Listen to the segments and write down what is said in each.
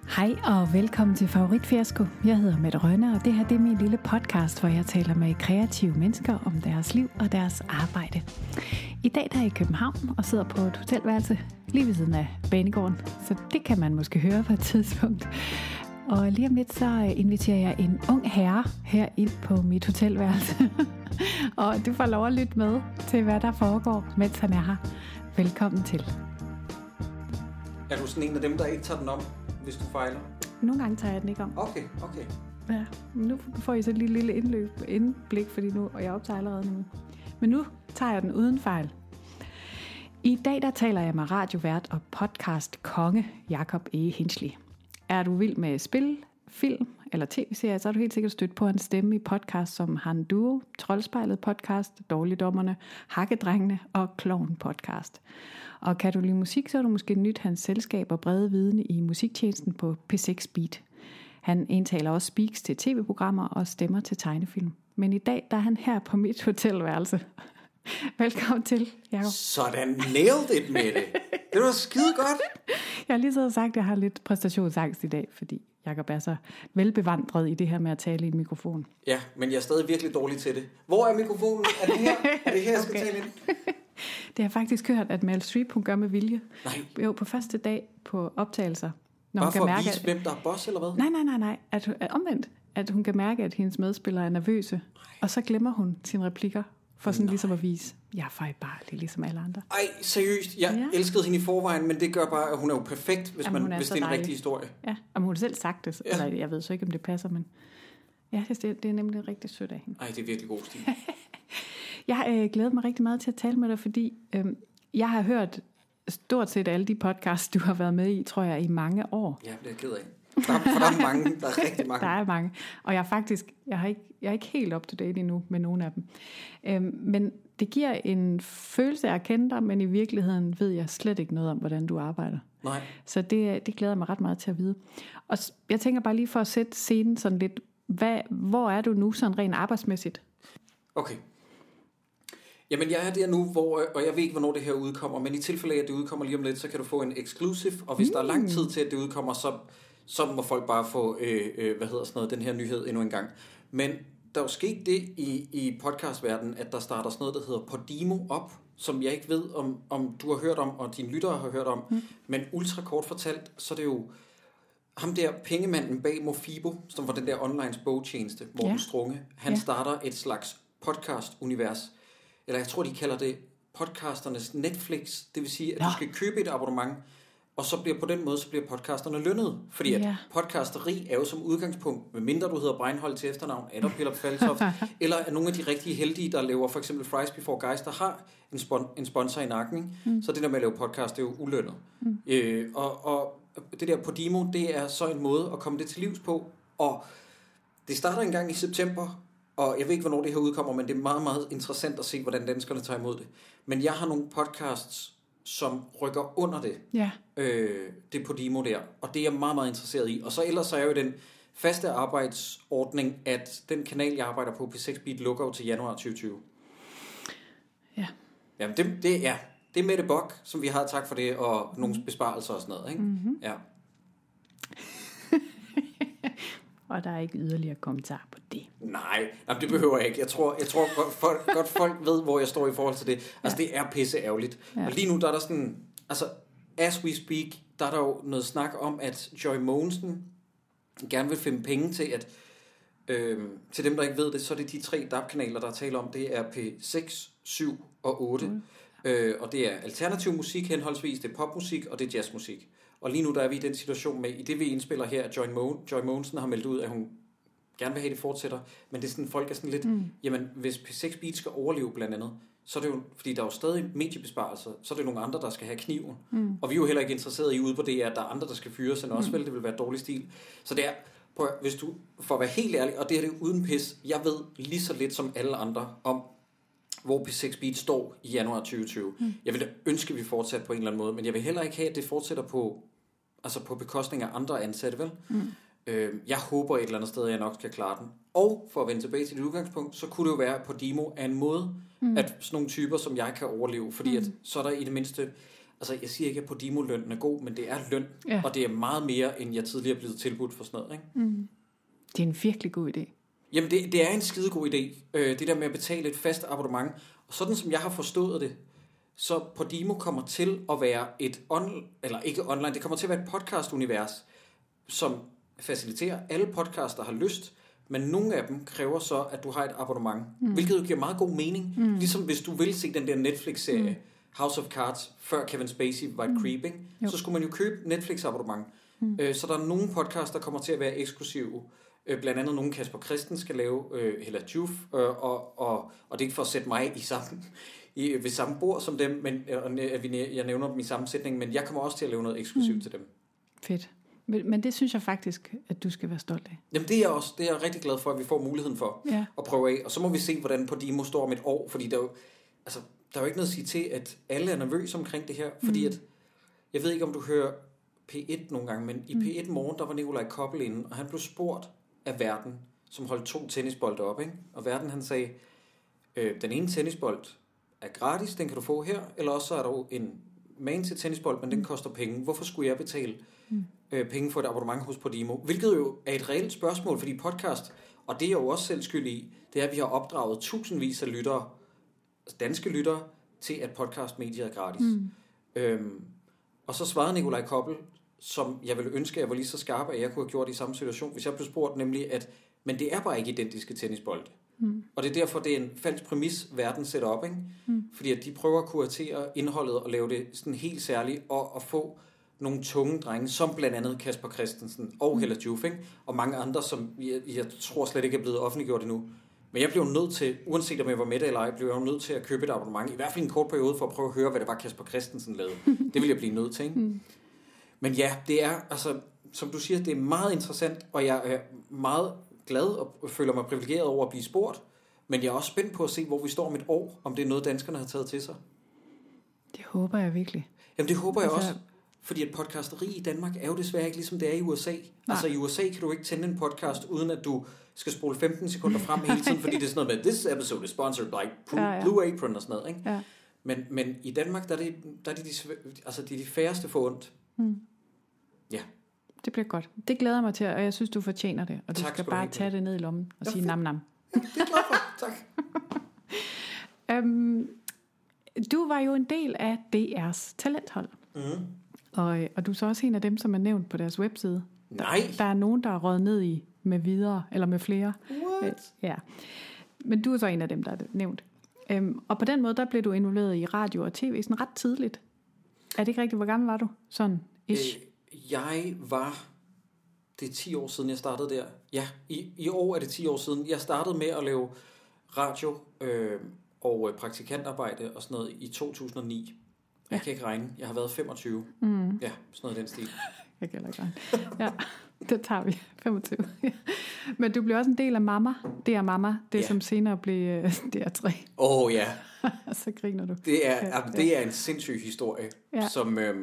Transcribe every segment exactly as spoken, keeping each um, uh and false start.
Hej og velkommen til Favoritfiasko. Jeg hedder Mette Rønne, og det her det er min lille podcast, hvor jeg taler med kreative mennesker om deres liv og deres arbejde. I dag der er jeg i København og sidder på et hotelværelse lige ved siden af banegården, så det kan man måske høre på et tidspunkt. Og lige om lidt så inviterer jeg en ung herre her ind på mit hotelværelse. Og du får lov at lytte med til, hvad der foregår, mens han er her. Velkommen til. Er du sådan en af dem, der ikke tager den om, hvis du fejler? Nogle gange tager jeg den ikke om. Okay, okay. Ja, nu får I så et lille, lille indløb, indblik, fordi nu, og jeg optager allerede nu. Men nu tager jeg den uden fejl. I dag der taler jeg med radiovært og podcast konge Jacob E. Hinchey. Er du vild med spil, film eller tv-serier, så er du helt sikkert stødt på hans stemme i podcast som Han Duo, Troldspejlet podcast, Dårligdommerne, Hakkedrengene og Klovn podcast. Og kan du lide musik, så er du måske nyt hans selskab og brede viden i musiktjenesten på P seks Beat. Han indtaler også speaks til tv-programmer og stemmer til tegnefilm. Men i dag der er han her på mit hotelværelse. Velkommen til, Jacob. Sådan, nailed it med det. Det var skide godt. Jeg har lige så sagt, at jeg har lidt præstationsangst i dag, fordi Jacob er så velbevandret i det her med at tale i en mikrofon. Ja, men jeg er stadig virkelig dårlig til det. Hvor er mikrofonen? Er det her? Er det her, jeg skal okay. tale ind? Det har jeg faktisk hørt, at Meryl Streep, hun gør med vilje. Nej. Jo, på første dag på optagelser. Når Bare hun kan for mærke, at vise, at... hvem der er boss, eller hvad? Nej, nej, nej, nej. At, at omvendt, at hun kan mærke, at hendes medspillere er nervøse. Nej. Og så glemmer hun sine replikker, for sådan nej. Ligesom at vise, jeg er fejlbarlig, ligesom alle andre. Ej, seriøst. Jeg ja. elskede hende i forvejen, men det gør bare, at hun er jo perfekt, hvis, Jamen, man, hvis det er en dejlig. Rigtig historie. Ja, og hun har selv sagt det. Ja. Eller, jeg ved så ikke, om det passer, men... Ja, det, det er nemlig rigtig sødt af hende. Ej, det er virkelig god stil. Jeg har øh, glædet mig rigtig meget til at tale med dig, fordi øh, jeg har hørt stort set alle de podcasts, du har været med i, tror jeg, i mange år. Ja, det er jeg ked af. Der er, for der er mange, der er rigtig mange. Der er mange, og jeg er faktisk, jeg, har ikke, jeg er ikke helt up to date endnu med nogle af dem. Øhm, men det giver en følelse af at kende dig, men i virkeligheden ved jeg slet ikke noget om, hvordan du arbejder. Nej. Så det, det glæder jeg mig ret meget til at vide. Og jeg tænker bare lige for at sætte scenen sådan lidt, hvad, hvor er du nu sådan rent arbejdsmæssigt? Okay. Jamen jeg er der nu, hvor, og jeg ved ikke, hvornår det her udkommer, men i tilfælde af, at det udkommer lige om lidt, så kan du få en exclusive, og hvis mm. der er lang tid til, at det udkommer, så, så må folk bare få, øh, øh, hvad hedder sådan noget, den her nyhed endnu en gang. Men der er jo sket det i, i podcastverdenen, at der starter sådan noget, der hedder Podimo op, som jeg ikke ved, om, om du har hørt om, og dine lyttere har hørt om, mm. men ultra kort fortalt, så er det jo ham der pengemanden bag Mofibo, som var den der online bogtjeneste, Morten ja. Strunge, han ja. starter et slags podcast-univers, eller jeg tror, de kalder det podcasternes Netflix. Det vil sige, at ja. du skal købe et abonnement, og så bliver på den måde, så bliver podcasterne lønnet. Fordi at ja. podcasteri er jo som udgangspunkt, medmindre du hedder Breinholt til efternavn, eller Peter Faltoft, eller er nogle af de rigtige heldige, der laver for eksempel Fries Before Guys, der har en, spon- en sponsor i nakken. Mm. Så det der med at lave podcast, det er jo ulønnet. Mm. Øh, og, og det der Podimo, det er så en måde at komme det til livs på. Og det starter en gang i september, og jeg ved ikke, hvornår det her udkommer, men det er meget, meget interessant at se, hvordan danskerne tager imod det. Men jeg har nogle podcasts, som rykker under det. Ja. Øh, det Podimo der. Og det er jeg meget, meget interesseret i. Og så ellers så er jo den faste arbejdsordning, at den kanal, jeg arbejder på, P seks Beat, lukker jo til januar tyve tyve. Ja. Jamen, det, det, ja. det er Mette Bock, som vi har, tak for det, og nogle besparelser og sådan noget. Ikke? Mm-hmm. Ja. Og der er ikke yderligere kommentar på det. Nej, jamen det behøver jeg ikke. Jeg tror, jeg tror godt, folk, godt folk ved, hvor jeg står i forhold til det. Altså, ja. det er pisse ærgerligt. Ja. Og lige nu, der er der sådan... Altså, as we speak, der er der jo noget snak om, at Joy Mogensen gerne vil finde penge til, at... Øh, til dem, der ikke ved det, så er det de tre D A B-kanaler, der taler om. Det er P seks, syv og otte. Mm. Øh, og det er alternativ musik henholdsvis, det er popmusik, og det er jazzmusik. Og lige nu der er vi i den situation med, i det vi indspiller her, at Joy, Mo- Joy Mogensen har meldt ud, at hun gerne vil have, det fortsætter. Men det er sådan, folk er sådan lidt, mm. jamen hvis P seks Beat skal overleve blandt andet, så er det jo, fordi der er jo stadig mediebesparelser, så er det nogle andre, der skal have kniven. Mm. Og vi er jo heller ikke interesserede i ude på det, at der er andre, der skal fyres, end også mm. vel, det vil være dårlig stil. Så det er, prøv, hvis du, for at være helt ærlig, og det her det er uden pis, jeg ved lige så lidt som alle andre om, hvor P seks Beat står i januar tyve tyve. Mm. Jeg vil da ønske, at vi fortsætter på en eller anden måde, men jeg vil heller ikke have, at det fortsætter på, altså på bekostning af andre ansatte, vel? Mm. Øh, jeg håber et eller andet sted, at jeg nok skal klare den. Og for at vende tilbage til det udgangspunkt, så kunne det jo være, at Podimo er en måde, mm. at sådan nogle typer, som jeg kan overleve, fordi mm. at, så er der i det mindste, altså jeg siger ikke, at Podimo-lønnen er god, men det er løn, ja. og det er meget mere, end jeg tidligere er blevet tilbudt for sådan noget, ikke? Mm. Det er en virkelig god idé. Jamen, det, det er en skidegod idé, øh, det der med at betale et fast abonnement. Og sådan som jeg har forstået det, så Podimo kommer til at være et, on, eller ikke online, det kommer til at være et podcast-univers, som faciliterer alle podcasts, der har lyst, men nogle af dem kræver så, at du har et abonnement, mm. hvilket jo giver meget god mening. Mm. Ligesom hvis du vil se den der Netflix-serie, mm. House of Cards, før Kevin Spacey var et mm. creep, ikke? Så skulle man jo købe Netflix-abonnement. Mm. Øh, så der er nogle podcasts, der kommer til at være eksklusive. Øh, blandt andet nogle Kasper Christen skal lave, øh, Hella Juf, øh, og, og, og det er ikke for at sætte mig i sammen, i, ved samme bord som dem, men øh, jeg nævner dem i samme sætning, men jeg kommer også til at lave noget eksklusivt mm. til dem. Fedt. Men det synes jeg faktisk, at du skal være stolt af. Jamen det er jeg også. Det er jeg rigtig glad for, at vi får muligheden for ja. at prøve af. Og så må vi se, hvordan Podimo står om et år. Fordi der er jo, altså, der er jo ikke noget at sige til, at alle er nervøse omkring det her. Fordi mm. at, jeg ved ikke, om du hører P et nogle gange, men i mm. P et Morgen, der var Nikolaj Koppel inde, og han blev spurgt af Verden, som holdt to tennisbolde op. Ikke? Og Verden, han sagde, øh, den ene tennisbold er gratis, den kan du få her. Eller også så er der jo en main til tennisbold, men den koster penge. Hvorfor skulle jeg betale mm. øh, penge for et abonnement hos Podimo? Hvilket jo er et reelt spørgsmål, fordi podcast, og det er jeg jo også selv skyld i, det er, at vi har opdraget tusindvis af lyttere, danske lyttere, til at podcastmediet er gratis. Mm. Øhm, og så svarede Nikolaj Koppel, som jeg ville ønske, at jeg var lige så skarp, at jeg kunne have gjort i samme situation, hvis jeg blev spurgt, nemlig at, men det er bare ikke identiske tennisbolde. Mm. Og det er derfor, det er en falsk præmis, Verden sætter op, ikke? Mm. Fordi at de prøver at kuratere indholdet og lave det sådan helt særligt, og at få nogle tunge drenge, som blandt andet Kasper Christensen og mm. Hella Juf, ikke? Og mange andre, som jeg, jeg tror slet ikke er blevet offentliggjort endnu. Men jeg blev nødt til, uanset om jeg var med det eller ej, blev jeg nødt til at købe et abonnement, i hvert fald en kort periode, for at prøve at høre, hvad det var, Kasper Christensen lavede. Det ville jeg blive nødt til, ikke? Mm. Men ja, det er, altså, som du siger, det er meget interessant, og jeg er meget glad og føler mig privilegeret over at blive spurgt, men jeg er også spændt på at se, hvor vi står om et år, om det er noget, danskerne har taget til sig. Det håber jeg virkelig. Jamen det håber jeg altså, også, fordi at podcasteri i Danmark er jo desværre ikke ligesom det er i U S A. Nej. Altså i U S A kan du ikke tænde en podcast, uden at du skal spole femten sekunder frem hele tiden, fordi det er sådan noget med, this episode is sponsored by Blue, ja, ja. Blue Apron og sådan noget, ikke? Ja. Men, men i Danmark, der er det, der er det de, altså de, de færreste for ondt. Mm. Ja. Det bliver godt. Det glæder mig til, og jeg synes, du fortjener det. Og du tak, skal bare du tage det ned i lommen og ja, sige nam nam. Ja, det er glad for. Tak. um, du var jo en del af D R's talenthold. Mm. Og, og du er så også en af dem, som er nævnt på deres webside. Nej. Der, der er nogen, der er røget ned i med videre, eller med flere. What? Ja. Men du er så en af dem, der er nævnt. Um, og på den måde, der blev du involveret i radio og tv sådan ret tidligt. Er det ikke rigtigt? Hvor gammel var du? Sådan ish. Øh, jeg var... Det er ti år siden, jeg startede der. Ja, i, i år er det ti år siden. Jeg startede med at lave radio øh, og praktikantarbejde og sådan noget i to tusind og ni. Jeg ja. kan ikke regne. Jeg har været femogtyve. Mm. Ja, sådan noget i den stil. Jeg kan ikke regne. Ja, det tager vi. femogtyve. Men du blev også en del af Mamma. Det er Mamma. Det, ja. som senere blev uh, D R tre. Åh oh, ja. Så griner du. Det er, ja, det er en sindssyg historie, ja. som... Øh,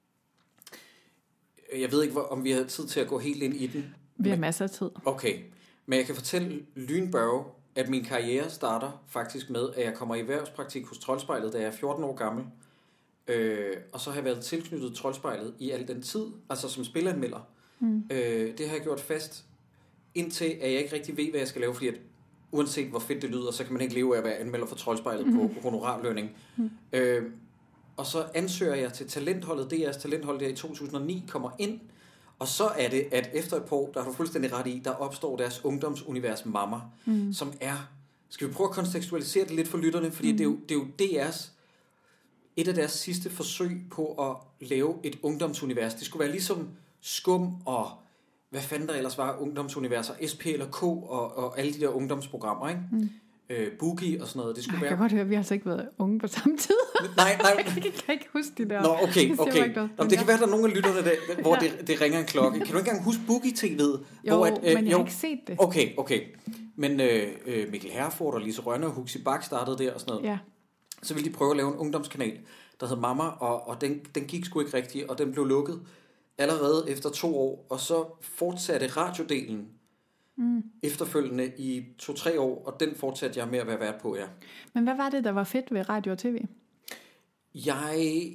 jeg ved ikke, hvor, om vi har tid til at gå helt ind i den. Vi har masser af tid. Okay, men jeg kan fortælle lynbørge, at min karriere starter faktisk med, at jeg kommer i erhvervspraktik hos Troldspejlet, da jeg er fjorten år gammel. Øh, og så har jeg været tilknyttet Troldspejlet i al den tid, altså som spilleranmelder. Mm. Øh, det har jeg gjort fast, indtil at jeg ikke rigtig ved, hvad jeg skal lave, fordi at uanset hvor fedt det lyder, så kan man ikke leve af at være anmelder for Troldspejlet mm. på honorarlønning. Mm. Øh, Og så ansøger jeg til talentholdet, D R's talenthold der i to tusind og ni, kommer ind, og så er det, at efter et par år, der har du fuldstændig ret i, der opstår deres ungdomsunivers Mamma, mm. som er, skal vi prøve at kontekstualisere det lidt for lytterne, fordi mm. det, er jo, det er jo D R's, et af deres sidste forsøg på at lave et ungdomsunivers. Det skulle være ligesom Skum og, hvad fanden der ellers var, ungdomsuniverser, S P eller K og, og alle de der ungdomsprogrammer, ikke? Mm. Øh, Boogie og sådan noget. Det skulle Ej, være... Jeg kan godt høre, at vi har altså ikke været unge på samme tid. Nej, nej. jeg, kan, jeg kan ikke huske de der. Nå, okay, okay. Nå, det kan være, at der er nogle af lytterne, der, hvor ja. det, det ringer en klokke. Kan du ikke engang huske Boogie-tv'et? Jo, hvor at, øh, men jeg jo, har ikke set det. Okay, okay. Men øh, øh, Mikkel Herford og Lise Rønne og Huxi Bak startede der og sådan noget. Ja. Så ville de prøve at lave en ungdomskanal, der hed Mamma, og, og den, den gik sgu ikke rigtigt, og den blev lukket allerede efter to år. Og så fortsatte radiodelen Mm. efterfølgende i to-tre år, og den fortsatte jeg med at være vært på, ja. Men hvad var det, der var fedt ved radio og tv? Jeg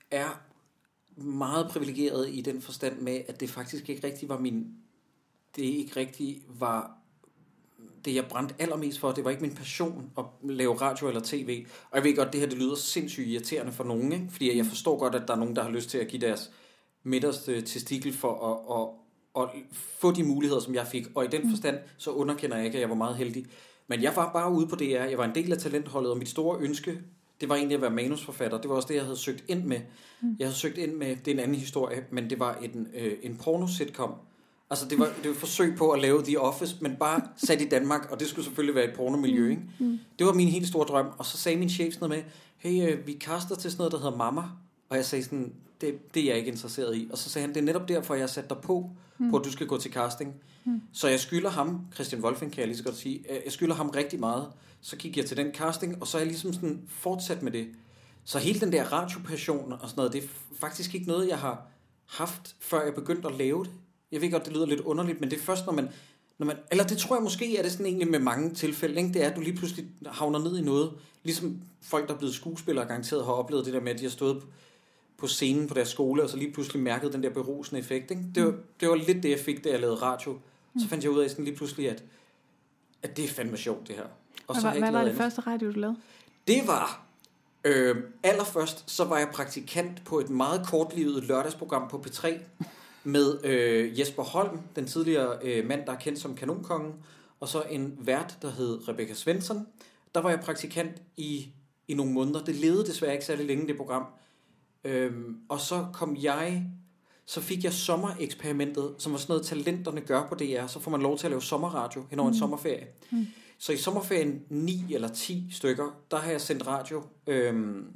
er meget privilegeret i den forstand med, at det faktisk ikke rigtig var min... Det ikke rigtig var det, jeg brændte allermest for. Det var ikke min passion at lave radio eller tv. Og jeg ved godt, det her det lyder sindssygt irriterende for nogen, ikke? Fordi jeg forstår godt, at der er nogen, der har lyst til at give deres midterste testikel for at, at, at få de muligheder, som jeg fik. Og i den forstand, så underkender jeg ikke, at jeg var meget heldig. Men jeg var bare ude på D R. Jeg var en del af talentholdet, og mit store ønske, det var egentlig at være manusforfatter. Det var også det, jeg havde søgt ind med. Jeg havde søgt ind med, det er en anden historie, men det var en, øh, en porno-sitcom. Altså det var, det var et forsøg på at lave The Office, men bare sat i Danmark, og det skulle selvfølgelig være et pornomiljø, ikke? Det var min helt store drøm. Og så sagde min chef sådan noget med, hey, øh, vi kaster til sådan noget, der hedder Mamma. Og jeg sagde sådan, det, det er jeg ikke interesseret i. Og så sagde han, det er netop derfor, jeg har sat dig på, mm. på at du skal gå til casting. Mm. Så jeg skylder ham, Christian Wolfing kan jeg lige så godt sige, jeg skylder ham rigtig meget. Så gik jeg til den casting, og så er jeg ligesom sådan fortsat med det. Så hele den der radiopassion og sådan noget, det er faktisk ikke noget, jeg har haft, før jeg begyndte at lave det. Jeg ved godt, det lyder lidt underligt, men det er først, når man... Når man eller det tror jeg måske, er det sådan egentlig med mange tilfælde, ikke? Det er, at du lige pludselig havner ned i noget. Ligesom folk, der er blevet skuespillere garanteret, har oplevet det der med, at de har stået på scenen på deres skole, og så lige pludselig mærket den der berusende effekt, ikke? Det var, det var lidt det, jeg fik, da jeg lavede radio. Så fandt jeg ud af sådan lige pludselig, at, at det er fandme sjovt, det her. Og så hvad hvad var det andet. første radio, du lavede? Det var... Øh, allerførst, så var jeg praktikant på et meget kortlivet lørdagsprogram på P tre, med øh, Jesper Holm, den tidligere øh, mand, der er kendt som Kanonkongen, og så en vært, der hed Rebecca Svensson. Der var jeg praktikant i, i nogle måneder. Det levede desværre ikke særlig længe, det program. Øhm, og så kom jeg, så fik jeg sommereksperimentet, som var sådan noget, talenterne gør på D R. Så får man lov til at lave sommerradio hen over mm. en sommerferie. Mm. Så i sommerferien ni eller ti stykker, der har jeg sendt radio... Øhm,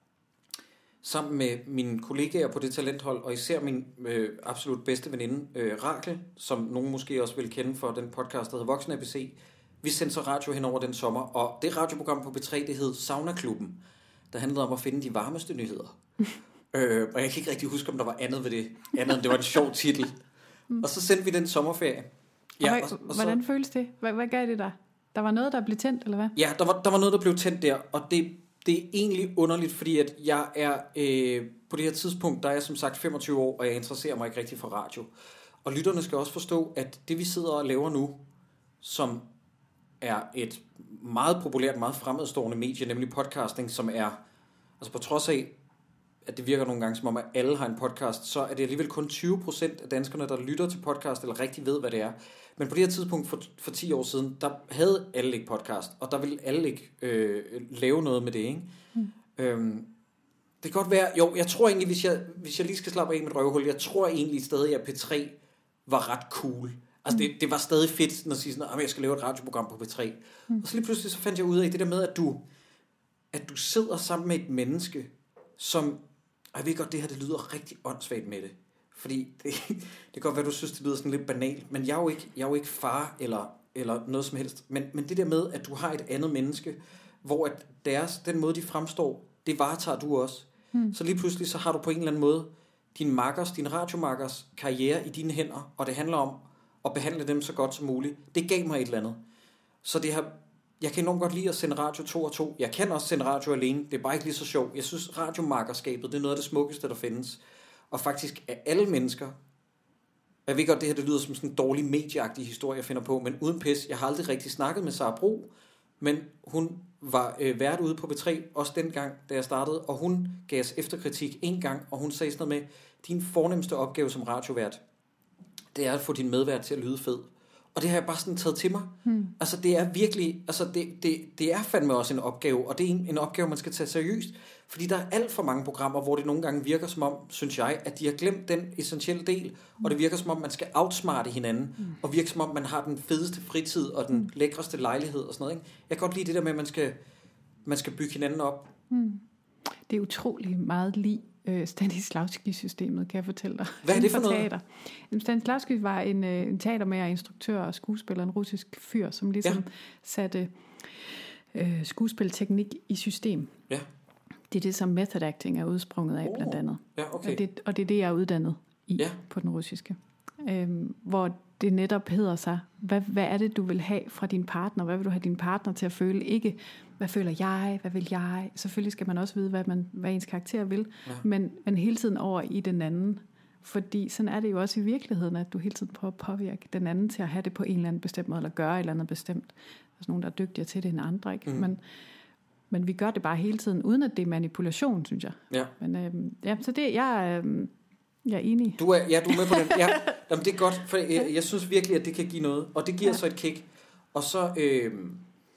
sammen med mine kollegaer på det talenthold, og især min øh, absolut bedste veninde, øh, Rakel, som nogen måske også vil kende for den podcast, der hedder Voksen A B C. Vi sendte så radio hen over den sommer, og det radioprogram på P tre, det hed Sauna-klubben, der handlede om at finde de varmeste nyheder. øh, og jeg kan ikke rigtig huske, om der var andet ved det, andet end det var en sjov titel. Og så sendte vi den sommerferie. Ja, og, og, og hvordan så, føles det? Hvad, hvad gav det dig? Der var noget, der blev tændt, eller hvad? Ja, der var, der var noget, der blev tændt der, og det Det er egentlig underligt, fordi at jeg er øh, på det her tidspunkt, der er jeg som sagt femogtyve år, og jeg interesserer mig ikke rigtig for radio. Og lytterne skal også forstå, at det vi sidder og laver nu, som er et meget populært, meget fremadstående medie, nemlig podcasting, som er, altså på trods af, at det virker nogle gange som om, at alle har en podcast, så er det alligevel kun tyve procent af danskerne, der lytter til podcast, eller rigtig ved, hvad det er. Men på det her tidspunkt for, for ti år siden, der havde alle ikke podcast, og der ville alle ikke øh, lave noget med det, ikke? Mm. Øhm, det kan godt være, jo, jeg tror egentlig, hvis jeg, hvis jeg lige skal slappe af med et røvhul, jeg tror egentlig stadig, at P tre var ret cool. Altså, mm. det, det var stadig fedt, når jeg siger sådan, at jeg skal lave et radioprogram på P tre. Mm. Og så lige pludselig så fandt jeg ud af det der med, at du, at du sidder sammen med et menneske, som, og jeg ved godt, det her, det lyder rigtig åndssvagt med det. Fordi det, det kan godt være, du synes, det lyder sådan lidt banalt, men jeg er jo ikke, jeg er jo ikke far eller, eller noget som helst. Men, men det der med, at du har et andet menneske, hvor at deres, den måde, de fremstår, det varetager du også. Hmm. Så lige pludselig, så har du på en eller anden måde din makkers, din radiomakkers karriere i dine hænder, og det handler om at behandle dem så godt som muligt. Det gav mig et eller andet. Så det har, jeg kan enormt godt lide at sende radio to og to. Jeg kan også sende radio alene, det er bare ikke lige så sjovt. Jeg synes, radiomakkerskabet, det er noget af det smukkeste, der findes. Og faktisk af alle mennesker, jeg ved godt, det her det lyder som sådan en dårlig medieagtig historie, jeg finder på, men uden pis, jeg har aldrig rigtig snakket med Sara Bro, men hun var øh, vært ude på P tre, også dengang, da jeg startede, og hun gav os efterkritik en gang, og hun sagde sådan noget med, din fornemmeste opgave som radiovært, det er at få din medvært til at lyde fed. Og det har jeg bare sådan taget til mig. Hmm. Altså det er virkelig, altså det, det, det er fandme også en opgave, og det er en, en opgave, man skal tage seriøst. Fordi der er alt for mange programmer, hvor det nogle gange virker som om, synes jeg, at de har glemt den essentielle del, hmm. og det virker som om, man skal outsmarte hinanden, hmm. og virker som om, man har den fedeste fritid, og den hmm. lækreste lejlighed og sådan noget. Ikke? Jeg kan godt lide det der med, at man skal, man skal bygge hinanden op. Hmm. Det er utrolig meget lige Stanislavski-systemet, kan jeg fortælle dig. Hvad er det for noget? Stanislavski var en, en teatermager, instruktør og skuespiller, en russisk fyr, som ligesom ja. satte øh, skuespilteknik i system. Ja. Det er det, som method acting er udsprunget af, oh. blandt andet. Ja, okay. og, det, og det er det, jeg er uddannet i ja. på den russiske. Øhm, hvor det netop hedder sig, hvad, hvad er det, du vil have fra din partner? Hvad vil du have din partner til at føle? Ikke, hvad føler jeg? Hvad vil jeg? Selvfølgelig skal man også vide, hvad, man, hvad ens karakter vil, ja. men, men hele tiden over i den anden. Fordi sådan er det jo også i virkeligheden, at du hele tiden prøver at påvirke den anden til at have det på en eller anden bestemt måde, eller gøre et eller andet bestemt. Der er nogen, der er dygtigere til det end andre, ikke? Mm. Men, men vi gør det bare hele tiden, uden at det er manipulation, synes jeg. Ja. Men øhm, ja, så det, jeg, øhm, jeg er enig. Du er, ja, du er med på den. Ja, jamen, det er godt, for jeg, jeg synes virkelig, at det kan give noget. Og det giver ja. så et kick. Og så, øhm,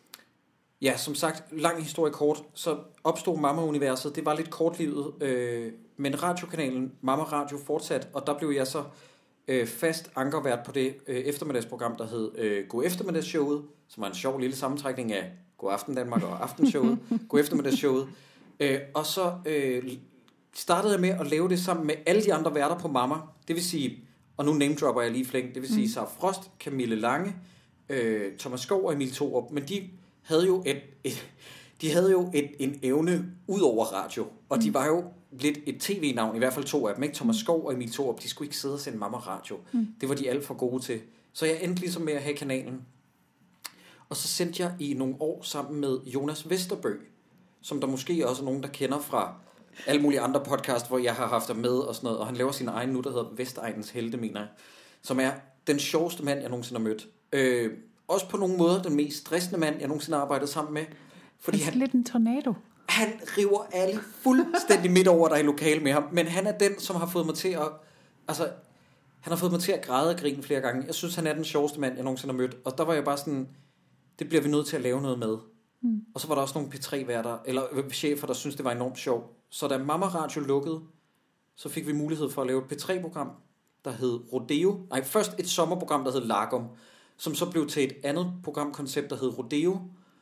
ja, som sagt, lang historie kort, så opstod Mamma-universet. Det var lidt kortlivet, øh, men radiokanalen Mamma Radio fortsat, og der blev jeg så øh, fast ankervært på det øh, eftermiddagsprogram, der hed øh, God Eftermiddagsshowet, som var en sjov lille sammentrækning af God Aften Danmark og Aftenshowet, God Eftermiddagsshowet. Øh, og så øh, startede jeg med at lave det sammen med alle de andre værter på Mamma. Det vil sige, og nu name dropper jeg lige flæng, det vil sige mm. Sara Frost, Camille Lange, øh, Thomas Skov og Emil Thorup, men de havde jo et, et de havde jo et, en evne ud over radio, og de var jo lidt et tv-navn, i hvert fald to af dem, ikke? Thomas Skov og Emil Thorup, de skulle ikke sidde og sende Mamma Radio. Mm. Det var de alt for gode til. Så jeg endte ligesom med at have kanalen. Og så sendte jeg i nogle år sammen med Jonas Vesterbø, som der måske også er nogen, der kender fra alle mulige andre podcast, hvor jeg har haft ham med og sådan noget, og han laver sin egen nu, der hedder Vestegnens Helte, mener jeg, som er den sjoveste mand, jeg nogensinde har mødt. Øh, også på nogle måder den mest stressende mand, jeg nogensinde har arbejdet sammen med. Fordi han er lidt en tornado. Han river alle fuldstændig midt over, der i lokale med ham, men han er den, som har fået mig til at, altså, han har fået mig til at græde og grine flere gange. Jeg synes, han er den sjoveste mand, jeg nogensinde har mødt, og der var jeg bare sådan, det bliver vi nødt til at lave noget med. Mm. Og så var der også nogle P tre-værter, eller chefer, der syntes, det var enormt sjovt. Så da Mamma Radio lukkede, så fik vi mulighed for at lave et P tre-program, der hed Rodeo. Nej, først et sommerprogram, der hed Lagom, som så blev til et andet programkoncept, der hed Rodeo.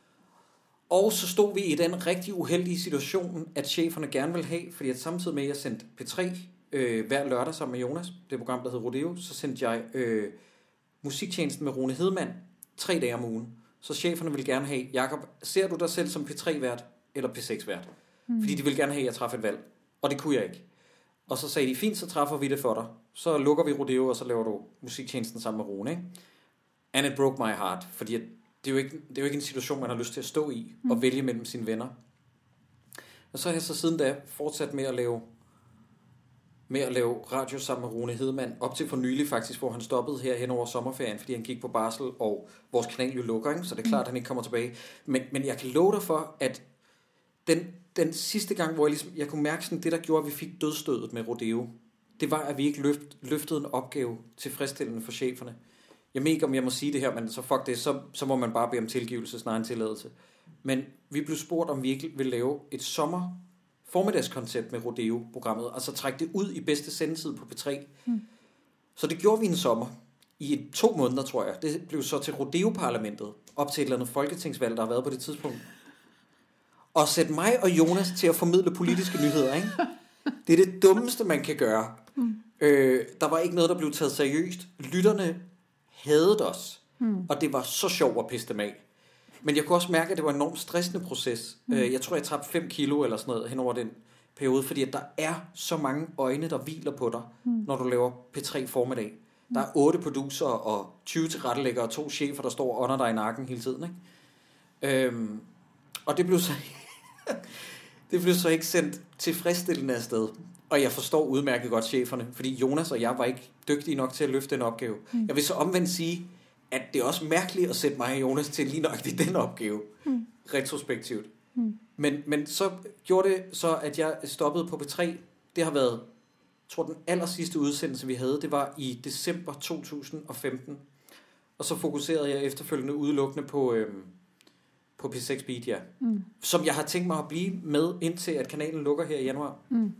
Og så stod vi i den rigtig uheldige situation, at cheferne gerne ville have, fordi at samtidig med, at jeg sendte P tre øh, hver lørdag sammen med Jonas, det program, der hed Rodeo, så sendte jeg øh, musiktjenesten med Rune Hedman tre dage om ugen. Så cheferne ville gerne have, Jakob, ser du dig selv som P tre-vært eller P seks-vært? Mm. Fordi de ville gerne have, at jeg træffede et valg. Og det kunne jeg ikke. Og så sagde de, fint, så træffer vi det for dig. Så lukker vi Rodeo, og så laver du musiktjenesten sammen med Rune. Ikke? And it broke my heart, fordi at det er jo ikke, det er jo ikke en situation, man har lyst til at stå i og mm. vælge mellem sine venner. Og så har jeg så siden da fortsat med at lave med at lave radio sammen med Rune Hedman, op til for nylig faktisk, hvor han stoppede her hen over sommerferien, fordi han gik på barsel, og vores kanal jo lukker, ikke? Så det er klart, at han ikke kommer tilbage. Men, men jeg kan love dig for, at den, den sidste gang, hvor jeg, ligesom, jeg kunne mærke sådan, det, der gjorde, at vi fik dødstødet med Rodeo, det var, at vi ikke løft, løftede en opgave tilfredsstillende for cheferne. Jeg ved ikke, om jeg må sige det her, men så fuck det, så, så må man bare bede om tilgivelse, snarere en tilladelse. Men vi blev spurgt, om vi ikke ville lave et sommer formiddagskoncept med Rodeo-programmet, og så trække det ud i bedste sendetid på P tre. Mm. Så det gjorde vi en sommer, i et, to måneder, tror jeg. Det blev så til Rodeo-parlamentet, op til et eller andet folketingsvalg, der har været på det tidspunkt. Og sætte mig og Jonas til at formidle politiske nyheder, ikke? Det er det dummeste, man kan gøre. Mm. Øh, der var ikke noget, der blev taget seriøst. Lytterne hadede os, mm. og det var så sjovt at pisse dem af. Men jeg kunne også mærke, at det var en enormt stressende proces. Mm. Jeg tror, jeg tabte fem kilo eller sådan noget hen over den periode, fordi at der er så mange øjne, der hviler på dig, mm. når du laver P tre formiddag. Mm. Der er otte producer og tyve tilrettelæggere og to chefer, der står under dig i nakken hele tiden. Ikke? Øhm, og det blev så det blev så ikke sendt tilfredsstillende afsted. Og jeg forstår udmærket godt cheferne, fordi Jonas og jeg var ikke dygtige nok til at løfte den opgave. Mm. Jeg vil så omvendt sige, at det er også mærkeligt at sætte mig og Jonas til lige nok i den opgave, mm. retrospektivt. Mm. Men, men så gjorde det så, at jeg stoppede på P tre. Det har været, jeg tror den aller sidste udsendelse, vi havde, det var i december to tusind og femten. Og så fokuserede jeg efterfølgende udelukkende på, øhm, på P seks Beat, ja. Mm. Som jeg har tænkt mig at blive med, indtil at kanalen lukker her i januar. Mm.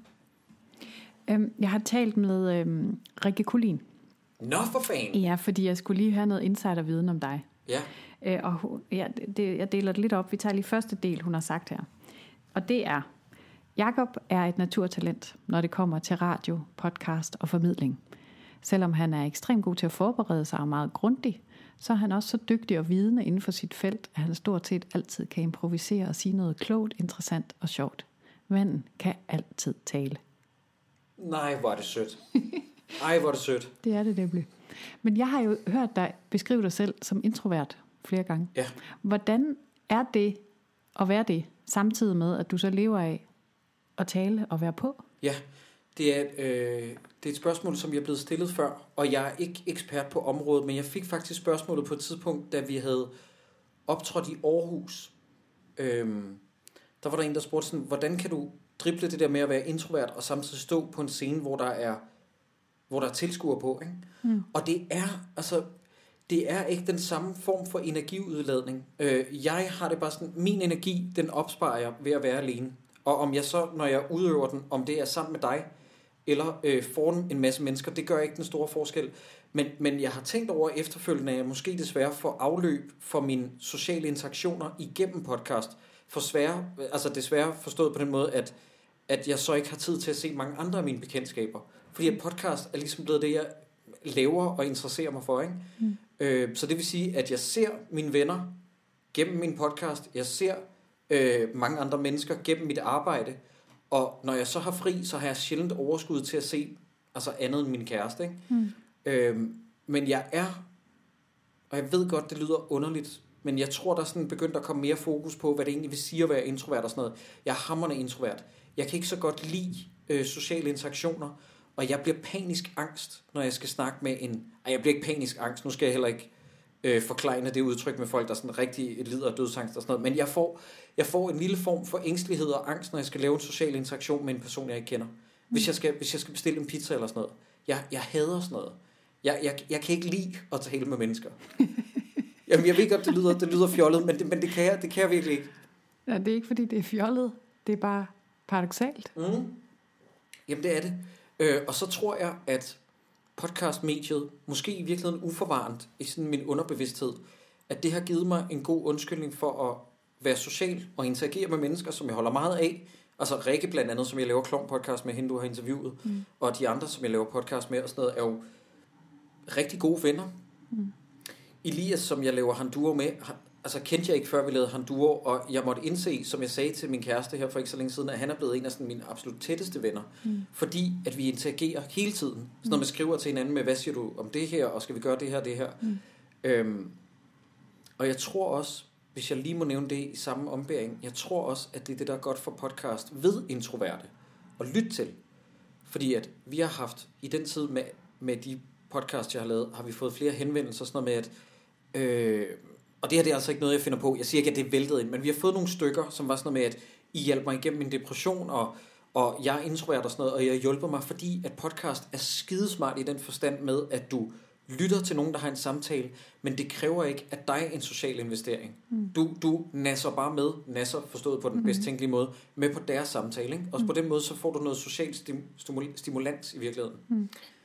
Um, jeg har talt med um, Rikke Kulin. Nå, for fanden. Ja, fordi jeg skulle lige have noget insiderviden om dig. Ja. Øh, og hun, ja, det, jeg deler det lidt op. Vi tager lige første del, hun har sagt her. Og det er, Jakob er et naturtalent, når det kommer til radio, podcast og formidling. Selvom han er ekstremt god til at forberede sig og meget grundig, så er han også så dygtig og vidende inden for sit felt, at han stort set altid kan improvisere og sige noget klogt, interessant og sjovt. Manden kan altid tale. Nej, hvor er det sødt. Ej, hvor er det sødt. Det er det nemlig. Men jeg har jo hørt dig beskrive dig selv som introvert flere gange. Ja. Hvordan er det at være det, samtidig med, at du så lever af at tale og være på? Ja, det er, øh, det er et spørgsmål, som jeg er blevet stillet før, og jeg er ikke ekspert på området, men jeg fik faktisk spørgsmålet på et tidspunkt, da vi havde optrådt i Aarhus. Øhm, der var der en, der spurgte sådan, hvordan kan du drible det der med at være introvert, og samtidig stå på en scene, hvor der er, hvor der er tilskuere på, ikke? Mm. Og det er, altså, det er ikke den samme form for energiudladning. Øh, jeg har det bare sådan, min energi, den opsparer jeg ved at være alene. Og om jeg så, når jeg udøver den, om det er sammen med dig, eller øh, foran en masse mennesker, det gør ikke den store forskel. Men, men jeg har tænkt over efterfølgende, at jeg måske desværre får afløb for mine sociale interaktioner igennem podcast. For svære, altså desværre forstået på den måde, at, at jeg så ikke har tid til at se mange andre af mine bekendtskaber. Fordi at podcast er ligesom blevet det, jeg laver og interesserer mig for. Ikke? Mm. Øh, så det vil sige, at jeg ser mine venner gennem min podcast. Jeg ser øh, mange andre mennesker gennem mit arbejde. Og når jeg så har fri, så har jeg sjældent overskud til at se altså andet end min kæreste. Ikke? Mm. Øhm, men jeg er, og jeg ved godt, det lyder underligt, men jeg tror, der er sådan begyndt at komme mere fokus på, hvad det egentlig vil sige at være introvert og sådan noget. Jeg er hamrende introvert. Jeg kan ikke så godt lide øh, sociale interaktioner, og jeg bliver panisk angst, når jeg skal snakke med en... Ej, jeg bliver ikke panisk angst, nu skal jeg heller ikke øh, forklejne det udtryk med folk, der sådan rigtig lider af dødsangst og sådan noget, men jeg får, jeg får en lille form for ængstelighed og angst, når jeg skal lave en social interaktion med en person, jeg ikke kender. Hvis jeg skal, hvis jeg skal bestille en pizza eller sådan noget. Jeg, jeg hader sådan noget. Jeg, jeg, jeg kan ikke lide at tale med mennesker. Jamen, jeg ved godt, det lyder, det lyder fjollet, men, det, men det, kan jeg, det kan jeg virkelig ikke. Ja, det er ikke, fordi det er fjollet. Det er bare paradoksalt. Mm. Jamen, det er det. Øh, og så tror jeg, at podcastmediet, måske i virkeligheden uforvarende i sådan min underbevidsthed, at det har givet mig en god undskyldning for at være social og interagere med mennesker, som jeg holder meget af. Altså Rikke blandt andet, som jeg laver Klovn-podcast med, hende du har interviewet, mm. og de andre, som jeg laver podcast med og sådan noget, er jo rigtig gode venner. Mm. Elias, som jeg laver Handuro med, altså kendte jeg ikke før vi lavede Handuro, og jeg måtte indse, som jeg sagde til min kæreste her for ikke så længe siden, at han er blevet en af sådan mine absolut tætteste venner, mm. fordi at vi interagerer hele tiden. Sådan når man skriver til hinanden med, hvad siger du om det her, og skal vi gøre det her, det her. Mm. Øhm, og jeg tror også, hvis jeg lige må nævne det i samme ombæring, jeg tror også, at det er det, der er godt for podcast ved introverte og lytte til. Fordi at vi har haft, i den tid med, med de podcast, jeg har lavet, har vi fået flere henvendelser, sådan noget med, at, øh, og det her det er altså ikke noget, jeg finder på, jeg siger ikke, at det er væltet ind, men vi har fået nogle stykker, som var sådan noget med, at I hjalp mig igennem min depression, og, og jeg er introvert og sådan noget, og jeg hjælper mig, fordi at podcast er skidesmart i den forstand med, at du lytter til nogen, der har en samtale, men det kræver ikke, at dig er en social investering. Mm. Du, du nasser bare med, nasser forstået på den mm. bedst tænkelige måde, med på deres samtale. Ikke? Også mm. på den måde, så får du noget social stimul- stimulans i virkeligheden. Mm.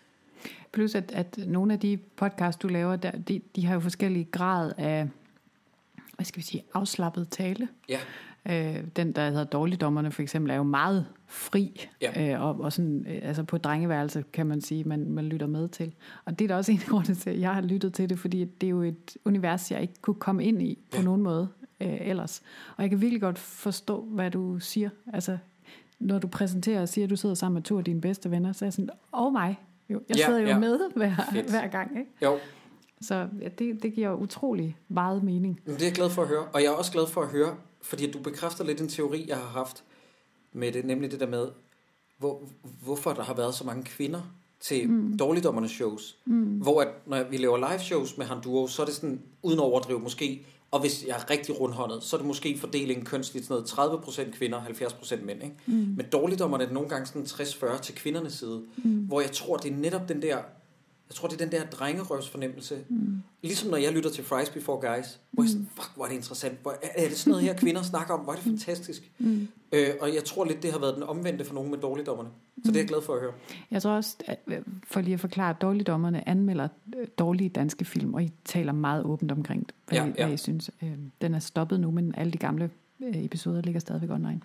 Plus at, at nogle af de podcasts, du laver, der, de, de har jo forskellige grad af, hvad skal vi sige, afslappet tale. Ja. Øh, den, der hedder Dårligdommerne for eksempel, er jo meget fri, ja. øh, og, og sådan, øh, altså på drengeværelse, kan man sige, man, man lytter med til. Og det er da også en grund til, at jeg har lyttet til det, fordi det er jo et univers, jeg ikke kunne komme ind i på ja. nogen måde øh, ellers. Og jeg kan virkelig godt forstå, hvad du siger. Altså, når du præsenterer og siger, at du sidder sammen med to af dine bedste venner, så er jeg sådan, åh mig, jo, jeg sidder ja, jo ja. med hver, hver gang, ikke? Jo. Så ja, det, det giver utrolig meget mening. Det er jeg glad for at høre, og jeg er også glad for at høre, fordi du bekræfter lidt en teori, jeg har haft med det, nemlig det der med, hvor, hvorfor der har været så mange kvinder til mm. Dårligdommernes shows. Mm. Hvor at, når vi laver live shows med Handuro, så er det sådan, uden overdrive måske, og hvis jeg er rigtig rundhåndet, så er det måske fordelingen kønsligt sådan noget tredive procent kvinder, halvfjerds procent mænd. Ikke? Mm. Men Dårligdommerne er det nogle gange sådan tres fyrre til kvindernes side, mm. hvor jeg tror, det er netop den der, jeg tror, det er den der drengerøvsfornemmelse. Mm. Ligesom når jeg lytter til Fries Before Guys, hvor jeg sådan, fuck, hvor er det interessant. Hvor er, er det sådan noget her, kvinder snakker om? Hvor er det fantastisk. Mm. Øh, og jeg tror lidt, det har været den omvendte for nogen med Dårligdommerne. Så det er jeg glad for at høre. Jeg tror også, at, for lige at forklare, at Dårligdommerne anmelder dårlige danske film, og I taler meget åbent omkring, hvad, ja, ja. hvad I synes. Øh, den er stoppet nu, men alle de gamle øh, episoder ligger stadigvæk online.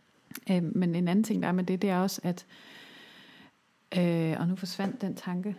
Øh, men en anden ting, der er med det, det er også, at øh, og nu forsvandt den tanke.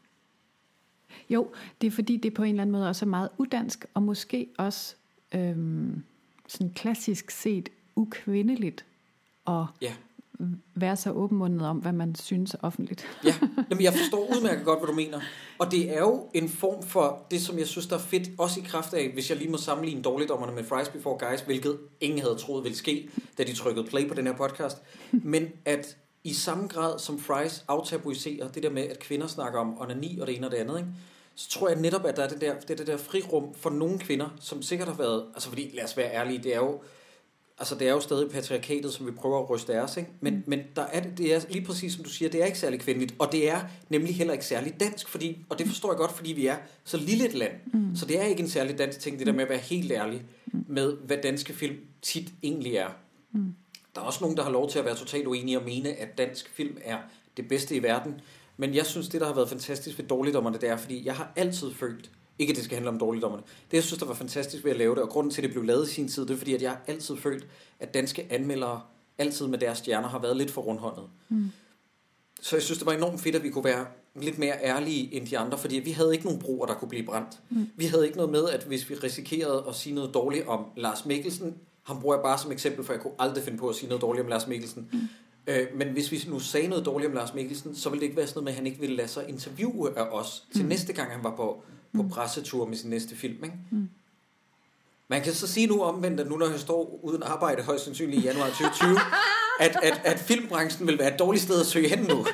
Jo, det er fordi, det på en eller anden måde også er meget udansk, og måske også øhm, sådan klassisk set ukvindeligt at, ja. være så åbenmundet om, hvad man synes offentligt. Ja, jamen jeg forstår udmærket godt, hvad du mener. Og det er jo en form for det, som jeg synes, der er fedt, også i kraft af, hvis jeg lige må sammenligne Dårligdommerne med Fries Before Guys, hvilket ingen havde troet ville ske, da de trykkede play på den her podcast. Men at i samme grad som Fries aftabuiserer det der med, at kvinder snakker om onani og det ene og det andet, ikke? Så tror jeg netop, at der er det der, det, det der frirum for nogle kvinder, som sikkert har været, altså fordi, lad os være ærlige, det er jo, altså det er jo stadig patriarkatet, som vi prøver at ryste af os, ikke? Men, mm. men der er det, det er lige præcis som du siger, det er ikke særlig kvindeligt, og det er nemlig heller ikke særlig dansk, fordi, og det forstår jeg godt, fordi vi er så lille et land, mm. så det er ikke en særlig dansk ting, det der med at være helt ærlig med, hvad danske film tit egentlig er. Mm. Der er også nogen, der har lov til at være totalt uenige og mene, at dansk film er det bedste i verden, men jeg synes, det der har været fantastisk ved Dårligdommerne, det er, fordi jeg har altid følt, ikke at det skal handle om Dårligdommerne. Det jeg synes, der var fantastisk ved at lave det, og grunden til, at det blev lavet i sin tid, det er fordi, at jeg har altid følt, at danske anmeldere altid med deres stjerner har været lidt for rundhåndet. Mm. Så jeg synes, det var enormt fedt, at vi kunne være lidt mere ærlige end de andre, fordi vi havde ikke nogen broer, der kunne blive brændt. Mm. Vi havde ikke noget med, at hvis vi risikerede at sige noget dårligt om Lars Mikkelsen, ham bruger jeg bare som eksempel, for jeg kunne aldrig finde på at sige noget dårligt om Lars Mikkelsen. Mm. Øh, men hvis vi nu sagde noget dårligt om Lars Mikkelsen, så ville det ikke være sådan noget med, at han ikke ville lade sig interviewe af os til mm. næste gang, han var på på pressetur med sin næste film, ikke? Mm. Man kan så sige nu omvendt, at nu når jeg står uden arbejde højst sandsynligt i januar tyve tyve, at, at, at filmbranchen vil være et dårligt sted at søge hen nu.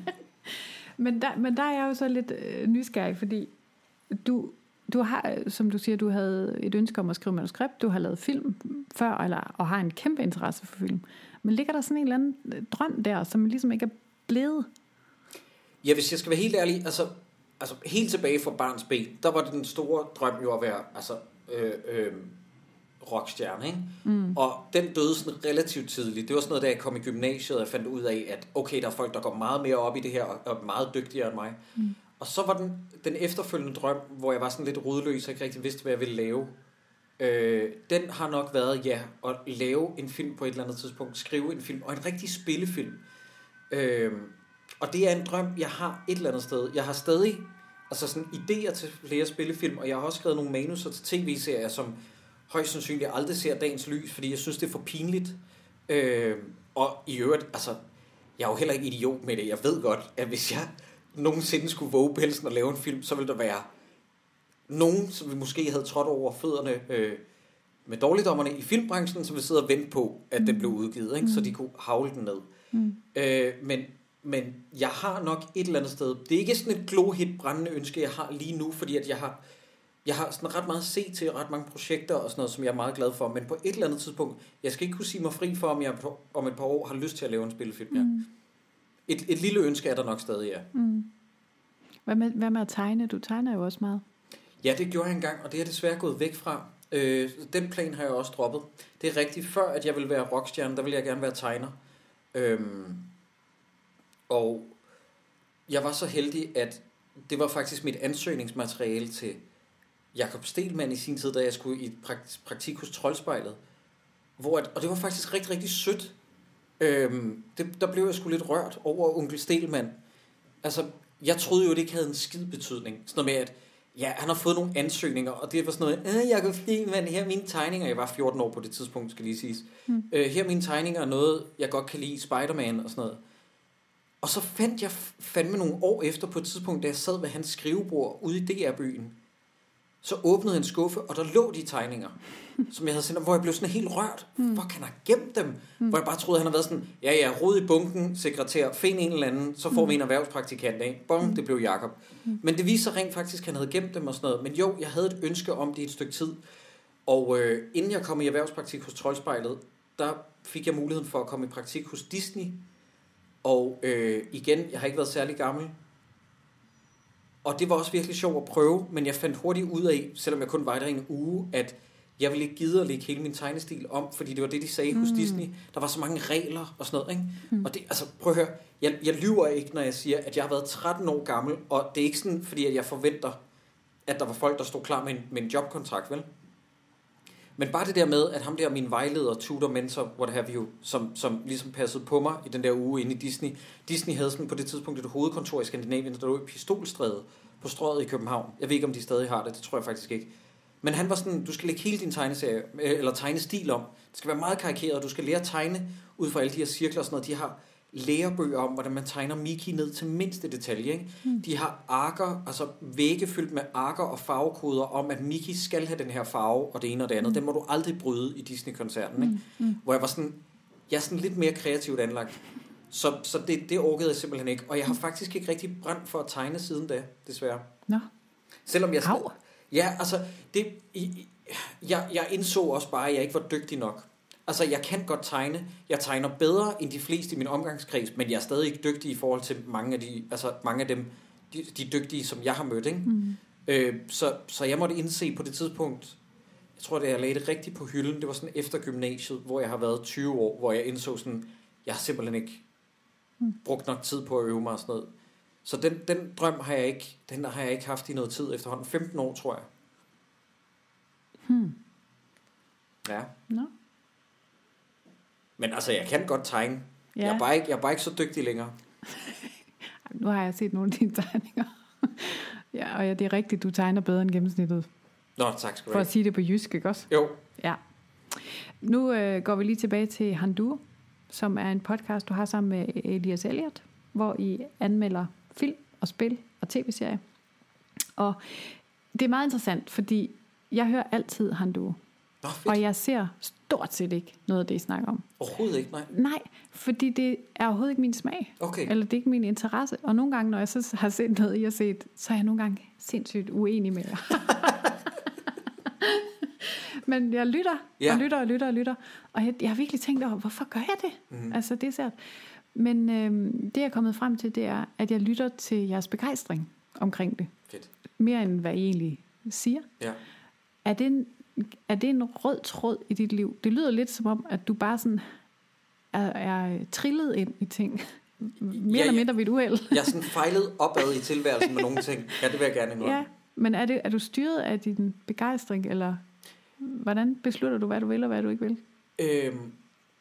men, der, men der er jeg jo så lidt øh, nysgerrig, fordi du, du har, som du siger, du havde et ønske om at skrive manuskript, du har lavet film før, eller, og har en kæmpe interesse for film. Men ligger der sådan en eller anden drøm der, som ligesom ikke er blevet? Ja, hvis jeg skal være helt ærlig, altså Altså helt tilbage fra barns ben, der var det den store drøm jo at være altså, øh, øh, rockstjerne, ikke? Mm. Og den døde sådan relativt tidligt. Det var sådan noget, da jeg kom i gymnasiet, og jeg fandt ud af, at okay, der er folk, der går meget mere op i det her, og er meget dygtigere end mig. Mm. Og så var den, den efterfølgende drøm, hvor jeg var sådan lidt rodløs, og ikke rigtig vidste, hvad jeg ville lave. Øh, den har nok været, ja, at lave en film på et eller andet tidspunkt, skrive en film, og en rigtig spillefilm. Øh, Og det er en drøm, jeg har et eller andet sted. Jeg har stadig altså sådan idéer til flere spillefilm, og jeg har også skrevet nogle manuser til tv-serier, som højst sandsynligt aldrig ser dagens lys, fordi jeg synes, det er for pinligt. Øh, og i øvrigt, altså, jeg er jo heller ikke idiot med det. Jeg ved godt, at hvis jeg nogensinde skulle våge pelsen og lave en film, så ville der være nogen, som vi måske havde trådt over fødderne øh, med Dårligdommerne i filmbranchen, som ville sidde og vente på, at den blev udgivet, ikke? Så de kunne havle den ned. Mm. Øh, men Men jeg har nok et eller andet sted. Det er ikke sådan et glohit brændende ønske, jeg har lige nu, fordi at jeg har, jeg har sådan ret meget set til, ret mange projekter og sådan noget, som jeg er meget glad for. Men på et eller andet tidspunkt, jeg skal ikke kunne sige mig fri for, om jeg om et par år har lyst til at lave en spillefilm. Ja. Mm. Et, et lille ønske er der nok stadig, ja. Mm. Hvad med, hvad med at tegne? Du tegner jo også meget. Ja, det gjorde jeg engang, og det er desværre gået væk fra. Øh, den plan har jeg også droppet. Det er rigtigt. Før at jeg ville være rockstjerne, der ville jeg gerne være tegner. Øhm... Og jeg var så heldig, at det var faktisk mit ansøgningsmateriale til Jakob Stelman i sin tid, da jeg skulle i praktik hos Troldspejlet. Hvor at, og det var faktisk rigtig, rigtig sødt. Øhm, det, der blev jeg sgu lidt rørt over onkel Stelman. Altså, jeg troede jo, det ikke havde en skid betydning. Sådan noget med, at ja, han har fået nogle ansøgninger, og det var sådan noget, øh, Jakob Stelman, her er mine tegninger. Jeg var fjorten år på det tidspunkt, skal lige siges. Mm. Øh, her er mine tegninger, noget jeg godt kan lide, Spider-Man og sådan noget. Og så fandt jeg fandme nogle år efter på et tidspunkt, da jeg sad ved hans skrivebord ude i D R-byen. Så åbnede han en skuffe, og der lå de tegninger, som jeg havde sendt, hvor jeg blev sådan helt rørt. Mm. Hvor kan han have gemt dem? Mm. Hvor jeg bare troede, han havde været sådan, ja, ja, rod i bunken, sekretær, find en eller anden, så får mm. vi en erhvervspraktikant af. Bum, mm. det blev Jakob. Mm. Men det viste sig rent faktisk, at han havde gemt dem og sådan noget. Men jo, jeg havde et ønske om det i et stykke tid. Og øh, inden jeg kom i erhvervspraktik hos Troldspejlet, der fik jeg muligheden for at komme i praktik hos Disney. Og øh, igen, jeg har ikke været særlig gammel. Og det var også virkelig sjovt at prøve, men jeg fandt hurtigt ud af, selvom jeg kun var der i en uge, at jeg ville ikke gide at lægge hele min tegnestil om, fordi det var det, de sagde mm. hos Disney. Der var så mange regler og sådan noget, ikke? Mm. Og det, altså, prøv at høre, jeg, jeg lyver ikke, når jeg siger, at jeg har været tretten år gammel, og det er ikke sådan, fordi at jeg forventer, at der var folk, der stod klar med en, med en jobkontrakt, vel? Men bare det der med, at ham der, min vejleder, tutor, mentor, what have you, som, som ligesom passede på mig i den der uge inde i Disney. Disney havde sådan på det tidspunkt et hovedkontor i Skandinavien, der lå i Pistolstræde på Strøget i København. Jeg ved ikke, om de stadig har det, det tror jeg faktisk ikke. Men han var sådan, du skal lægge hele din tegneserie, eller tegnestil om. Det skal være meget karikeret, du skal lære at tegne ud fra alle de her cirkler og sådan noget. De har lærebøger om, hvordan man tegner Mickey ned til mindste detalje. Ikke? Mm. De har arker, altså vægge fyldt med arker og farvekoder om, at Mickey skal have den her farve, og det ene og det andet. Mm. Den må du aldrig bryde i Disney-koncerten. Ikke? Mm. Mm. Hvor jeg var sådan, jeg er sådan lidt mere kreativt anlagt. Så, så det, det orkede jeg simpelthen ikke. Og jeg har faktisk ikke rigtig brændt for at tegne siden da, desværre. Nå. Selvom jeg... Hav. Ja, altså, det, jeg, jeg indså også bare, at jeg ikke var dygtig nok. Altså, jeg kan godt tegne. Jeg tegner bedre end de fleste i min omgangskreds, men jeg er stadig ikke dygtig i forhold til mange af, de, altså, mange af dem, de, de dygtige, som jeg har mødt. Ikke? Mm. Øh, så, så jeg måtte indse på det tidspunkt, jeg tror, det jeg lagde det rigtigt på hylden, det var sådan efter gymnasiet, hvor jeg har været tyve år, hvor jeg indså sådan, jeg har simpelthen ikke mm. brugt nok tid på at øve mig og sådan noget. Så den, den drøm har jeg ikke, den har jeg ikke haft i noget tid efterhånden. femten år, tror jeg. Hmm. Ja. No. Men altså, jeg kan godt tegne. Ja. Jeg, er bare ikke, jeg er bare ikke så dygtig længere. Nu har jeg set nogle af dine tegninger. Ja, og ja, det er rigtigt, du tegner bedre end gennemsnittet. Nå, tak skal du For have. at sige det på jysk, ikke også? Jo. Ja. Nu øh, går vi lige tilbage til Handur, som er en podcast, du har sammen med Elias Elliot, hvor I anmelder film og spil og tv-serier. Og det er meget interessant, fordi jeg hører altid Handur. Nå, og jeg ser stort set ikke noget af det, I snakker om. Overhovedet ikke, nej. Nej, fordi det er overhovedet ikke min smag. Okay. Eller det er ikke min interesse. Og nogle gange, når jeg så har set noget, I har set, så er jeg nogle gange sindssygt uenig med jer. Men jeg lytter, ja. og lytter, og lytter, og lytter. Og jeg, jeg har virkelig tænkt over, hvorfor gør jeg det? Mm. Altså, det er sært. Men øhm, det, jeg er kommet frem til, det er, at jeg lytter til jeres begejstring omkring det. Fedt. Mere end hvad I egentlig siger. Ja. Er det en, er det en rød tråd i dit liv? Det lyder lidt som om, at du bare sådan er, er trillet ind i ting. Mere ja, eller mindre ved et uheld. Jeg er sådan fejlet opad i tilværelsen med nogle ting. Ja, det vil jeg gerne indrømme. Ja, men er, det, er du styret af din begejstring, eller hvordan beslutter du, hvad du vil og hvad du ikke vil? Øhm,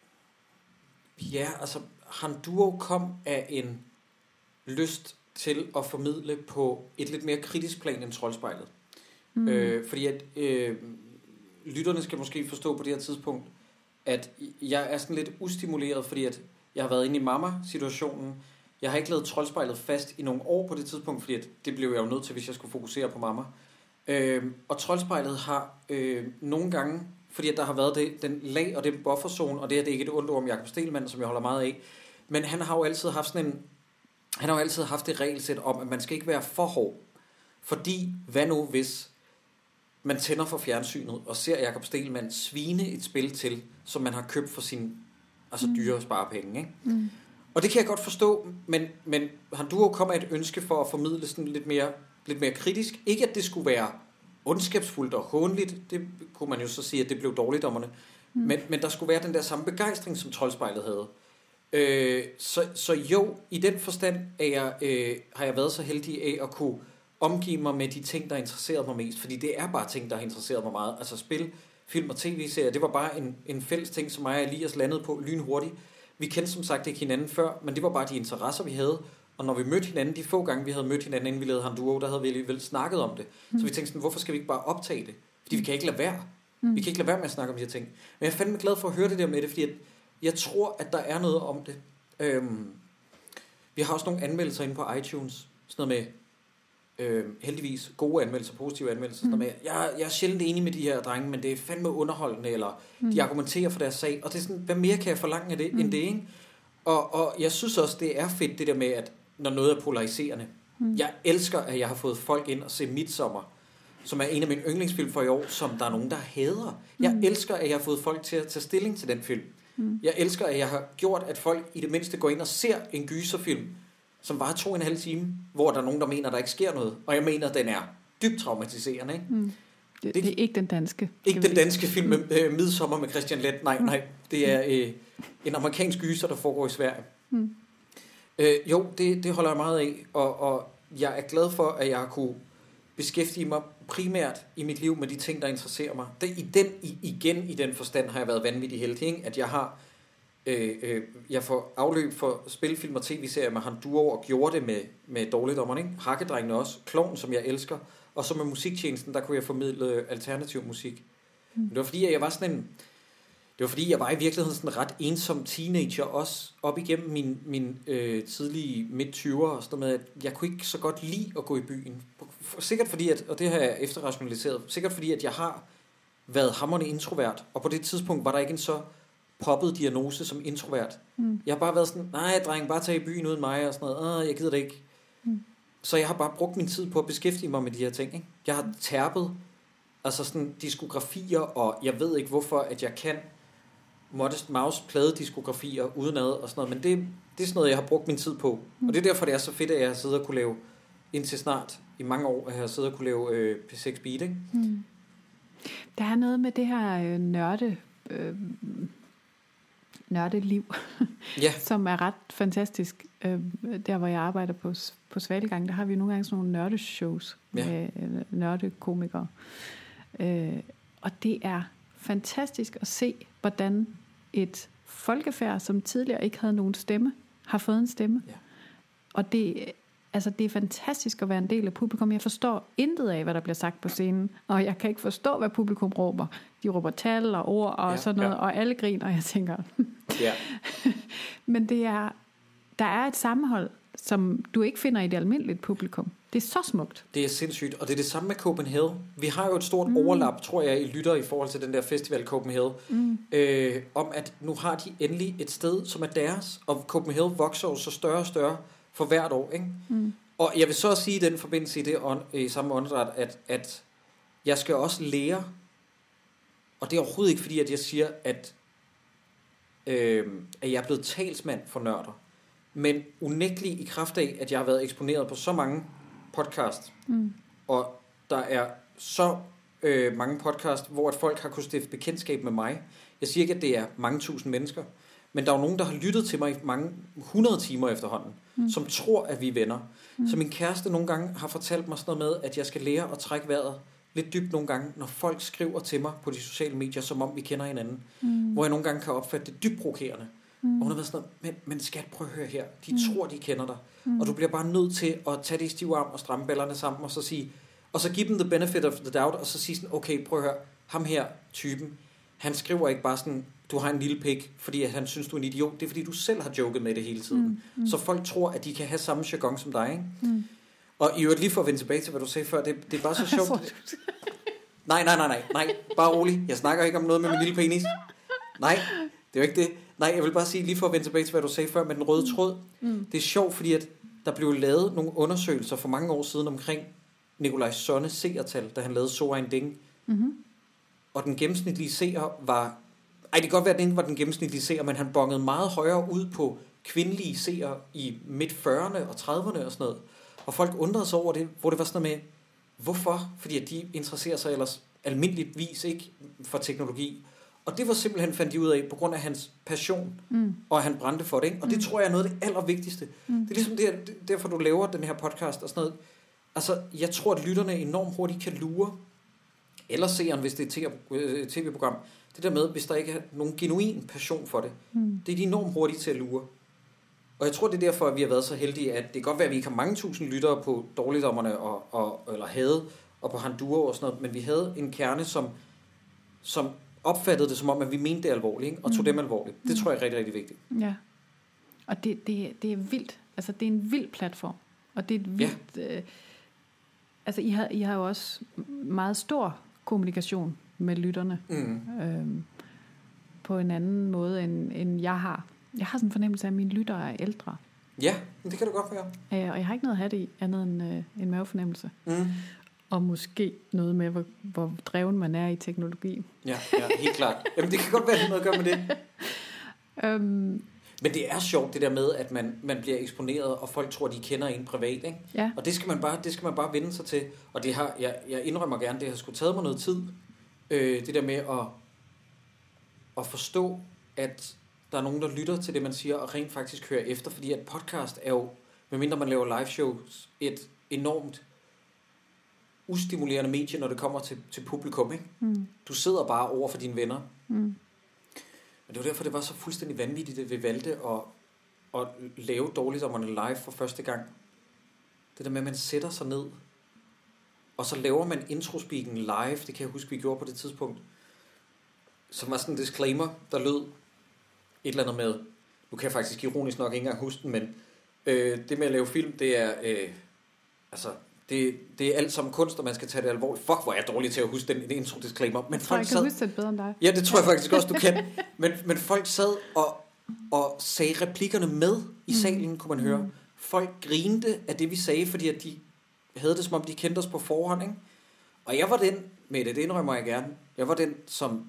ja, altså Handur kom af en lyst til at formidle på et lidt mere kritisk plan end Troldspejlet. Mm. Øh, fordi at øh, lytterne skal måske forstå på det her tidspunkt, at jeg er sådan lidt ustimuleret, fordi at jeg har været inde i mamma-situationen. Jeg har ikke lavet Troldspejlet fast i nogle år på det tidspunkt, fordi at det blev jeg jo nødt til, hvis jeg skulle fokusere på mamma. Øh, og Troldspejlet har øh, nogle gange, fordi at der har været det, den lag og den bufferzone, og det her det er ikke et ondt ord om Jakob Stegelmann, som jeg holder meget af, men han har jo altid haft sådan en, han har jo altid haft det regelsæt om, at man skal ikke være for hård. Fordi, hvad nu hvis man tænder for fjernsynet og ser Jakob Stegelmann svine et spil til, som man har købt for sin altså mm. dyre sparepenge, ikke? Mm. Og det kan jeg godt forstå, men, men Handur kom med et ønske for at formidle sådan lidt mere, lidt mere kritisk. Ikke at det skulle være ondskabsfuldt og hånligt, det kunne man jo så sige, at det blev dårligdommerne. Mm. Men, men der skulle være den der samme begejstring, som Troldspejlet havde. Øh, så, så jo, i den forstand er jeg, øh, har jeg været så heldig af at kunne omgive mig med de ting, der interesserede mig mest. Fordi det er bare ting, der har interesseret mig meget. Altså spil, film og tv-serier, det var bare en, en fælles ting, som mig og Elias landede på lynhurtigt. Vi kendte som sagt ikke hinanden før, men det var bare de interesser, vi havde. Og når vi mødte hinanden, de få gange, vi havde mødt hinanden, inden vi lavede Handur, der havde vi alligevel snakket om det. Mm. Så vi tænkte sådan, hvorfor skal vi ikke bare optage det? Fordi vi kan ikke lade være. Mm. Vi kan ikke lade være med at snakke om de her ting. Men jeg er fandme glad for at høre det der med det, fordi at jeg tror, at der er noget om det. Øhm, vi har også nogle anmeldelser inde på iTunes. Sådan noget med, øh, heldigvis, gode anmeldelser, positive anmeldelser. Mm. Sådan noget med, jeg, jeg er sjældent enig med de her drenge, men det er fandme underholdende, eller mm. de argumenterer for deres sag. Og det er sådan, hvad mere kan jeg forlange af det, mm. end det, ikke? Og, og jeg synes også, det er fedt, det der med, at når noget er polariserende. Mm. Jeg elsker, at jeg har fået folk ind og se Midsommar, som er en af mine yndlingsfilm for i år, som der er nogen, der hader. Jeg mm. elsker, at jeg har fået folk til at tage stilling til den film. Mm. Jeg elsker, at jeg har gjort, at folk i det mindste går ind og ser en gyserfilm, som var to og en halv time, hvor der er nogen, der mener, der ikke sker noget. Og jeg mener, at den er dybt traumatiserende. Ikke? Mm. Det, det er ikke den danske. Ikke den danske film med øh, Midsommar med Christian Leth. Nej, nej. Det er øh, en amerikansk gyser, der foregår i Sverige. Mm. Øh, jo, det, det holder jeg meget af. Og, og jeg er glad for, at jeg har kunne beskæftige mig primært i mit liv med de ting, der interesserer mig. Det, i den, i, igen i den forstand har jeg været vanvittig heldig, ikke? At jeg har øh, øh, jeg får afløb for spilfilm og tv-serier med Handuo, og gjorde det med, med Dårligdommerne, ikke? Hakkedrengene også, Klovn, som jeg elsker, og så med musiktjenesten, der kunne jeg formidle alternativ musik. Mm. Det var fordi, at jeg var sådan en, det var fordi, jeg var i virkeligheden sådan en ret ensom teenager, også op igennem min, min øh, tidlige midt-tyvere, og sådan noget med, at jeg kunne ikke så godt lide at gå i byen. Sikkert fordi, at, og det har jeg efterrationaliseret, sikkert fordi, at jeg har været hamrende introvert, og på det tidspunkt var der ikke en så poppet diagnose som introvert. Mm. Jeg har bare været sådan, nej dreng, bare tag i byen uden mig, og sådan noget, jeg gider det ikke. Mm. Så jeg har bare brugt min tid på at beskæftige mig med de her ting, ikke? Jeg har terpet, altså sådan diskografier, og jeg ved ikke hvorfor, at jeg kan Modest Mouse pladediskografier udenad og sådan noget, men det, det er sådan noget, jeg har brugt min tid på. Mm. Og det er derfor, det er så fedt, at jeg har siddet og kunne lave, indtil snart, i mange år, at jeg har siddet og kunne lave øh, P seks Beat, ikke? Mm. Der er noget med det her øh, nørde, øh, nørdeliv, ja. som er ret fantastisk. Øh, der, hvor jeg arbejder på, på Svalegang, der har vi nogle gange sådan nogle nørdeshows ja. med øh, nørdekomikere. Øh, og det er fantastisk at se, hvordan et folkefærd, som tidligere ikke havde nogen stemme, har fået en stemme. Ja. Og det, altså, det er fantastisk at være en del af publikum. Jeg forstår intet af, hvad der bliver sagt på scenen, og jeg kan ikke forstå, hvad publikum råber. De råber tal og ord og ja, sådan noget, ja. Og alle griner, og jeg tænker... ja. Men det er, der er et sammenhold, som du ikke finder i det almindelige publikum. Det er så smukt. Det er sindssygt, og det er det samme med Copenhagen. Vi har jo et stort mm. overlap, tror jeg, i lytter i forhold til den der festival Copenhagen, mm. øh, om at nu har de endelig et sted, som er deres, og Copenhagen vokser jo så større og større for hvert år, ikke? Mm. Og jeg vil så sige i den forbindelse i det on, i samme åndedræt, at, at jeg skal også lære, og det er overhovedet ikke fordi, at jeg siger, at, øh, at jeg er blevet talsmand for nørder, men unægteligt i kraft af, at jeg har været eksponeret på så mange podcast, mm. og der er så øh, mange podcast, hvor at folk har kunnet stifte bekendtskab med mig. Jeg siger ikke, at det er mange tusind mennesker, men der er jo nogen, der har lyttet til mig i mange hundrede timer efterhånden, mm. som tror, at vi er venner. Mm. Så min kæreste nogle gange har fortalt mig sådan noget med, at jeg skal lære at trække vejret lidt dybt nogle gange, når folk skriver til mig på de sociale medier, som om vi kender hinanden. Mm. Hvor jeg nogle gange kan opfatte det dybt provokerende. Mm. Og hun har været sådan noget, men, men skat, prøv at høre her. De mm. tror, de kender dig. Mm. Og du bliver bare nødt til at tage det i stiv arm og stramme ballerne sammen, og så sige, og så give dem the benefit of the doubt, og så sige sådan, okay, prøv at høre, ham her typen, han skriver ikke bare sådan, du har en lille pik, fordi at han synes, du er en idiot. Det er fordi, du selv har joket med det hele tiden. Mm. Mm. Så folk tror, at de kan have samme jargon som dig, ikke? Mm. Og i øvrigt lige for at vende tilbage til, hvad du sagde før, det, det er bare så sjovt. nej, nej, nej, nej, nej, bare rolig. Jeg snakker ikke om noget med min lille penis. Nej, det er jo ikke det. Nej, jeg vil bare sige, lige for at vende tilbage til, hvad du sagde før med den røde tråd. Mm. Det er sjovt, fordi at der blev lavet nogle undersøgelser for mange år siden omkring Nikolaj Sonnes seertal, da han lavede So ein Ding. Mm-hmm. Og den gennemsnitlige seer var... Ej, det kan godt være, at den ikke var den gennemsnitlige seer, men han bongede meget højere ud på kvindelige seere i midt fyrrerne og trediverne og sådan noget. Og folk undrede sig over det, hvor det var sådan noget med, hvorfor? Fordi at de interesserer sig ellers almindeligvis ikke for teknologi. Og det var simpelthen, fandt de ud af, på grund af hans passion, mm. og han brændte for det. Ikke? Og det mm. tror jeg er noget af det allervigtigste. Mm. Det er ligesom det, derfor, du laver den her podcast og sådan noget. Altså, jeg tror, at lytterne enormt hurtigt kan lure, eller seeren, hvis det er et tv-program, det der med, hvis der ikke er nogen genuin passion for det, mm. det er de enormt hurtigt til at lure. Og jeg tror, det er derfor, at vi har været så heldige, at det kan godt være, at vi ikke har mange tusind lyttere på Dårligdommerne, og, og, eller havde, og på Handuo og sådan noget, men vi havde en kerne, som, som opfattede det som om, at vi mente det alvorligt, ikke? Og tog mm. dem alvorligt. Det tror jeg er rigtig, rigtig vigtigt. Ja, og det, det, det er vildt. Altså, det er en vild platform. Og det er et vildt... Ja. Øh, altså, I har, I har jo også meget stor kommunikation med lytterne. Mm. Øhm, på en anden måde, end, end jeg har. Jeg har sådan en fornemmelse af, at mine lyttere er ældre. Ja, det kan det godt være. Øh, og jeg har ikke noget at have det i, andet end øh, en mavefornemmelse. Mm. Og måske noget med, hvor, hvor dreven man er i teknologi. Ja, ja, helt klart. Jamen, det kan godt være, at det noget at gøre med det. øhm, Men det er sjovt, det der med, at man, man bliver eksponeret, og folk tror, de kender en privat, ikke? Ja. Og det skal man bare, det skal man bare vende sig til. Og det har, jeg, jeg indrømmer gerne, det har sgu taget mig noget tid. Øh, det der med at, at forstå, at der er nogen, der lytter til det, man siger, og rent faktisk hører efter. Fordi at podcast er jo, medmindre man laver live shows, et enormt ustimulerende medie, når det kommer til, til publikum, ikke? Mm. Du sidder bare over for dine venner. Mm. Men det var derfor, det var så fuldstændig vanvittigt, at vi valgte at, at lave Dårligdommerne live for første gang. Det der med, at man sætter sig ned, og så laver man introspeaken live, det kan jeg huske, vi gjorde på det tidspunkt, som var sådan en disclaimer, der lød et eller andet med, nu kan jeg faktisk ironisk nok ikke engang huske den, men øh, det med at lave film, det er, øh, altså, det, det er alt sammen kunst, og man skal tage det alvorligt. Fuck, hvor er jeg dårlig til at huske den intro-disclaimer. Men jeg tror, jeg kan sad... huske det bedre end dig. Ja, det tror jeg faktisk også, du kan. Men, men folk sad og, og sagde replikkerne med i salen, mm. kunne man høre. Folk grinte af det, vi sagde, fordi at de havde det, som om de kendte os på forhånd, ikke? Og jeg var den, med det, det indrømmer jeg gerne, jeg var den, som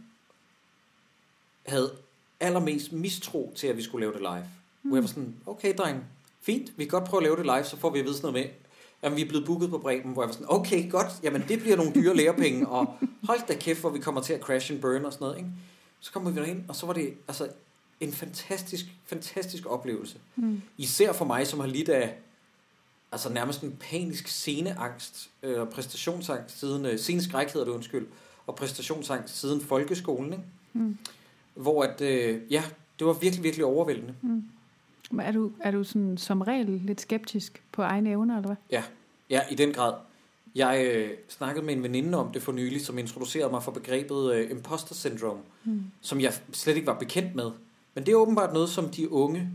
havde allermest mistro til, at vi skulle lave det live. Mm. Hvor jeg var sådan, okay dreng, fint, vi kan godt prøve at lave det live, så får vi at vide sådan noget med, jamen vi er blevet booket på Bremen, hvor jeg var sådan, okay godt, jamen det bliver nogle dyre lærepenge, og hold da kæft, hvor vi kommer til at crash and burn og sådan noget, ikke? Så kommer vi derhen, og så var det altså en fantastisk, fantastisk oplevelse. Mm. Især for mig, som har lidt af altså nærmest en panisk sceneangst, øh, præstationsangst siden, øh, sceneskræk hedder det, undskyld, og præstationsangst siden folkeskolen, ikke? Mm. Hvor at, øh, ja, det var virkelig, virkelig overvældende. Mm. Er du, er du sådan, som regel lidt skeptisk på egne evner, eller hvad? Ja, ja, i den grad. Jeg øh, snakkede med en veninde om det for nylig, som introducerede mig for begrebet øh, imposter syndrome, mm. som jeg slet ikke var bekendt med. Men det er åbenbart noget, som de unge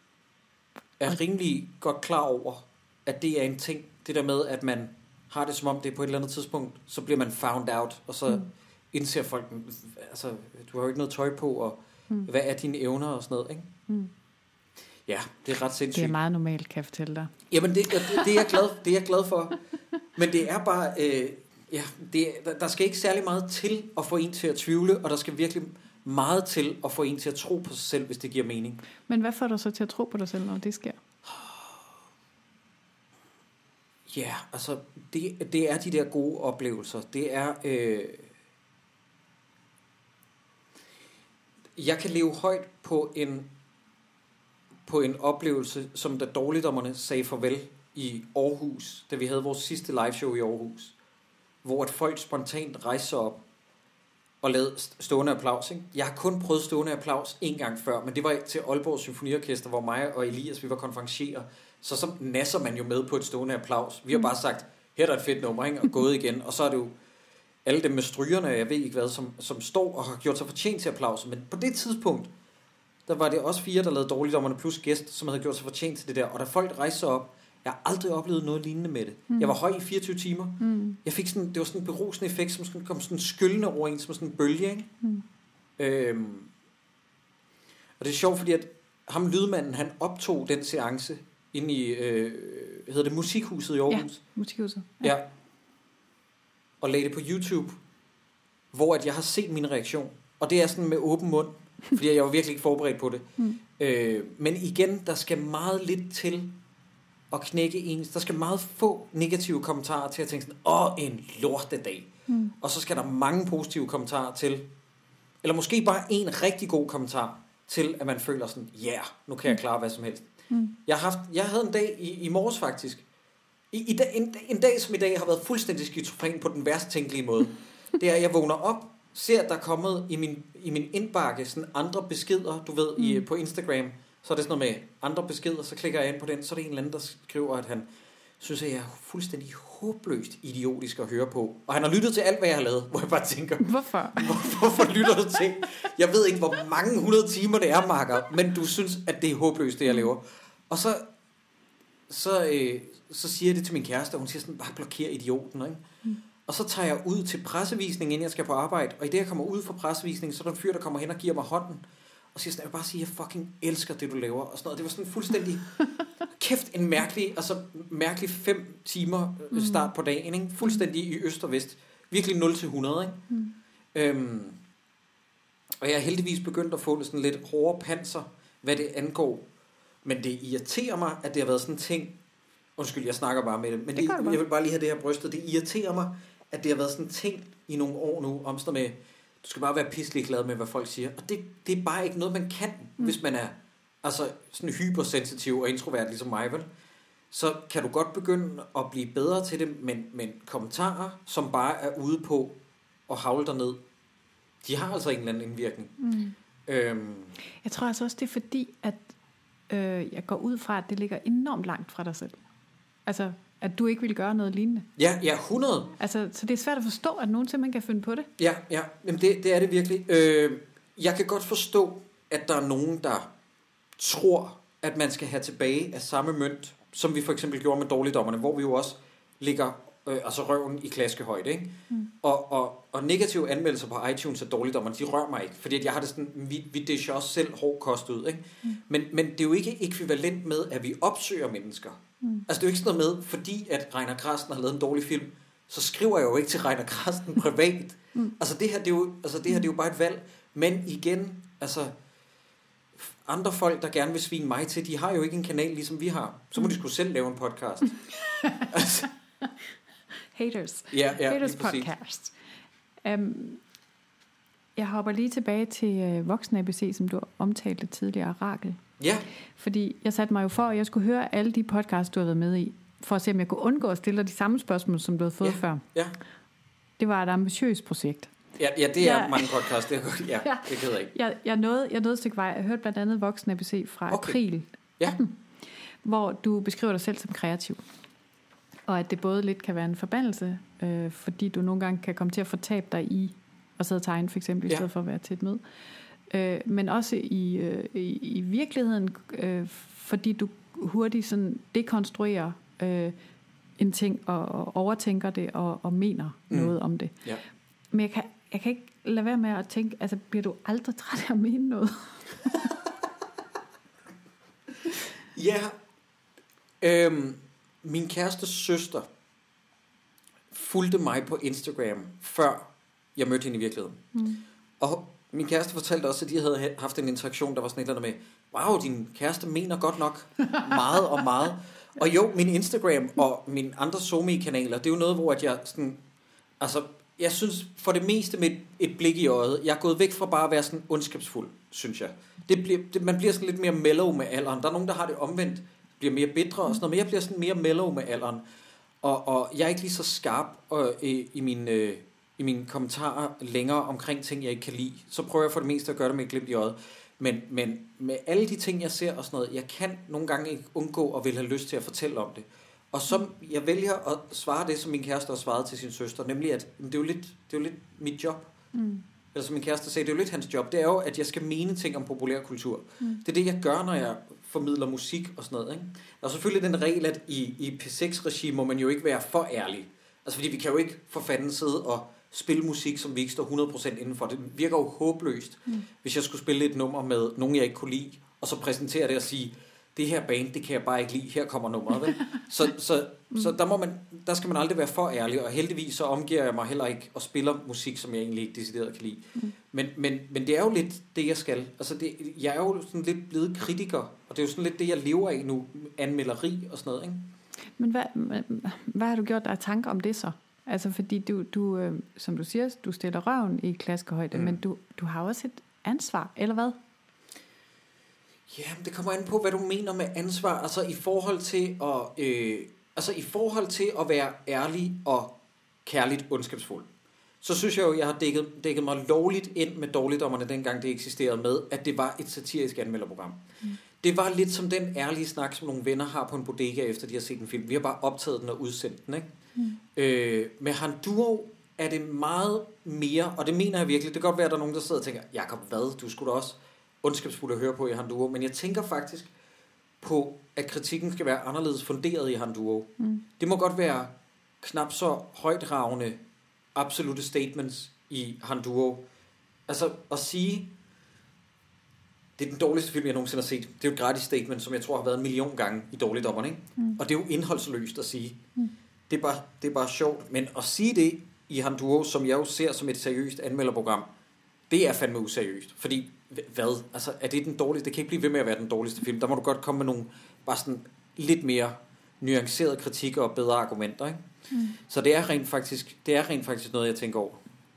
er rimelig godt klar over, at det er en ting. Det der med, at man har det som om det er på et eller andet tidspunkt, så bliver man found out, og så mm. indser folk, altså, du har jo ikke noget tøj på, og mm. hvad er dine evner og sådan noget, ikke? Mm. Ja, det er ret sindssygt. Det er meget normalt, kan jeg fortælle dig. Jamen, det, det, det, er, jeg glad, det er jeg glad for. Men det er bare, øh, ja, det, der, der skal ikke særlig meget til at få en til at tvivle, og der skal virkelig meget til at få en til at tro på sig selv, hvis det giver mening. Men hvad får dig så til at tro på dig selv, når det sker? Ja, altså, det, det er de der gode oplevelser. Det er, øh, jeg kan leve højt på en, på en oplevelse, som da Dårligdommerne sagde farvel i Aarhus, da vi havde vores sidste liveshow i Aarhus, hvor at folk spontant rejste sig op og lavede stående applaus, ikke? Jeg har kun prøvet stående applaus en gang før, men det var til Aalborg Symfoniorkester, hvor mig og Elias, vi var konferencier. Så så nasser man jo med på et stående applaus. Vi har bare sagt, her er der et fedt nummer, ikke? Og gået igen. Og så er det jo alle dem med strygerne, jeg ved ikke hvad, som, som står og har gjort sig fortjent til applaus. Men på det tidspunkt, der var det også fire, der lavede Dårligdommerne plus gæst, som havde gjort sig fortjent til det der. Og da folk rejste sig op, jeg har aldrig oplevet noget lignende med det. Mm. Jeg var høj i fireogtyve timer. Mm. Jeg fik sådan, det var sådan en berusende effekt, som sådan, kom sådan skyldende over en, som sådan en bølge, ikke? Mm. Øhm, og det er sjovt, fordi at ham lydmanden, han optog den seance inde i, øh, hedder det Musikhuset i Aarhus? Ja, Musikhuset. Ja. ja. Og lagde det på YouTube, hvor at jeg har set min reaktion. Og det er sådan med åben mund, fordi jeg var virkelig ikke forberedt på det. Mm. Øh, men igen, der skal meget lidt til at knække ens. Der skal meget få negative kommentarer til at tænke sådan, åh, en lortedag. Mm. Og så skal der mange positive kommentarer til, eller måske bare en rigtig god kommentar til, at man føler sådan, ja, yeah, nu kan jeg klare hvad som helst. Mm. Jeg, har haft, jeg havde en dag i, i morges faktisk, I, i dag, en, en dag som i dag har været fuldstændig skizofren på den værst tænkelige måde. Det er, at jeg vågner op, ser, at der er kommet i min, i min indbakke sådan andre beskeder, du ved, mm. i, på Instagram. Så er det sådan noget med andre beskeder, så klikker jeg ind på den, så er det en eller anden, der skriver, at han synes, at jeg er fuldstændig håbløst idiotisk at høre på. Og han har lyttet til alt, hvad jeg har lavet, hvor jeg bare tænker, hvorfor? Hvor, hvorfor lytter du til? Jeg ved ikke, hvor mange hundrede timer det er, Marker, men du synes, at det er håbløst, det jeg laver. Og så, så, øh, så siger jeg det til min kæreste, og hun siger sådan, bare blokér idioten, ikke? Mm. Og så tager jeg ud til pressevisning, inden jeg skal på arbejde, og i det, jeg kommer ud fra pressevisningen, så er der en fyr, der kommer hen og giver mig hånden, og siger sådan, jeg vil bare sige, at jeg fucking elsker det, du laver, og sådan noget. Det var sådan fuldstændig, kæft, en mærkelig, altså mærkelig fem timer start på dagen, ikke? Fuldstændig i øst og vest. Virkelig nul til hundrede, ikke? Mm. Øhm, og jeg er heldigvis begyndt at få sådan lidt hårdere panser, hvad det angår. Men det irriterer mig, at det har været sådan en ting, undskyld, jeg snakker bare med det, men det, det jeg vil bare lige have det her brystet, det irriterer mig, at det har været sådan en ting i nogle år nu, om sådan med, du skal bare være pisselig glad med, hvad folk siger. Og det, det er bare ikke noget, man kan, mm. hvis man er altså, sådan hypersensitiv og introvert, ligesom mig, vel? Så kan du godt begynde at blive bedre til det, men, men kommentarer, som bare er ude på at havle dig ned, de har altså en eller anden indvirkning. Mm. Øhm. Jeg tror altså også, det er fordi, at øh, jeg går ud fra, at det ligger enormt langt fra dig selv. Altså, at du ikke vil gøre noget lignende. Ja, ja, hundrede. Altså, så det er svært at forstå, at nogen simpelthen kan finde på det. Ja, ja. Jamen det, det er det virkelig. Øh, jeg kan godt forstå, at der er nogen, der tror, at man skal have tilbage af samme mønt, som vi for eksempel gjorde med Dårligdommerne, hvor vi jo også ligger øh, altså røven i klaskehøjde, ikke? Mm. Og, og, og negative anmeldelser på iTunes af Dårligdommerne, de rører mig ikke, fordi at jeg har det sådan, vi, vi disher også selv hård kost ud, ikke? Mm. Men, men det er jo ikke ekvivalent med, at vi opsøger mennesker. Mm. Altså det er jo ikke sådan noget med, fordi at Reiner Grasten har lavet en dårlig film, så skriver jeg jo ikke til Reiner Grasten privat. Mm. Altså det her, det er jo, altså det her, det er jo bare et valg. Men igen, altså andre folk, der gerne vil svine mig til, de har jo ikke en kanal, ligesom vi har. Så må de sgu selv lave en podcast. altså. Haters. Ja, ja, Haters podcast. Um, jeg hopper lige tilbage til uh, Voksen A B C, som du omtalte tidligere, Rakel. Ja. Fordi jeg satte mig jo for, at jeg skulle høre alle de podcasts, du har været med i, for at se, om jeg kunne undgå at stille dig de samme spørgsmål, som du havde fået ja. før. Ja. Det var et ambitiøst projekt. Ja, ja det er ja. mange podcasts. Det er, ja, ja, det gider jeg ikke. Jeg, jeg, nåede, jeg nåede et stykke vej. Jeg hørte blandt andet Voksen A B C fra okay. april ja. atten, hvor du beskriver dig selv som kreativ. Og at det både lidt kan være en forbandelse, øh, fordi du nogle gange kan komme til at fortabe dig i at sidde og tegne, for eksempel, i stedet ja. for at være til et møde. Øh, men også i, øh, i, i virkeligheden, øh, fordi du hurtigt sådan dekonstruerer øh, en ting, og, og overtænker det, og, og mener mm. noget om det. Ja. Men jeg kan, jeg kan ikke lade være med at tænke, altså bliver du aldrig træt af at mene noget? ja. Øhm, min kærestes søster fulgte mig på Instagram, før jeg mødte hende i virkeligheden. Mm. Og min kæreste fortalte også, at de havde haft en interaktion, der var sådan et eller andet med, wow, din kæreste mener godt nok meget og meget. Og jo, min Instagram og mine andre SoMe-kanaler, det er jo noget, hvor at jeg sådan, altså, jeg synes for det meste med et, et blik i øjet, jeg er gået væk fra bare at være sådan ondskabsfuld, synes jeg. Det bliver, det, man bliver sådan lidt mere mellow med alderen. Der er nogen, der har det omvendt, bliver mere bitre og sådan noget, men jeg bliver sådan mere mellow med alderen. Og, og jeg er ikke lige så skarp øh, i, i mine... Øh, i mine kommentarer længere omkring ting, jeg ikke kan lide. Så prøver jeg for det meste at gøre det med et glimt i øjet. Men, men med alle de ting, jeg ser og sådan noget, jeg kan nogle gange ikke undgå at vil have lyst til at fortælle om det. Og så jeg vælger at svare det, som min kæreste har svaret til sin søster, nemlig at det er jo lidt, det er jo lidt mit job. Mm. Eller som min kæreste sagde, det er jo lidt hans job. Det er jo, at jeg skal mene ting om populærkultur. Mm. Det er det, jeg gør, når jeg formidler musik og sådan noget. Ikke? Der er selvfølgelig den regel, at i, i P seks-regi må man jo ikke være for ærlig. Altså fordi vi kan jo ikke for fanden sidde og spille musik, som vi ikke står hundrede procent indenfor. Det virker jo håbløst, mm. hvis jeg skulle spille et nummer med nogen, jeg ikke kunne lide, og så præsentere det og sige, det her band, det kan jeg bare ikke lide, her kommer nummeret. Vel? Så, så, mm. så der, må man, der skal man aldrig være for ærlig, og heldigvis så omgiver jeg mig heller ikke og spiller musik, som jeg egentlig ikke decideret kan lide. Mm. Men, men, men det er jo lidt det, jeg skal. Altså det, jeg er jo sådan lidt blevet kritiker, og det er jo sådan lidt det, jeg lever af nu, anmelderi og sådan noget, ikke? Men hvad, hvad har du gjort dig af tanker om det så? Altså fordi du, du øh, som du siger, du stiller røven i klaskehøjde, mm. men du, du har også et ansvar, eller hvad? Ja, det kommer an på, hvad du mener med ansvar. Altså i forhold til at, øh, altså i forhold til at være ærlig og kærligt ondskabsfuld. Så synes jeg jo, jeg har dækket, dækket mig lovligt ind med Dårligdommerne, dengang det eksisterede med, at det var et satirisk anmelderprogram. Mm. Det var lidt som den ærlige snak, som nogle venner har på en bodega, efter de har set en film. Vi har bare optaget den og udsendt den, ikke? Mm. Øh, med Han Duo er det meget mere, og det mener jeg virkelig, det kan godt være, at der er nogen, der sidder og tænker, Jakob, hvad, du skulle da også ondskabsfuld at høre på i Han Duo, men jeg tænker faktisk på, at kritikken skal være anderledes funderet i Han Duo. Mm. Det må godt være knap så højtragende absolute statements i Han Duo. Altså at sige, det er den dårligste film, jeg nogensinde har set. Det er jo et gratis statement, som jeg tror har været en million gange i Dårligdommerne, ikke? Mm. Og det er jo indholdsløst at sige. Mm. Det, er bare, det er bare sjovt. Men at sige det i Han Duo, som jeg jo ser som et seriøst anmelderprogram, det er fandme useriøst. Fordi, hvad? Altså, er det den dårligste? Det kan ikke blive ved med at være den dårligste film. Der må du godt komme med nogle bare sådan lidt mere nuancerede kritikker og bedre argumenter, ikke? Mm. Så det er rent faktisk, det er rent faktisk noget, jeg tænker over.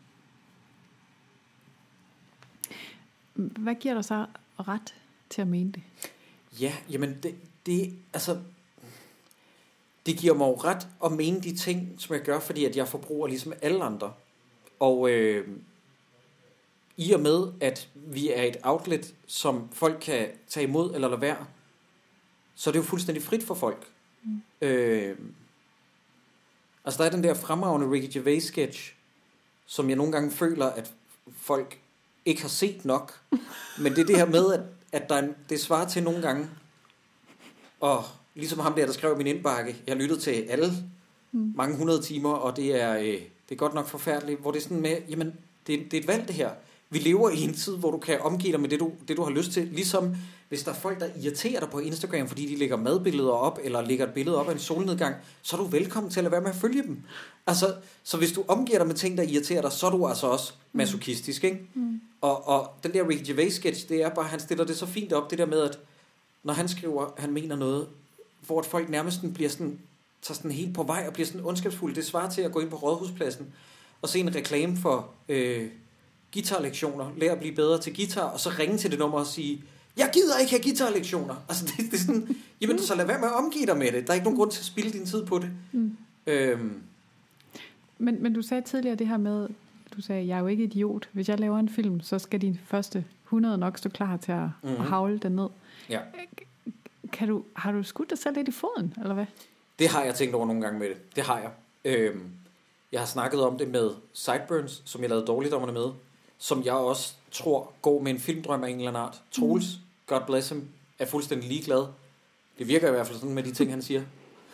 Hvad giver dig så ret til at mene det? Ja, jamen det, det altså det giver mig jo ret at mene de ting, som jeg gør, fordi at jeg forbruger ligesom alle andre. Og øh, i og med, at vi er et outlet, som folk kan tage imod eller lade være, så er det jo fuldstændig frit for folk. Mm. Øh, altså der er den der fremragende Ricky Gervais sketch, som jeg nogle gange føler, at folk ikke har set nok. Men det er det her med, at, at der er en, det svarer til nogle gange, og ligesom ham der, der skrev i min indbakke, jeg har lyttet til alle mm. mange hundrede timer, og det er, øh, det er godt nok forfærdeligt, hvor det er sådan med, jamen, det, det er et valg det her. Vi lever i en tid, hvor du kan omgive dig med det du, det, du har lyst til. Ligesom hvis der er folk, der irriterer dig på Instagram, fordi de lægger madbilleder op, eller lægger et billede op af en solnedgang, så er du velkommen til at lade være med at følge dem. Altså, så hvis du omgiver dig med ting, der irriterer dig, så er du altså også masochistisk, ikke? Mm. Og, og den der Ricky Gervais sketch, det er bare, han stiller det så fint op, det der med, at når han skriver, han mener noget, hvor at folk nærmest bliver sådan, tager sådan helt på vej og bliver sådan ondskabsfulde, det svarer til at gå ind på Rådhuspladsen og se en reklame for øh, guitarlektioner, lære at blive bedre til guitar, og så ringe til det nummer og sige, jeg gider ikke have guitarlektioner. Altså det, det er sådan, jamen så lad være med at omgive dig med det. Der er ikke nogen grund til at spilde din tid på det. Mm. Øhm. Men, men du sagde tidligere det her med, du sagde, jeg er jo ikke idiot. Hvis jeg laver en film, så skal de første hundrede nok stå klar til at, mm-hmm. at havle den ned. Ja. Kan du, har du skudt dig selv lidt i foden, eller hvad? Det har jeg tænkt over nogle gange med det. Det har jeg. Øhm, jeg har snakket om det med Sideburns, som jeg lavede Dårligdommerne med, som jeg også tror går med en filmdrøm af en eller anden art. Troels, mm. God bless him, er fuldstændig ligeglad. Det virker i hvert fald sådan med de ting, han siger.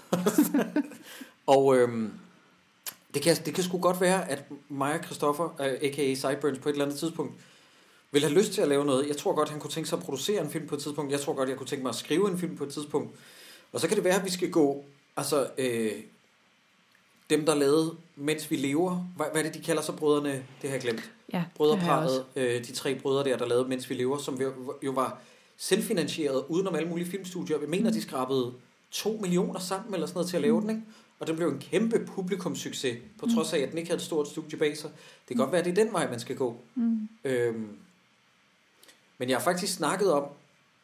Og øhm, det, kan, det kan sgu godt være, at mig og Christoffer, uh, a k a. Sideburns, på et eller andet tidspunkt, vil have lyst til at lave noget. Jeg tror godt, han kunne tænke sig at producere en film på et tidspunkt. Jeg tror godt, jeg kunne tænke mig at skrive en film på et tidspunkt. Og så kan det være, at vi skal gå, altså øh, dem, der lavede Mens vi lever, hvad, hvad er det, de kalder så brødrene? Det har jeg glemt. Ja, Brødreparret, øh, de tre brødre der, der lavede Mens vi lever, som jo var selvfinansieret udenom alle mulige filmstudier. Jeg mener, de skrabede to millioner sammen eller sådan noget til at lave den, ikke? Og den blev en kæmpe publikumssucces, på trods af, at den ikke havde et stort studie bag sig. Det kan godt være, at det er den vej, man skal gå. Mm. Øhm, men jeg har faktisk snakket om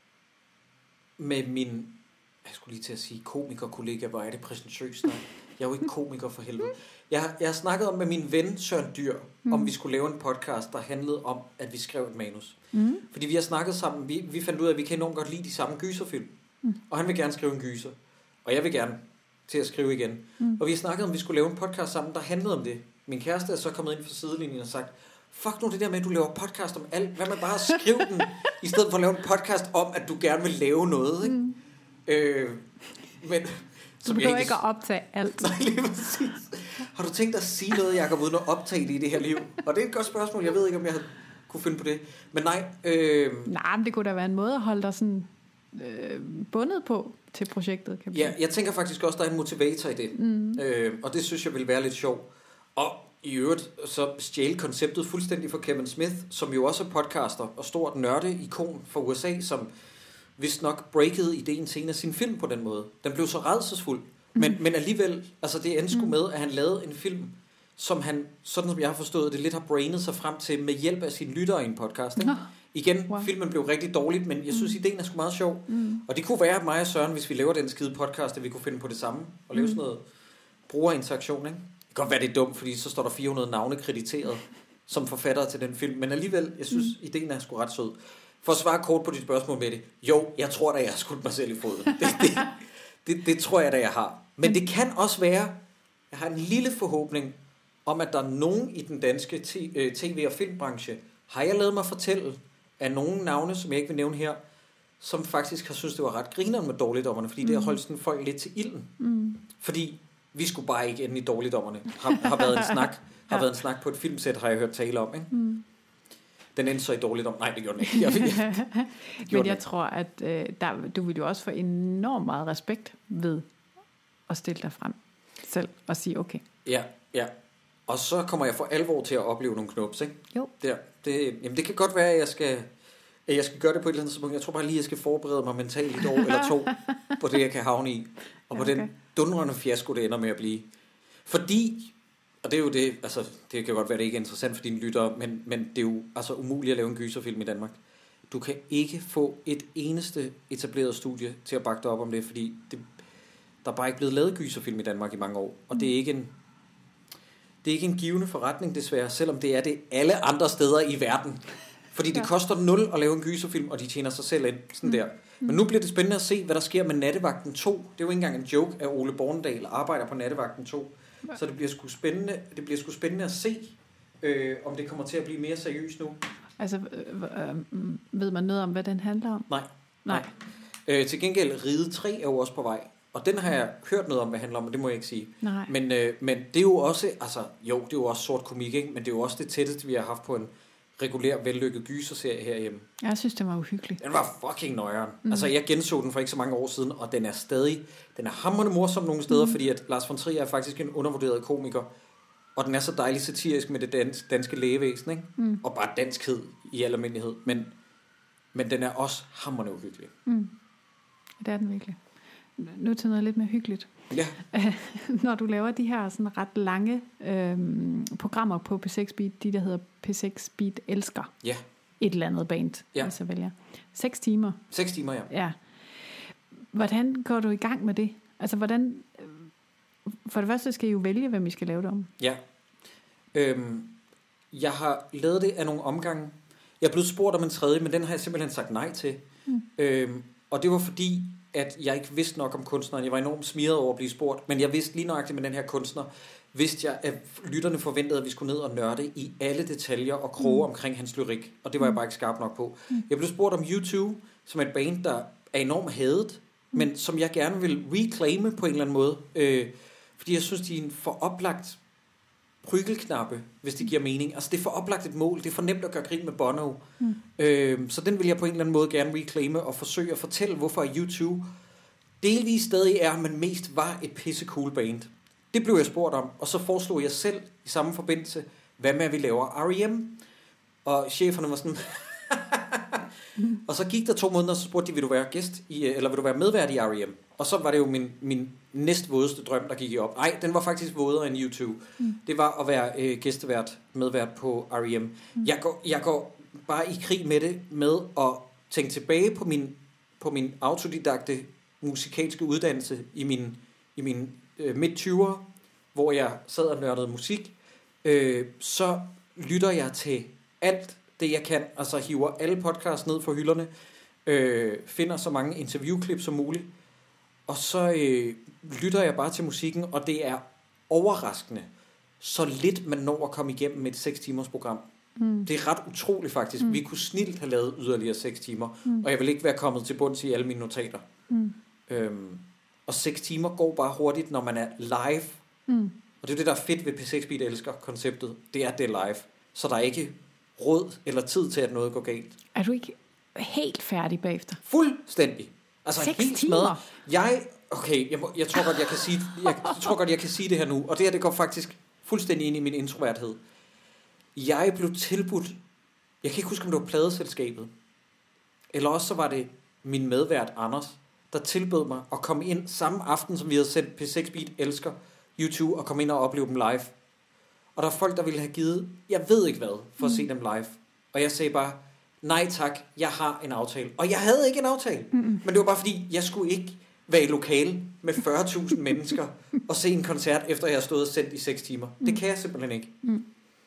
med min, jeg skulle lige til at sige komikerkollega, hvor er det præsentøst. Jeg er jo ikke komiker for helvede. Jeg har, jeg har snakket om med min ven Søren Dyr, mm. om vi skulle lave en podcast, der handlede om, at vi skrev et manus. Mm. Fordi vi har snakket sammen, vi, vi fandt ud af, at vi kan enormt godt lide de samme gyserfilm. Mm. Og han vil gerne skrive en gyser. Og jeg vil gerne til at skrive igen. Mm. Og vi har snakket om, at vi skulle lave en podcast sammen, der handlede om det. Min kæreste er så kommet ind fra sidelinjen og sagt, fuck nu det der med, at du laver podcast om alt. Hvad med bare at skrive den, i stedet for at lave en podcast om, at du gerne vil lave noget, ikke? Mm. Øh, men... Du behøver ikke at optage alt. Nej, lige præcis. Har du tænkt at sige noget, Jacob, uden at optage det i det her liv? Og det er et godt spørgsmål. Jeg ved ikke, om jeg kunne finde på det. Men nej. Øh... Nej, men det kunne da være en måde at holde dig sådan øh, bundet på til projektet. Kan ja, jeg tænker faktisk også, der er en motivator i det. Mm. Øh, og det synes jeg vil være lidt sjovt. Og i øvrigt så stjæle konceptet fuldstændig for Kevin Smith, som jo også er podcaster og stort nørde-ikon for U S A, som vist nok breakede ideen til en af sine film på den måde. Den blev så rædselsfuld, mm. men, men alligevel, altså det endte sgu med, at han lavede en film, som han, sådan som jeg har forstået det, lidt har brainet sig frem til med hjælp af sine lyttere i en podcast. Ikke? Igen, wow. Filmen blev rigtig dårligt, men jeg synes, mm. ideen er sgu meget sjov. Mm. Og det kunne være, at mig og Søren, hvis vi laver den skide podcast, at vi kunne finde på det samme, og lave mm. sådan noget brugerinteraktion. Ikke? Det kan godt være, det er dumt, fordi så står der fire hundrede navne krediteret som forfattere til den film, men alligevel, jeg synes, mm. ideen er sgu ret sød. For at svare kort på dit spørgsmål med det. Jo, jeg tror da, jeg har skudt mig selv i foden. Det, det, det, det tror jeg da, jeg har. Men det kan også være, jeg har en lille forhåbning om, at der er nogen i den danske tv- og filmbranche, har jeg lavet mig fortælle af nogle navne, som jeg ikke vil nævne her, som faktisk har synes det var ret grineren med Dårligdommerne, fordi mm. det har holdt sådan folk lidt til ilden. Mm. Fordi vi skulle bare ikke ende i Dårligdommerne. Har, har været en snak, har ja. været en snak på et filmsæt, har jeg hørt tale om, ikke? Mm. Den endte så i Dårligdom. Nej, det gjorde den ikke. Jeg, jeg, jeg Men jeg tror, at øh, der, du vil jo også få enormt meget respekt ved at stille dig frem selv og sige okay. Ja, ja. Og så kommer jeg for alvor til at opleve nogle knops, ikke? Jo. Der, det, jamen det kan godt være, at jeg skal, at jeg skal gøre det på et eller andet tidspunkt. Jeg tror bare lige, at jeg skal forberede mig mentalt et år eller to på det, jeg kan havne i. Og på ja, okay. den dundrende fiasko, det ender med at blive. Fordi... Og det er jo det, altså det kan godt være, det ikke er interessant for dine lyttere, men, men det er jo altså umuligt at lave en gyserfilm i Danmark. Du kan ikke få et eneste etableret studie til at bakke dig op om det, fordi det, der er bare ikke blevet lavet gyserfilm i Danmark i mange år. Og det er ikke en, det det er ikke en givende forretning desværre, selvom det er det alle andre steder i verden. Fordi det ja. koster nul at lave en gyserfilm, og de tjener sig selv ind. Sådan mm. der. Men nu bliver det spændende at se, hvad der sker med Nattevagten to. Det er jo ikke engang en joke, at Ole Bornedal arbejder på Nattevagten to. Ja. Så det bliver sgu spændende, det bliver sgu spændende at se, øh, om det kommer til at blive mere seriøst nu. Altså, øh, øh, ved man noget om, hvad den handler om? Nej. Nej. Øh, til gengæld, Ride tre er jo også på vej. Og den har jeg hørt noget om, hvad det handler om, men det må jeg ikke sige. Nej. Men, øh, men det er jo også, altså, jo, det er jo også sort komik, ikke? Men det er jo også det tætteste, vi har haft på en regulær, vellykket gyserserie herhjemme. Jeg synes, det var uhyggelig. Den var fucking nøjeren. Mm. Altså, jeg genså den for ikke så mange år siden, og den er stadig, den er hamrende morsom nogle steder, mm. fordi at Lars von Trier er faktisk en undervurderet komiker, og den er så dejligt satirisk med det dans, danske lægevæsen, ikke? Mm. Og bare danskhed i al almindelighed. Men, men den er også hamrende uhyggelig. Mm. Det er den virkelig. Nu til noget lidt mere hyggeligt. Ja. Når du laver de her sådan ret lange øhm, programmer på P seks Beat, de der hedder P seks Beat Elsker. Ja. Et eller andet band, ja. altså vælger. Seks timer. Seks timer, ja. Ja. Hvordan går du i gang med det? Altså, hvordan... For det første skal I jo vælge, hvem I skal lave det om. Ja. Øhm, jeg har lavet det af nogle omgange. Jeg er blevet spurgt om en tredje, men den har jeg simpelthen sagt nej til. Mm. Øhm, og det var fordi, at jeg ikke vidste nok om kunstneren. Jeg var enormt smiret over at blive spurgt, men jeg vidste lige nøjagtigt med den her kunstner, vidste jeg, at lytterne forventede, at vi skulle ned og nørde i alle detaljer og kroge mm. omkring hans lyrik, og det var jeg bare ikke skarp nok på. Mm. Jeg blev spurgt om U to, som er et band, der er enormt hadet, mm. men som jeg gerne vil reclaime på en eller anden måde, øh, fordi jeg synes, de er en for oplagt prygelknappe, hvis det giver mening. Altså, det er for oplagt et mål. Det er for nemt at gøre grin med Bono. Mm. Øh, så den vil jeg på en eller anden måde gerne reclaime og forsøge at fortælle, hvorfor U to delvis stadig er, men mest var et pisse cool band. Det blev jeg spurgt om, og så foreslog jeg selv i samme forbindelse, hvad med at vi laver R E M? Og cheferne var sådan... mm. Og så gik der to måneder, og så spurgte de, vil du være gæst i, eller vil du være medvært i R E M? Og så var det jo min, min næstvådeste drøm, der gik i op. Nej, den var faktisk vådere end U to. Mm. Det var at være øh, gæstevært, medvært på R E M. Mm. Jeg, går, jeg går bare i krig med det, med at tænke tilbage på min, på min autodidakte musikalske uddannelse i min, i min øh, midt-tyvere, hvor jeg sad og nørdede musik. Øh, så lytter jeg til alt det, jeg kan. Altså hiver alle podcasts ned fra hylderne, øh, finder så mange interviewklip som muligt, og så øh, lytter jeg bare til musikken, og det er overraskende, så lidt man når at komme igennem med et seks timers program. Mm. Det er ret utroligt faktisk. Mm. Vi kunne snilt have lavet yderligere seks timer, mm. og jeg vil ikke være kommet til bunds i alle mine notater. Mm. Øhm, og seks timer går bare hurtigt, når man er live. Mm. Og det er det, der er fedt ved P seks Beat Elsker konceptet. Det er, det er live. Så der er ikke råd eller tid til, at noget går galt. Er du ikke helt færdig bagefter? Fuldstændig. Altså seks helt timer? Smadret. Jeg, okay, jeg, må, jeg tror godt, jeg kan sige, jeg, jeg tror godt, jeg kan sige det her nu. Og det her, det går faktisk fuldstændig ind i min introverthed. Jeg blev tilbudt, jeg kan ikke huske, om det var pladeselskabet, eller også så var det min medvært Anders, der tilbød mig at komme ind samme aften, som vi havde sendt P seks Beat Elsker U to, og komme ind og opleve dem live. Og der er folk, der ville have givet, jeg ved ikke hvad, for at mm. se dem live. Og jeg sagde bare, nej tak, jeg har en aftale. Og jeg havde ikke en aftale. Mm. Men det var bare fordi, jeg skulle ikke være i lokale med fyrre tusind mennesker og se en koncert, efter jeg har stået og sendt i seks timer. Mm. Det kan jeg simpelthen ikke. Mm.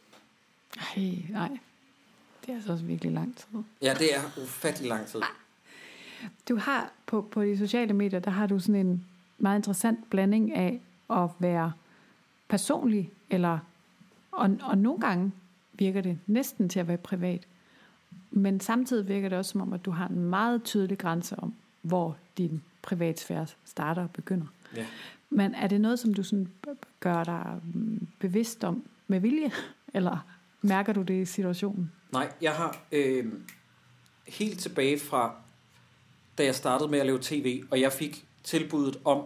Ej, nej. Det er altså også virkelig lang tid. Ja, det er ufattelig lang tid. Du har på, på de sociale medier, der har du sådan en meget interessant blanding af at være personlig, eller, og, og nogle gange virker det næsten til at være privat. Men samtidig virker det også som om, at du har en meget tydelig grænse om, hvor din privatsfære starter og begynder. Ja. Men er det noget, som du sådan gør dig bevidst om med vilje, eller mærker du det i situationen? Nej, jeg har øh, helt tilbage fra, da jeg startede med at lave tv, og jeg fik tilbuddet om,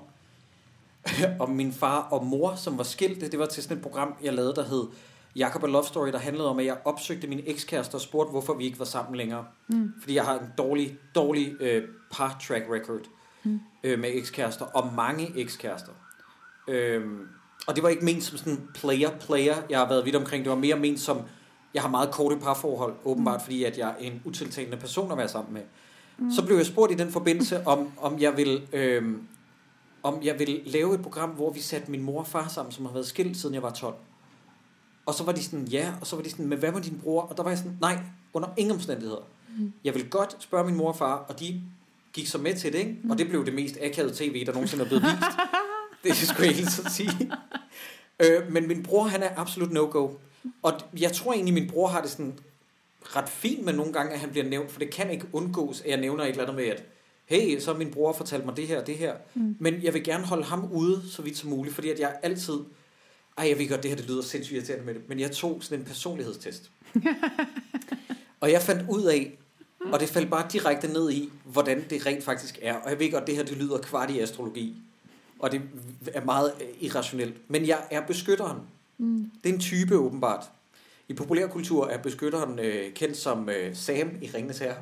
om min far og mor, som var skilt. Det var til sådan et program, jeg lavede, der hed Jacob A Love Story, der handlede om, at jeg opsøgte min ekskæreste og spurgte, hvorfor vi ikke var sammen længere. Mm. Fordi jeg har en dårlig, dårlig øh, par-track record mm. øh, med ekskærester, og mange ekskærester. Øhm, og det var ikke ment som sådan player-player, jeg har været vidt omkring. Det var mere ment som, jeg har meget korte parforhold, åbenbart, fordi at jeg er en utiltalende person at være sammen med. Mm. Så blev jeg spurgt i den forbindelse, om, om jeg vil... Øh, om jeg vil lave et program, hvor vi satte min mor og far sammen, som har været skilt, siden jeg var tolv. Og så var de sådan, ja, og så var de sådan, men hvad med din bror? Og der var jeg sådan, nej, under ingen omstændigheder. Mm. Jeg vil godt spørge min mor og far, og de gik så med til det, ikke? Mm. Og det blev det mest akavede tv, der nogensinde er blevet vist. Det er sgu ikke helt at sige. øh, men min bror, han er absolut no-go. Og jeg tror egentlig, min bror har det sådan ret fint med nogle gange, at han bliver nævnt, for det kan ikke undgås, at jeg nævner et eller andet med, at hey, så har min bror fortalt mig det her og det her. Mm. Men jeg vil gerne holde ham ude, så vidt som muligt, fordi at jeg altid... Ej, jeg ved godt, det her det lyder sindssygt irriterende med det, men jeg tog sådan en personlighedstest. Og jeg fandt ud af, og det faldt bare direkte ned i, hvordan det rent faktisk er. Og jeg ved godt, det her det lyder kvart i astrologi. Og det er meget irrationelt. Men jeg er beskytteren. Mm. Det er en type åbenbart. I populærkultur er beskytteren øh, kendt som øh, Sam i Ringenes Herre.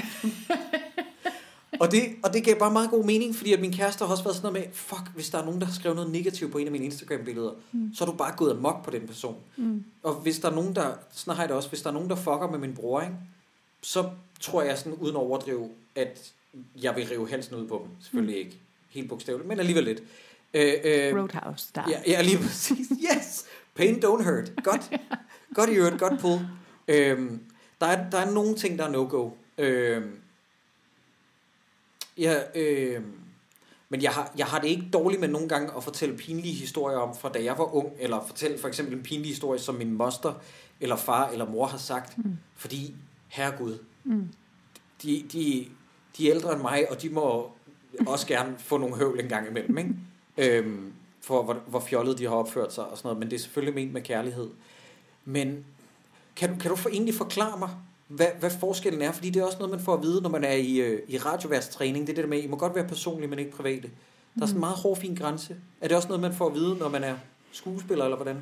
og, det, og det gav bare meget god mening, fordi at min kæreste har også været sådan noget med, fuck, hvis der er nogen, der har skrevet noget negativt på en af mine Instagram-billeder, mm. så er du bare gået amok på den person. Mm. Og hvis der er nogen, der, sådan har jeg det også, hvis der er nogen, der fucker med min bror, ikke, så tror jeg sådan uden at overdrive, at jeg vil rive halsen ud på dem. Selvfølgelig mm. ikke helt bogstaveligt, men alligevel lidt. Øh, øh, Roadhouse style. Ja, ja, lige præcis. Yes! Pain don't hurt. Godt. Godt i øvrigt. Godt pull. Øhm, der, er, der er nogle ting, der er no-go. Øhm, ja, øhm, men jeg har, jeg har det ikke dårligt med nogle gange at fortælle pinlige historier om, fra da jeg var ung, eller fortælle for eksempel en pinlig historie, som min moster, eller far, eller mor har sagt. Mm. Fordi, herregud, mm. de, de, de er ældre end mig, og de må også gerne få nogle høvl en gang imellem, ikke? Øhm, for hvor, hvor fjollet de har opført sig og sådan noget, men det er selvfølgelig ment med kærlighed. Men kan du, kan du for, egentlig forklare mig, hvad, hvad forskellen er? Fordi det er også noget, man får at vide, når man er i, øh, i radioværtstræning. Det er det der med, I må godt være personlige, men ikke private. Der er sådan en meget hård, fin grænse. Er det også noget, man får at vide, når man er skuespiller, eller hvordan?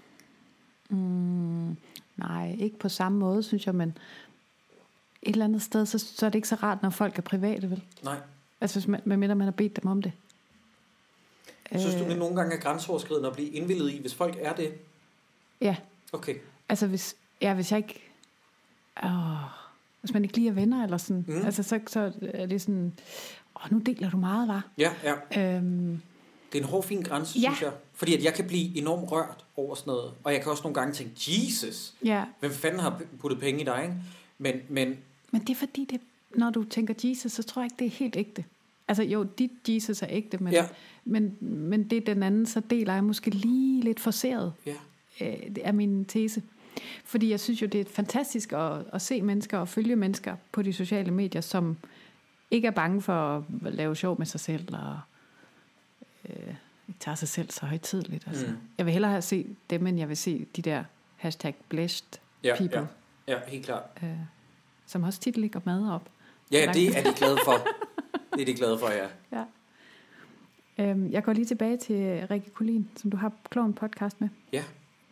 Mm, nej, ikke på samme måde, synes jeg, men et eller andet sted, så, så er det ikke så rart, når folk er private, vel? Nej. Altså, hvis man, medmindre man har bedt dem om det. Synes du, det nogle gange er grænseoverskridende at blive indvildet i, hvis folk er det? Ja. Okay. Altså, hvis, ja, hvis jeg ikke... Åh, hvis man ikke lige er venner, eller sådan... Mm. Altså, så, så er det sådan... Åh, nu deler du meget, hva'? Ja, ja. Øhm, det er en hård, fin grænse, ja. synes jeg. Fordi at jeg kan blive enormt rørt over sådan noget. Og jeg kan også nogle gange tænke, Jesus, ja. Hvem fanden har puttet penge i dig, ikke? Men, men, men det er fordi, det, når du tænker Jesus, så tror jeg ikke, det er helt ægte. Altså jo, dit Jesus er ægte, men, ja. men, men det er den anden, så deler jeg måske lige lidt forceret. Ja. Øh, det er min tese. Fordi jeg synes jo, det er fantastisk at, at se mennesker og følge mennesker på de sociale medier, som ikke er bange for at lave sjov med sig selv, og øh, ikke tager sig selv så højtidligt. Altså. Mm. Jeg vil hellere se dem, end jeg vil se de der hashtag blessed ja, people. Ja, ja, helt klart. Øh, som også tit lægger mad op. Ja, det er de glade for. Det er de glade for, ja. ja. Øhm, jeg går lige tilbage til Rikke Kulin, som du har Klovn podcast med. Ja.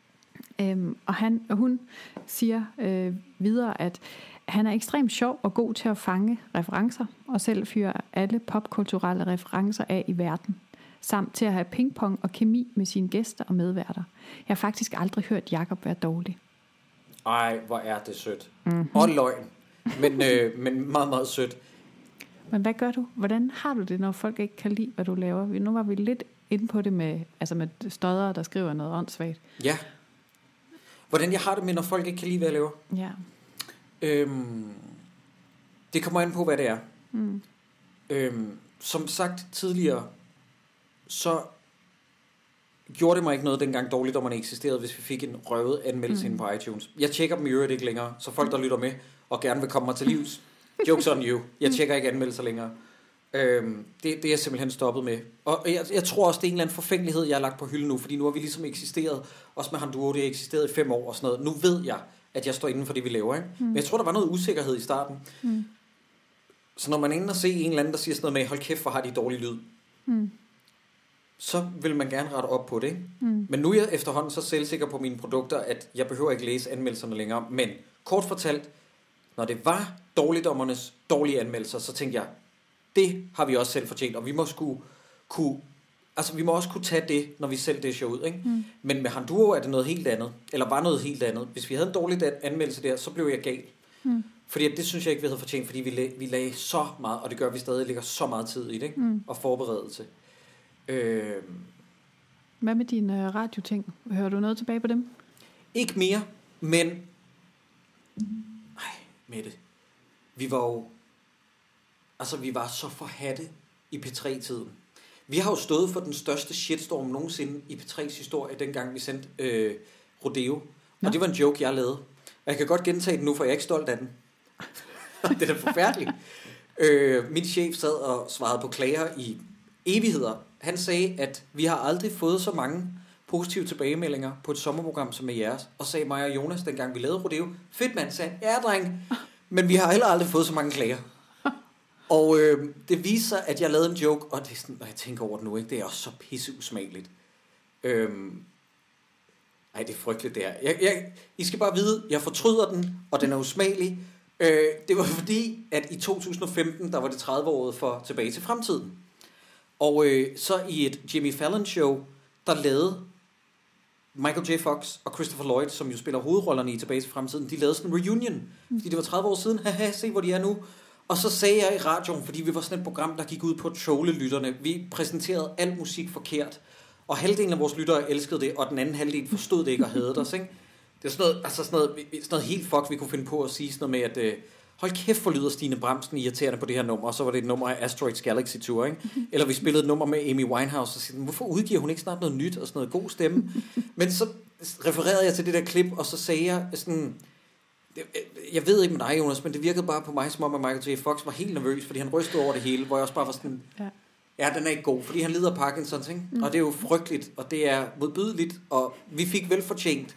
Øhm, og, han, og hun siger øh, videre, at han er ekstremt sjov og god til at fange referencer, og selv fyre alle popkulturelle referencer af i verden, samt til at have pingpong og kemi med sine gæster og medværter. Jeg har faktisk aldrig hørt Jakob være dårlig. Ej, hvor er det sødt. Mm-hmm. Og løgn. Men, øh, men meget, meget sødt. Men hvad gør du? Hvordan har du det, når folk ikke kan lide, hvad du laver? Nu var vi lidt inde på det med, altså med stødere, der skriver noget åndssvagt. Ja. Hvordan jeg har det med, når folk ikke kan lide, hvad jeg laver? Ja. Øhm, det kommer an på, hvad det er. Mm. Øhm, som sagt tidligere, så gjorde det mig ikke noget, dengang dårligdommerne eksisterede, hvis vi fik en røvet anmeldelse mm. inde på iTunes. Jeg tjekker dem i øvrigt ikke længere, så folk, der lytter med og gerne vil komme mig til livs, jokes on you. Jeg tjekker ikke anmeldelser længere. Øhm, det, det er jeg simpelthen stoppet med. Og jeg, jeg tror også, det er en eller anden forfængelighed, jeg har lagt på hylden nu, fordi nu har vi ligesom eksisteret, også med Handuo, det har eksisteret i fem år og sådan noget. Nu ved jeg, at jeg står inden for det, vi laver. Ikke? Mm. Men jeg tror, der var noget usikkerhed i starten. Mm. Så når man er inde og se en eller anden, der siger sådan noget med, hold kæft, hvor har de dårlig lyd, mm. så vil man gerne rette op på det. Ikke? Mm. Men nu er jeg efterhånden så selvsikker på mine produkter, at jeg behøver ikke læse anmeldelserne længere. Men kort fortalt, når det var dårligdommernes dårlige anmeldelser, så tænkte jeg, det har vi også selv fortjent, og vi må skulle kunne, altså vi må også kunne tage det, når vi selv disher ud, ikke? Mm. Men med Handuo er det noget helt andet, eller var noget helt andet. Hvis vi havde en dårlig anmeldelse der, så blev jeg gal. Mm. Fordi det synes jeg ikke, vi havde fortjent, fordi vi, lag, vi lagde så meget, og det gør vi stadig, lægger så meget tid i det, ikke? Mm. Og forberedelse. Øh... Hvad med dine radioting? Hører du noget tilbage på dem? ikke mere, men... Ej, Mette. Vi var jo... Altså, vi var så forhatte i P tre-tiden. Vi har jo stået for den største shitstorm nogensinde i P tre's historie, dengang vi sendte øh, Rodeo. Nå. Og det var en joke, jeg lavede. Og jeg kan godt gentage den nu, for jeg er ikke stolt af den. Det er da forfærdeligt. øh, min chef sad og svarede på klager i evigheder. Han sagde, at vi har aldrig fået så mange positive tilbagemeldinger på et sommerprogram som med jeres. Og sagde mig og Jonas, dengang vi lavede Rodeo, fedt mand, sagde ja dreng, men vi har heller aldrig fået så mange klager. Og øh, det viser sig, at jeg lavede en joke, og det er sådan, når jeg tænker over det nu, ikke, det er også så pisse usmageligt. Øhm, ej, det er frygteligt, det er. Jeg, jeg, I skal bare vide, jeg fortryder den, og den er usmagelig. Øh, det var fordi, at i to tusind og femten, der var det tredive-året for Tilbage til Fremtiden. Og øh, så i et Jimmy Fallon show, der lavede Michael J. Fox og Christopher Lloyd, som jo spiller hovedrollerne i Tilbage til Fremtiden, de lavede sådan en reunion, fordi det var tredive år siden. Haha, se hvor de er nu. Og så sagde jeg i radioen, fordi vi var sådan et program, der gik ud på at trolle lytterne. Vi præsenterede al musik forkert, og halvdelen af vores lyttere elskede det, og den anden halvdel forstod det ikke og havde os, ikke? Det er sådan noget, altså sådan noget, sådan noget helt fuck, vi kunne finde på at sige sådan noget med, at øh, hold kæft, for lyder Stine Bramsen irriterende på det her nummer, og så var det et nummer af Asteroids Galaxy Tour, ikke? Eller vi spillede et nummer med Amy Winehouse, og sagde, hvorfor udgiver hun ikke snart noget nyt og sådan noget god stemme? Men så refererede jeg til det der klip, og så sagde jeg sådan... Jeg ved ikke med dig, Jonas, men det virkede bare på mig, som om at Michael J. Fox var helt nervøs, fordi han rystede over det hele, hvor jeg også bare var sådan, ja, ja den er ikke god, fordi han lider af Parkinsons, ikke? Mm. Og det er jo frygteligt, og det er modbydeligt, og vi fik velfortjent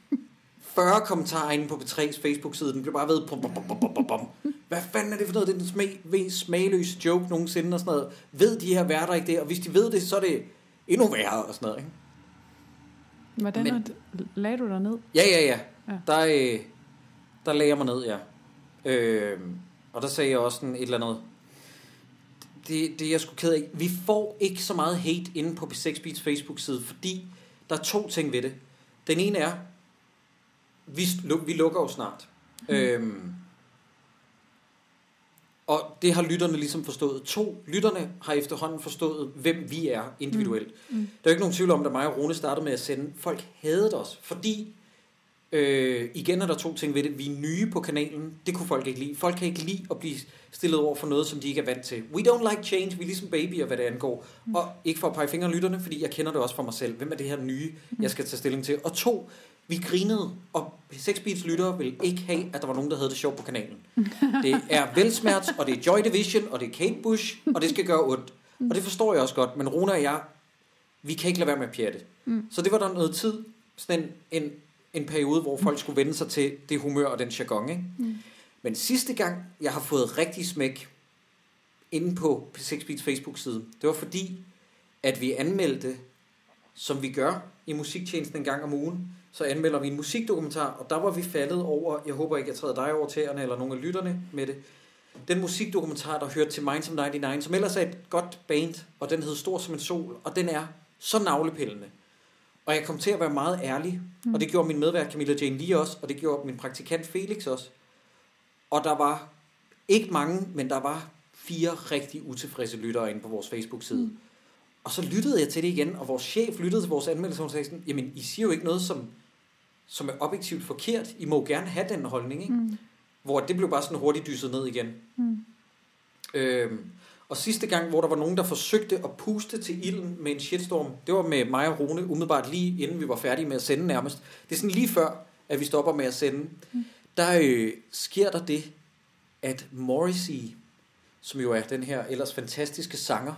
fyrre kommentarer inde på P tre's Facebook-side, den blev bare ved, bom, bom, bom, bom, bom. Hvad fanden er det for noget, det er den smag, smagløse joke nogensinde, og sådan noget. Ved de her værter ikke det, og hvis de ved det, så er det endnu værre, og sådan noget, ikke? Hvordan men, lagde du dig ned? Ja, ja, ja, ja. Der er... Der lagde jeg mig ned, ja. Øh, og der sagde jeg også sådan et eller andet. Det, det jeg skulle ked af. Vi får ikke så meget hate inde på P seks Beats Facebook-side, fordi der er to ting ved det. Den ene er, vi, vi lukker jo snart. Mm. Øh, og det har lytterne ligesom forstået. To, lytterne har efterhånden forstået, hvem vi er individuelt. Mm. Mm. Der er ikke nogen tvivl om, da mig og Rune startede med at sende. Folk hadede os, fordi... Øh, igen er der to ting ved det. Vi er nye på kanalen. Det kunne folk ikke lide. Folk kan ikke lide at blive stillet over for noget, som de ikke er vant til. We don't like change. Vi er ligesom babyer, hvad det angår. Mm. Og ikke for at pege fingre lytterne, fordi jeg kender det også for mig selv. Hvem er det her nye, jeg skal tage stilling til? Og to, vi grinede, og P seks Beats lyttere vil ikke have, at der var nogen, der havde det sjovt på kanalen. Det er Velsmerts, og det er Joy Division, og det er Kate Bush, og det skal gøre ondt. Og det forstår jeg også godt, men Rune og jeg, vi kan ikke lade være med at pjatte. Mm. Så det var der noget tid, sådan en, en en periode, hvor folk skulle vende sig til det humør og den jargon, ikke? Mm. Men sidste gang, jeg har fået rigtig smæk inde på P seks Beats Facebook-side, det var fordi, at vi anmeldte, som vi gør i musiktjenesten en gang om ugen, så anmelder vi en musikdokumentar, og der var vi faldet over, jeg håber ikke, jeg træder dig over tæerne, eller nogle af lytterne med det, den musikdokumentar, der hørte til Minds of nioghalvfems, som ellers er et godt band, og den hed Stor som en sol, og den er så navlepillende. Og jeg kom til at være meget ærlig, mm. og det gjorde min medvært Camilla Jane lige også, og det gjorde min praktikant Felix også. Og der var ikke mange, men der var fire rigtig utilfredse lyttere inde på vores Facebook-side. Mm. Og så lyttede jeg til det igen, og vores chef lyttede til vores anmeldelse, og sagde sådan, jamen, I siger jo ikke noget, som, som er objektivt forkert. I må gerne have den holdning, ikke? Mm. Hvor det blev bare sådan hurtigt dysset ned igen. Mm. Øhm, Og sidste gang, hvor der var nogen, der forsøgte at puste til ilden med en shitstorm, det var med mig og Rune, umiddelbart lige inden vi var færdige med at sende nærmest. Det er sådan lige før, at vi stopper med at sende. Mm. Der øh, sker der det, at Morrissey, som jo er den her ellers fantastiske sanger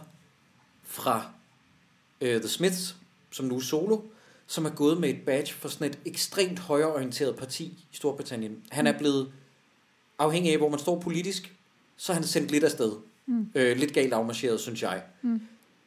fra øh, The Smiths, som nu er solo, som er gået med et badge for sådan et ekstremt højreorienteret parti i Storbritannien. Han er blevet afhængig af, hvor man står politisk, så er han sendt lidt afsted. Mm. Øh, lidt galt afmarcheret, synes jeg. Mm.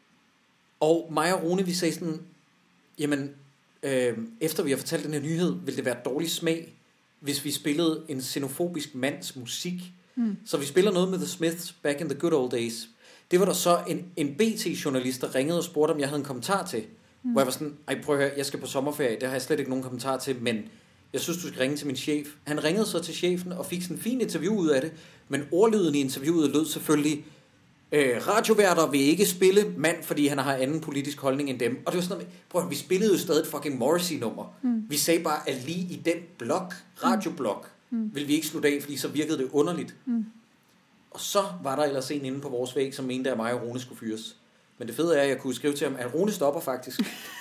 Og mig og Rune, vi sagde sådan, jamen, øh, efter vi har fortalt den her nyhed, vil det være dårlig smag, hvis vi spillede en xenofobisk mands musik. Mm. Så vi spiller noget med The Smiths, Back in the Good Old Days. Det var der så en, en B T-journalist, der ringede og spurgte, om jeg havde en kommentar til. Mm. Hvor jeg var sådan, ej prøv at høre, jeg skal på sommerferie, det har jeg slet ikke nogen kommentar til, men jeg synes, du skal ringe til min chef. Han ringede så til chefen og fik sådan en fin interview ud af det, men ordlyden i interviewet lød selvfølgelig, Øh, radioværter vil ikke spille mand, fordi han har anden politisk holdning end dem. Og det var sådan noget, prøv, vi spillede jo stadig et fucking Morrissey-nummer. Mm. Vi sagde bare, at lige i den blok, radioblok, mm. ville vi ikke slutte af, fordi så virkede det underligt. Mm. Og så var der ellers en inde på vores væg, som mente, at mig og Rune skulle fyres. Men det fede er, at jeg kunne skrive til ham, at Rune stopper faktisk.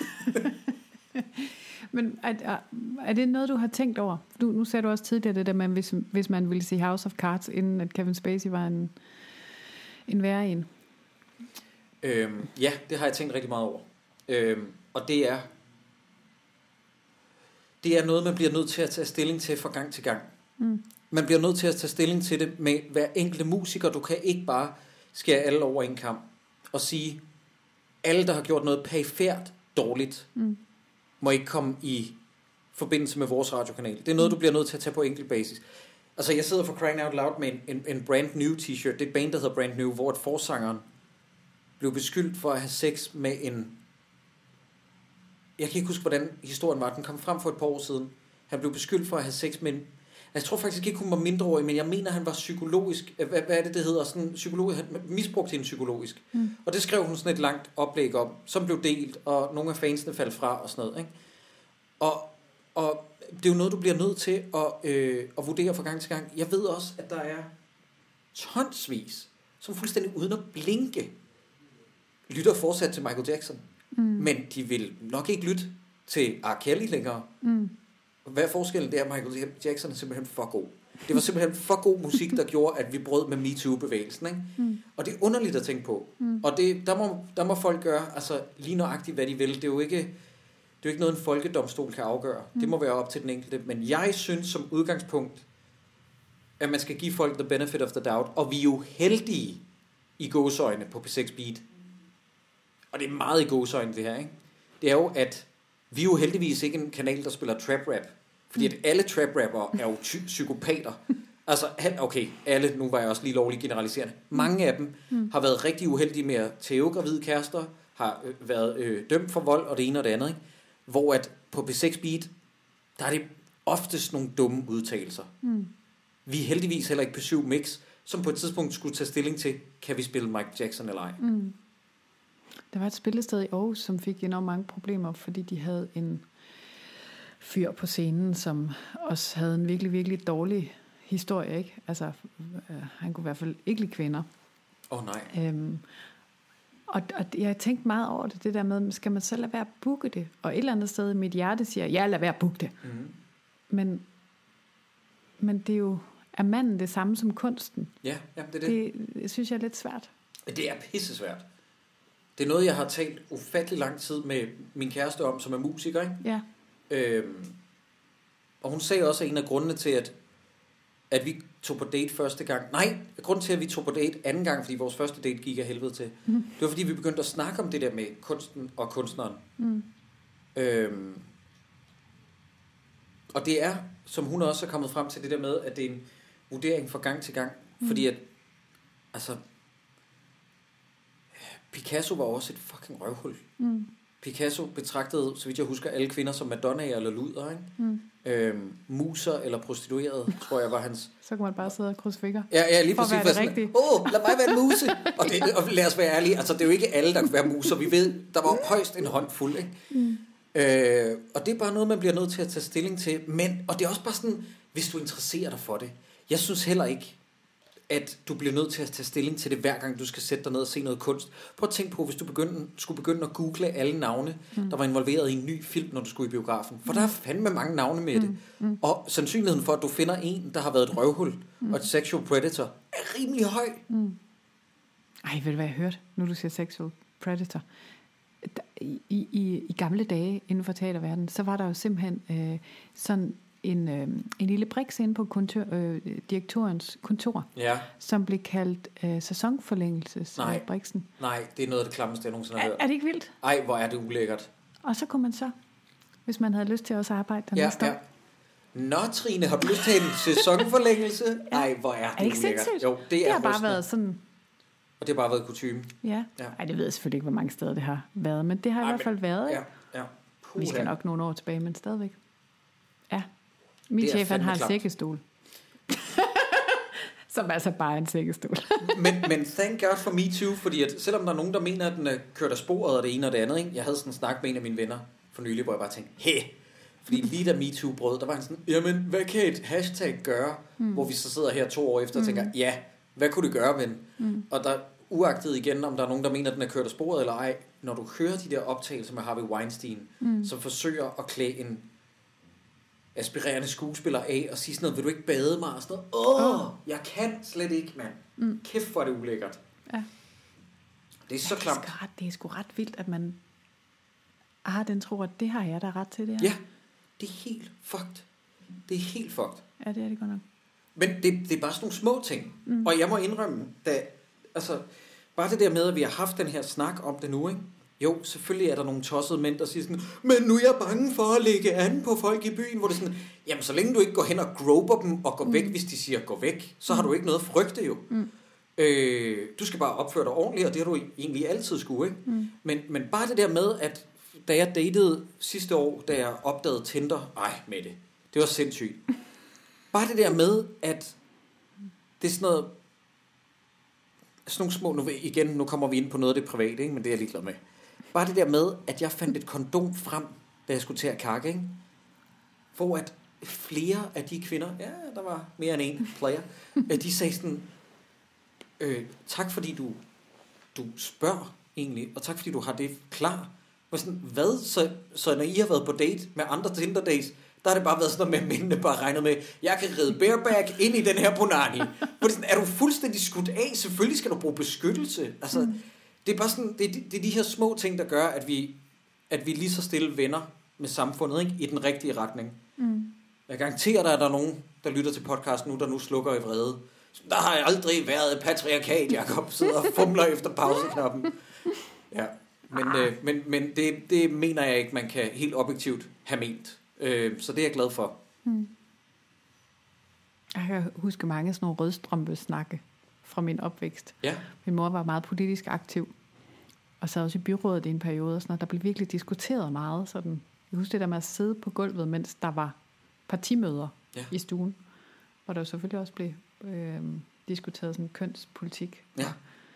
Men er, er det noget, du har tænkt over? Du, nu sagde du også tidligere det der med, hvis, hvis man ville se House of Cards, inden at Kevin Spacey var en, en værre en. Øhm, ja, det har jeg tænkt rigtig meget over. Øhm, og det er, det er noget, man bliver nødt til at tage stilling til fra gang til gang. Mm. Man bliver nødt til at tage stilling til det med hver enkelte musiker. Du kan ikke bare skære alle over en kamp og sige, alle, der har gjort noget perifært dårligt, mm. må ikke komme i forbindelse med vores radiokanal. Det er noget, du bliver nødt til at tage på enkelt basis. Altså, jeg sidder for Crying Out Loud med en, en, en Brand New t-shirt. Det er et band, der hedder Brand New, hvor et forsangeren blev beskyldt for at have sex med en... Jeg kan ikke huske, hvordan historien var. Den kom frem for et par år siden. Han blev beskyldt for at have sex med en... Jeg tror faktisk ikke, hun var mindreårig, men jeg mener, han var psykologisk... Hvad, hvad er det, det hedder? Sådan psykologisk, han misbrugte hende psykologisk. Mm. Og det skrev hun sådan et langt oplæg om, som blev delt, og nogle af fansene faldt fra og sådan noget. Ikke? Og, og det er jo noget, du bliver nødt til at, øh, at vurdere fra gang til gang. Jeg ved også, at der er tonsvis, som fuldstændig uden at blinke, lytter fortsat til Michael Jackson. Mm. Men de vil nok ikke lytte til R. Kelly længere. Mm. Hvad er forskellen? Det er, at Michael Jackson er simpelthen for god. Det var simpelthen for god musik, der gjorde, at vi brød med MeToo-bevægelsen. Ikke? Mm. Og det er underligt at tænke på. Mm. Og det, der, må, der må folk gøre altså, lige nøjagtigt, hvad de vil. Det er jo ikke, det er jo ikke noget, en folkedomstol kan afgøre. Mm. Det må være op til den enkelte. Men jeg synes som udgangspunkt, at man skal give folk the benefit of the doubt. Og vi er jo heldige i gåseøjne på P seks Beat. Og det er meget i gåseøjne, det her. Ikke? Det er jo, at vi er jo heldigvis ikke en kanal, der spiller trap rap. Fordi at alle trap rapper er jo ty- psykopater. Altså, okay, alle, nu var jeg også lige lovlig generaliserende. Mange af dem mm. har været rigtig uheldige med at tæve gravide kærester, har øh, været øh, dømt for vold og det ene og det andet. Ikke? Hvor at på P seks Beat, der er det oftest nogle dumme udtalelser. Mm. Vi er heldigvis heller ikke på syv Mix, som på et tidspunkt skulle tage stilling til, kan vi spille Michael Jackson eller ej. Mm. Der var et spillested i Aarhus, som fik enormt mange problemer, fordi de havde en fyr på scenen, som også havde en virkelig, virkelig dårlig historie, ikke? Altså, øh, han kunne i hvert fald ikke lide kvinder. Åh oh, nej. Øhm, og, og jeg har tænkt meget over det, det der med, skal man så lade være at booke det? Og et eller andet sted i mit hjerte siger, ja, lad være at booke det. Mm-hmm. Men, men det er jo, er manden det samme som kunsten? Ja, ja det er det. Det, det synes jeg er lidt svært. Det er pissesvært. Det er noget, jeg har talt ufattelig lang tid med min kæreste om, som er musiker, ikke? Ja. Øhm, og hun sagde også, at en af grundene til, at, at vi tog på date første gang, nej, grunden til, at vi tog på date anden gang, fordi vores første date gik af helvede til, mm. det var, fordi vi begyndte at snakke om det der med kunsten og kunstneren. Mm. Øhm, og det er, som hun også er kommet frem til, det der med, at det er en vurdering fra gang til gang, mm. fordi at, altså, Picasso var også et fucking røvhul. Mm. Picasso betragtede, så vidt jeg husker, alle kvinder som madonnaer eller luder, ikke? Mm. Øhm, muser eller prostituerede, tror jeg var hans... Så kan man bare sidde og krydse fingre. Ja, ja, lige præcis. Åh, oh, lad mig være en muse. Og, det, og lad os være ærlige, altså det er jo ikke alle, der kan være muser. Vi ved, der var højst en håndfuld, ikke? Mm. Øh, og det er bare noget, man bliver nødt til at tage stilling til. Men, og det er også bare sådan, hvis du interesserer dig for det. Jeg synes heller ikke, at du bliver nødt til at tage stilling til det, hver gang du skal sætte dig ned og se noget kunst. Prøv at tænke på, hvis du begyndte, skulle begynde at google alle navne, mm. der var involveret i en ny film, når du skulle i biografen. For mm. der er fandme mange navne med mm. det. Mm. Og sandsynligheden for, at du finder en, der har været et røvhul mm. og et sexual predator, er rimelig høj. Mm. Ej, ved du hvad jeg hørte, nu du siger sexual predator? I, i, i gamle dage inden for teaterverdenen, så var der jo simpelthen øh, sådan en, øh, en lille briks inde på kontor, øh, direktørens kontor, ja. Som blev kaldt øh, sæsonforlængelsesbriksen. Nej, nej, det er noget af det klammeste, jeg nogensinde har er, hørt. Er det ikke vildt? Ej, hvor er det ulækkert. Og så kunne man så, hvis man havde lyst til at også arbejde der ja, næste ja. år. Nå, Trine, har du lyst til en sæsonforlængelse? ja. Ej, hvor er det, er det ikke ulækkert. sindssygt? Jo, det, det er har bare rystende. været sådan... Og det har bare været kutyme. Ja. ja. Ej, det ved jeg selvfølgelig ikke, hvor mange steder det har været, men det har Ej, i hvert fald været. Ja, ja. Vi skal nok nogle år tilbage, men stadigvæk. Ja. Min chef, han har en sækkestol. Som altså bare er en sækkestol. men, men thank God for MeToo, fordi at selvom der er nogen, der mener, at den er kørt af sporet og det ene og det andet, ikke? Jeg havde sådan en snak med en af mine venner for nylig, hvor jeg bare tænkte, hey, fordi lige da MeToo brød, der var han sådan, jamen, hvad kan et hashtag gøre? Mm. Hvor vi så sidder her to år efter og tænker, mm. ja, hvad kunne det gøre, ven? Mm. Og der uagtet igen, om der er nogen, der mener, at den er kørt af sporet eller ej, når du hører de der optagelser med Harvey Weinstein, mm. som forsøger at klæde en aspirerende skuespiller af og sige sådan noget, vil du ikke bade mig? Og sådan noget, åh, oh, jeg kan slet ikke, mand. Mm. Kæft for det ulækkert. Ja. Det er så klamt. Det er sgu ret vildt, at man ah, den tror, at det har jeg da ret til, det her. Ja, det er helt fucked. Det er helt fucked. Ja, det er det godt nok. Men det, det er bare sådan nogle små ting. Mm. Og jeg må indrømme, da, altså, bare det der med, at vi har haft den her snak om det nu, ikke? Jo, selvfølgelig er der nogle tossede mænd, der siger sådan, men nu er jeg bange for at lægge an på folk i byen, hvor det er sådan, jamen så længe du ikke går hen og groper dem og går mm. væk, hvis de siger, gå væk, så har du ikke noget at frygte jo. Mm. Øh, du skal bare opføre dig ordentligt, og det har du egentlig altid skulle, ikke? Mm. Men, men bare det der med, at da jeg datede sidste år, da jeg opdagede Tinder, ej med det, det var sindssygt. Bare det der med, at det er sådan noget, sådan nogle små, nu, igen, nu kommer vi ind på noget af det private, ikke? Men det er jeg ligeglad med. Bare det der med, at jeg fandt et kondom frem, da jeg skulle til at kakke, ikke? Hvor at flere af de kvinder, ja, der var mere end en player, de sagde sådan, øh, tak fordi du, du spørger egentlig, og tak fordi du har det klar. Og sådan, hvad? Så, så når I har været på date med andre Tinder dates, der har det bare været sådan noget med, mændene bare regnet med, jeg kan ride bareback ind i den her punani. Hvor det sådan, er du fuldstændig skudt af? Selvfølgelig skal du bruge beskyttelse. Altså, mm. det er bare sådan, det, det, det er de her små ting, der gør, at vi, at vi lige så stille vender med samfundet, ikke? I den rigtige retning. Mm. Jeg garanterer dig, at der er nogen, der lytter til podcasten nu, der nu slukker i vrede. Der har jeg aldrig været et patriarkat, Jacob, sidder og fumler efter pauseknappen. Ja. Men, øh, men, men det, det mener jeg ikke, man kan helt objektivt have ment. Øh, så det er jeg glad for. Hmm. Jeg kan huske mange sådan nogle rødstrømpesnakke fra min opvækst. Ja. Min mor var meget politisk aktiv, og sad også i byrådet i en periode. Og sådan noget. Der blev virkelig diskuteret meget. Sådan. Jeg husker det der med at sidde på gulvet, mens der var partimøder ja. i stuen, hvor der selvfølgelig også blev øh, diskuteret sådan kønspolitik. Ja.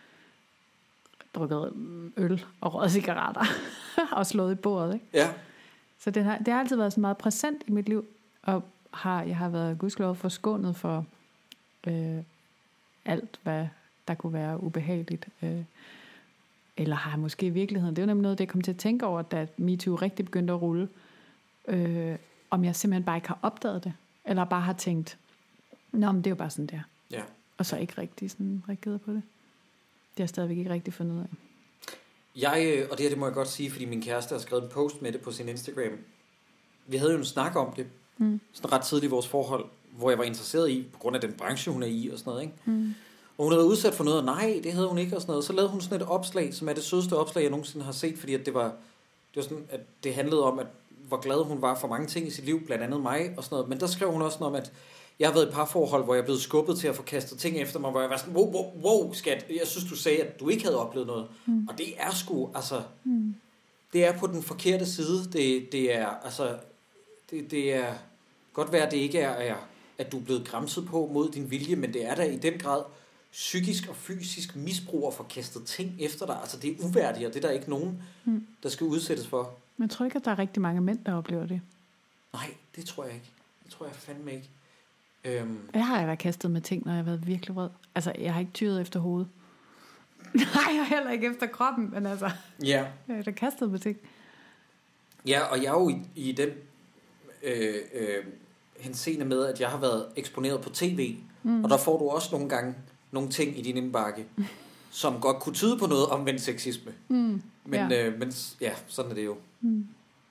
Drukket øl og røget cigaretter og slået i bordet, ikke? Ja. Så det har, det har altid været så meget præsent i mit liv, og har, jeg har været gudskelov forskånet for øh, alt, hvad der kunne være ubehageligt. Øh, eller har jeg måske i virkeligheden, det er jo nemlig noget, det jeg kom til at tænke over, da MeToo rigtig begyndte at rulle, øh, om jeg simpelthen bare ikke har opdaget det, eller bare har tænkt, nå, men det er jo bare sådan der. Ja. Og så ikke rigtig sådan reageret på det. Det har jeg stadigvæk ikke rigtig fundet ud af. Jeg, og det her, det må jeg godt sige, fordi min kæreste har skrevet en post med det på sin Instagram. Vi havde jo en snak om det, mm. sådan ret tidligt i vores forhold, hvor jeg var interesseret i, på grund af den branche, hun er i og sådan noget, ikke? Mm. Og hun havde været udsat for noget, og nej, det havde hun ikke og sådan noget. Så lavede hun sådan et opslag, som er det sødeste opslag, jeg nogensinde har set, fordi at det var, det var sådan, at det handlede om, at hvor glad hun var for mange ting i sit liv, blandt andet mig og sådan noget. Men der skrev hun også noget om, at jeg har været i et par forhold, hvor jeg er blevet skubbet til at få kastet ting efter mig, hvor jeg var sådan, wow, wow, wow, skat, jeg synes, du sagde, at du ikke havde oplevet noget. Mm. Og det er sgu, altså, mm. det er på den forkerte side. Det, det er, altså, det, det er godt være, at det ikke er, er, at du er blevet gramset på mod din vilje, men det er da i den grad psykisk og fysisk misbrug og få kastet ting efter dig. Altså, det er uværdigt, og det er der ikke nogen, mm. der skal udsættes for. Men jeg tror ikke, at der er rigtig mange mænd, der oplever det. Nej, det tror jeg ikke. Det tror jeg fandme ikke. Øhm. Jeg har været kastet med ting, når jeg har været virkelig vred. Altså, jeg har ikke tyret efter hovedet. Nej, jeg har heller ikke efter kroppen, men altså, ja. Jeg har da kastet med ting. Ja, og jeg er jo i, i den øh, øh, henseende med, at jeg har været eksponeret på tv, mm. og der får du også nogle gange nogle ting i din indbakke, mm. som godt kunne tyde på noget omvendt sexisme. Mm. Men, ja. Øh, men ja, sådan er det jo. Mm.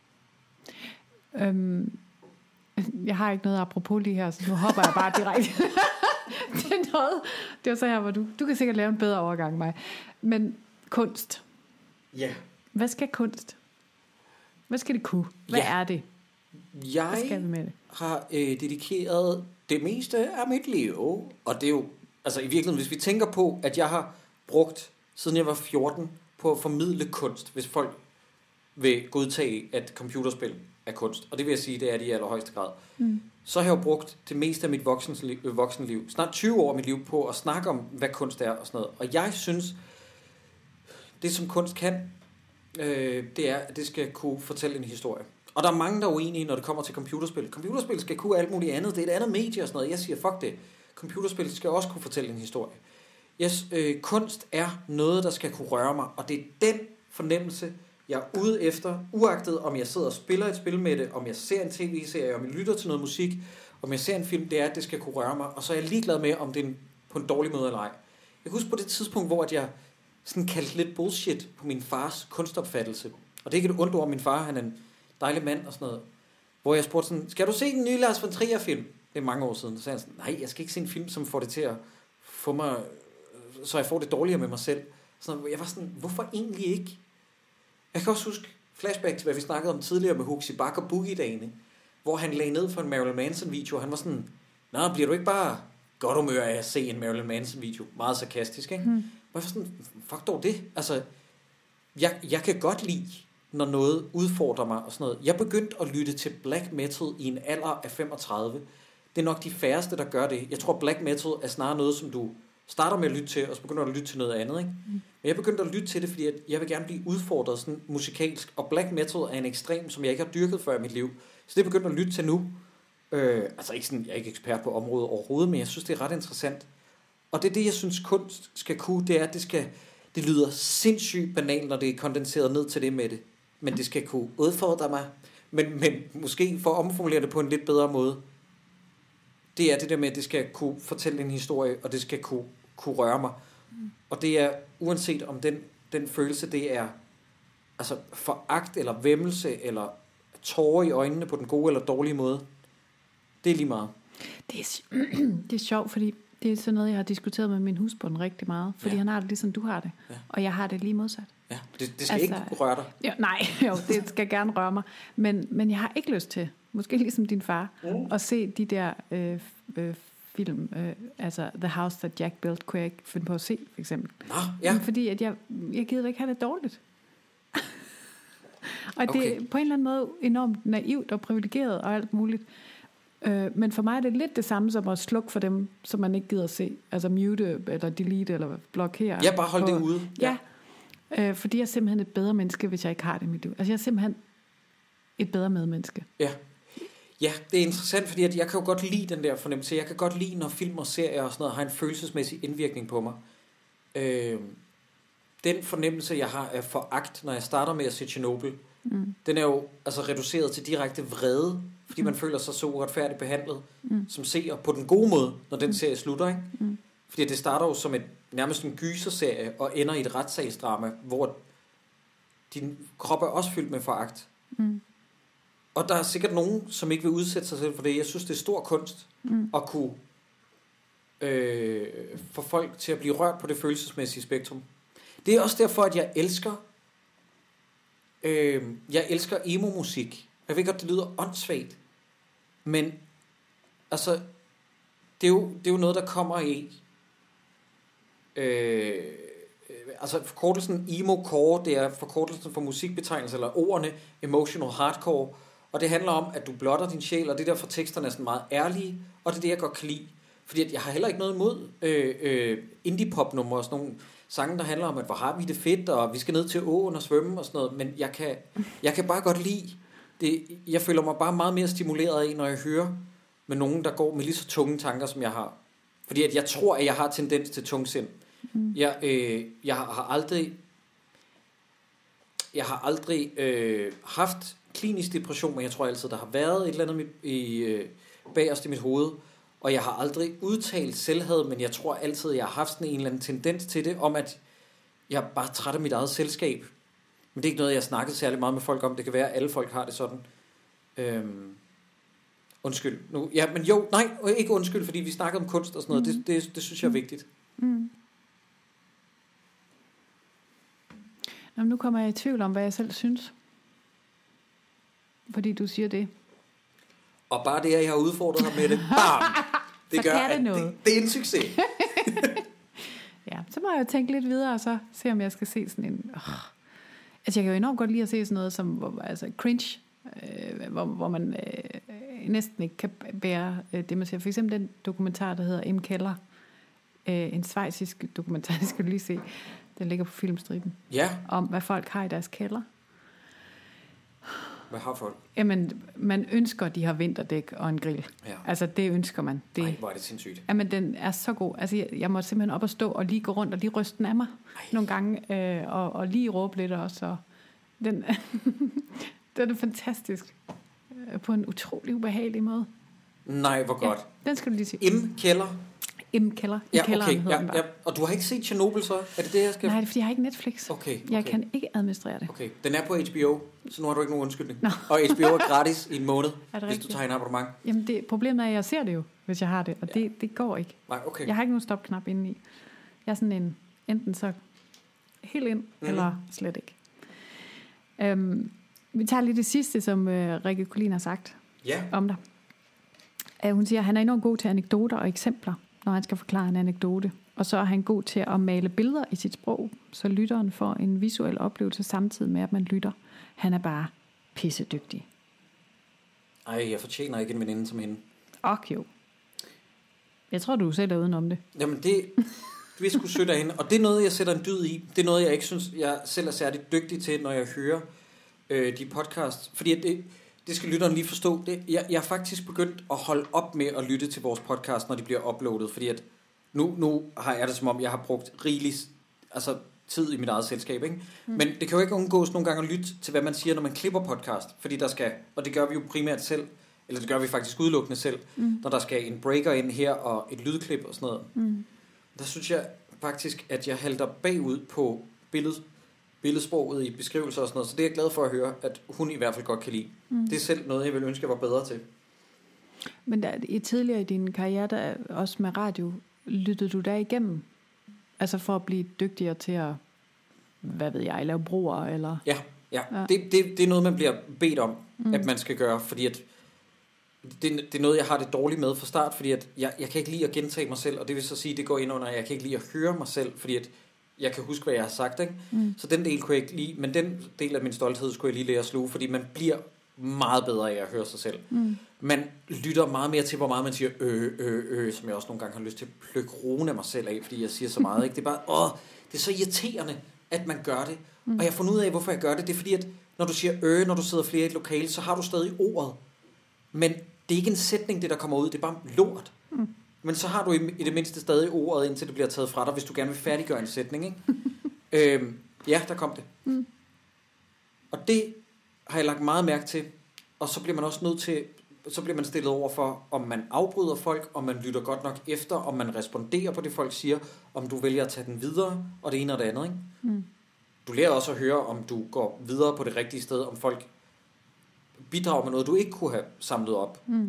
Øhm. Jeg har ikke noget apropos lige her, så nu hopper jeg bare direkte til noget. Det var så her, hvor du, du kan sikkert lave en bedre overgang end mig. Men kunst. Ja. Hvad skal kunst? Hvad skal det kunne? Hvad ja. er det? Jeg Hvad skal vi med det? har øh, dedikeret det meste af mit liv, og det er jo, altså i virkeligheden, hvis vi tænker på, at jeg har brugt, siden jeg var fjorten, på at formidle kunst, hvis folk vil godtage, at computerspil af kunst, og det vil jeg sige, det er det i allerhøjeste grad, Mm. så har jeg jo brugt det meste af mit voksenliv, voksenliv, snart tyve år af mit liv på at snakke om, hvad kunst er og sådan noget. Og jeg synes, det som kunst kan, øh, det er, at det skal kunne fortælle en historie. Og der er mange, der er uenige, når det kommer til computerspil. Computerspil skal kunne alt muligt andet. Det er et andet medie og sådan noget. Jeg siger, fuck det. Computerspil skal også kunne fortælle en historie. Yes, øh, kunst er noget, der skal kunne røre mig, og det er den fornemmelse, jeg er ude efter, uagtet om jeg sidder og spiller et spil med det, om jeg ser en tv-serie, om jeg lytter til noget musik, om jeg ser en film, det er, at det skal kunne røre mig, og så er jeg ligeglad med, om det er en, på en dårlig måde eller ej. Jeg kan huske på det tidspunkt, hvor jeg sådan kaldte lidt bullshit på min fars kunstopfattelse, og det er ikke et ondt ord, min far, han er en dejlig mand og sådan noget, hvor jeg spurgte sådan, skal du se den nye Lars von Trier film? Det er mange år siden. Så sagde han sådan, nej, jeg skal ikke se en film, som får det til at få mig, så jeg får det dårligere med mig selv. Så jeg var sådan, hvorfor egentlig ikke? Jeg kan også huske flashback til, hvad vi snakkede om tidligere med Huxi Bak og Boogie-dagene, hvor han lagde ned for en Marilyn Manson-video, og han var sådan, nå, bliver du ikke bare godt humør af at se en Marilyn Manson-video? Meget sarkastisk, ikke? Mm. Og jeg var sådan, fuck dog det. Altså, jeg, jeg kan godt lide, når noget udfordrer mig og sådan noget. Jeg begyndte at lytte til black metal i en alder af femogtredive. Det er nok de færreste, der gør det. Jeg tror, black metal er snarere noget, som du starter med at lytte til, og så begynder du at lytte til noget andet, ikke? Mm. Men jeg begyndte at lytte til det, fordi jeg vil gerne blive udfordret sådan musikalsk, og black metal er en ekstrem, som jeg ikke har dyrket før i mit liv. Så det er jeg begyndt at lytte til nu. Øh, altså ikke sådan, jeg er ikke ekspert på området overhovedet, men jeg synes, det er ret interessant. Og det er det, jeg synes, kunst skal kunne, det er, at det skal, det lyder sindssygt banalt, når det er kondenseret ned til det med det. Men det skal kunne udfordre mig. Men, men måske for at omformulere det på en lidt bedre måde, det er det der med, at det skal kunne fortælle en historie, og det skal kunne, kunne røre mig. Mm. Og det er, uanset om den, den følelse, det er altså foragt, eller væmmelse, eller tårer i øjnene på den gode eller dårlige måde, det er lige meget. Det er, det er sjovt, fordi det er sådan noget, jeg har diskuteret med min husbund rigtig meget, fordi ja. Han har det ligesom du har det, ja. Og jeg har det lige modsat. Ja, det, det skal altså, ikke kunne røre dig. Ja, nej, jo, det skal gerne røre mig, men, men jeg har ikke lyst til, måske ligesom din far, mm. at se de der øh, øh, film, øh, altså The House That Jack Built, kunne jeg ikke finde på at se, for eksempel. Nå, ja. Men fordi at jeg, jeg gider ikke have det dårligt. Og okay. Det er på en eller anden måde enormt naivt og privilegeret og alt muligt. Øh, men for mig er det lidt det samme som at slukke for dem, som man ikke gider at se. Altså mute eller delete eller blokere. Ja, bare hold på, det ude. Ja, ja. Øh, fordi jeg er simpelthen et bedre menneske, hvis jeg ikke har det i mit liv. Altså jeg er simpelthen et bedre medmenneske. Ja. Ja, det er interessant, fordi at jeg kan jo godt lide den der fornemmelse. Jeg kan godt lide, når film og serier og sådan noget har en følelsesmæssig indvirkning på mig. Øh, den fornemmelse, jeg har af foragt, når jeg starter med at se Chernobyl, mm. den er jo altså reduceret til direkte vrede, fordi mm. man føler sig så uretfærdigt behandlet, mm. som seer på den gode måde, når den serie slutter, ikke? Mm. Fordi det starter jo som et nærmest en gyserserie og ender i et retssagsdrama, hvor din krop er også fyldt med foragt. Mm. Og der er sikkert nogen, som ikke vil udsætte sig selv for det. Jeg synes, det er stor kunst mm. at kunne øh, få folk til at blive rørt på det følelsesmæssige spektrum. Det er også derfor, at jeg elsker øh, jeg elsker emo-musik. Jeg ved godt, det lyder åndssvagt, men altså, det er jo, det er jo noget, der kommer i øh, altså forkortelsen emo-core, det er forkortelsen for musikbetegnelse, eller ordene emotional hardcore, og det handler om, at du blotter din sjæl, og det der for teksterne er sådan meget ærlige, og det er det, jeg godt kan lide. Fordi at jeg har heller ikke noget imod øh, øh, indie-pop-numre og sådan nogle sange, der handler om, at hvor har vi det fedt, og vi skal ned til åen og svømme og sådan noget, men jeg kan, jeg kan bare godt lide det. Jeg føler mig bare meget mere stimuleret af, når jeg hører med nogen, der går med lige så tunge tanker, som jeg har. Fordi at jeg tror, at jeg har tendens til tungsind. Mm. Jeg, øh, jeg har aldrig jeg har aldrig øh, haft klinisk depression, men jeg tror altid, der har været et eller andet i, øh, bagerst i mit hoved, og jeg har aldrig udtalt selvhad, men jeg tror altid, jeg har haft sådan en eller anden tendens til det, om at jeg er bare træt af mit eget selskab. Men det er ikke noget, jeg har snakket særlig meget med folk om. Det kan være, at alle folk har det sådan. Øhm, undskyld. Nu, ja, men jo, nej, ikke undskyld, fordi vi snakker om kunst og sådan noget. Mm. Det, det, det synes jeg er vigtigt. Mm. Nå, nu kommer jeg i tvivl om, hvad jeg selv synes. Fordi du siger det. Og bare det, at jeg har udfordret ham med det, bam! Det gør, det, det, det, det er en succes. Ja, så må jeg jo tænke lidt videre, og så se, om jeg skal se sådan en... Oh. Altså, jeg kan jo enormt godt lide at se sådan noget som altså cringe øh, hvor, hvor man øh, næsten ikke kan bære øh, det, man ser. For eksempel den dokumentar, der hedder Im Keller. Øh, en schweizisk dokumentar, det skal du lige se. Den ligger på Filmstriben. Ja. Om, hvad folk har i deres kælder. Hvad har folk? Jamen, man ønsker, de har vinterdæk og en grill. Ja. Altså, det ønsker man. Det, Ej, hvor er det sindssygt. Jamen, den er så god. Altså, jeg, jeg må simpelthen op og stå og lige gå rundt og lige ryste den af mig Ej. nogle gange. Øh, og, og lige råbe lidt også. Og den, den er fantastisk. På en utrolig ubehagelig måde. Nej, hvor godt. Ja, den skal du lige se. Im Keller. Im Keller. I ja, kælderen okay. Ja, ja. Og du har ikke set Chernobyl så? Er det det, jeg skal... Nej, det er fordi, jeg har ikke Netflix. Okay, okay. Jeg kan ikke administrere det. Okay, den er på H B O, så nu har du ikke nogen undskyldning. Nå. Og H B O er gratis i en måned, hvis rigtigt? du tager en abonnement. Jamen, det, problemet er, at jeg ser det jo, hvis jeg har det. Og ja. det, det går ikke. Nej, okay. Jeg har ikke nogen stopknap inde i. Jeg er sådan en, enten så helt ind, mm. eller slet ikke. Øhm, vi tager lige det sidste, som øh, Rikke Collin har sagt ja. om dig. Uh, hun siger, at han er enormt god til anekdoter og eksempler, når han skal forklare en anekdote. Og så er han god til at male billeder i sit sprog, så lytteren får en visuel oplevelse samtidig med, at man lytter. Han er bare pissedygtig. Ej, jeg fortjener ikke en veninde som hende. Ok, jo. Jeg tror, du selv er udenom det. Jamen, det... Vi skulle søge derhen, og det er noget, jeg sætter en dyd i. Det er noget, jeg ikke synes, jeg selv er særligt dygtig til, når jeg hører øh, de podcasts. Fordi det, det skal lytteren lige forstå. Det, jeg, jeg er faktisk begyndt at holde op med at lytte til vores podcast, når de bliver uploadet. Fordi at nu, nu har jeg det som om, jeg har brugt rigelig altså, tid i mit eget selskab. Ikke? Mm. Men det kan jo ikke undgås nogle gange at lytte til, hvad man siger, når man klipper podcast. Fordi der skal, og det gør vi jo primært selv, eller det gør vi faktisk udelukkende selv, mm. når der skal en breaker ind her og et lydklip og sådan noget. Mm. Der synes jeg faktisk, at jeg halter bagud på billed, billedsproget i beskrivelser og sådan noget. Så det er jeg glad for at høre, at hun i hvert fald godt kan lide. Mm. Det er selv noget, jeg vil ønske, jeg var bedre til. Men der, i tidligere i din karriere, der, også med radio, lyttede du der igennem? Altså for at blive dygtigere til at, hvad ved jeg, lave broer eller... Ja, ja. ja. Det, det, det er noget, man bliver bedt om, mm. at man skal gøre, fordi at Det, det er noget, jeg har det dårligt med fra start, fordi at jeg, jeg kan ikke lide at gentage mig selv, og det vil så sige, at det går ind under, at jeg kan ikke lide at høre mig selv, fordi at jeg kan huske, hvad jeg har sagt, ikke? Mm. Så den del kunne jeg ikke lide, men den del af min stolthed skulle jeg lige lære at sluge, fordi man bliver meget bedre af at høre sig selv. Mm. Man lytter meget mere til, hvor meget man siger øh, øh, øh, som jeg også nogle gange har lyst til at plukke roen af mig selv af, fordi jeg siger så meget, ikke? Det er bare, åh, det er så irriterende, at man gør det. Mm. Og jeg har fundet ud af, hvorfor jeg gør det. Det er fordi, at når du siger øh, når du sidder flere i et lokale, så har du stadig ordet. Men det er ikke en sætning, det der kommer ud, det er bare lort. Mm. Men så har du i, i det mindste stadig ordet, indtil det bliver taget fra dig, hvis du gerne vil færdiggøre en sætning, ikke? øhm, ja, der kom det. Mm. Og det har jeg lagt meget mærke til, og så bliver man også nødt til, så bliver man stillet over for, om man afbryder folk, om man lytter godt nok efter, om man responderer på det, folk siger, om du vælger at tage den videre, og det ene og det andet, ikke? Mm. Du lærer også at høre, om du går videre på det rigtige sted, om folk bidrager med noget, du ikke kunne have samlet op. Mm.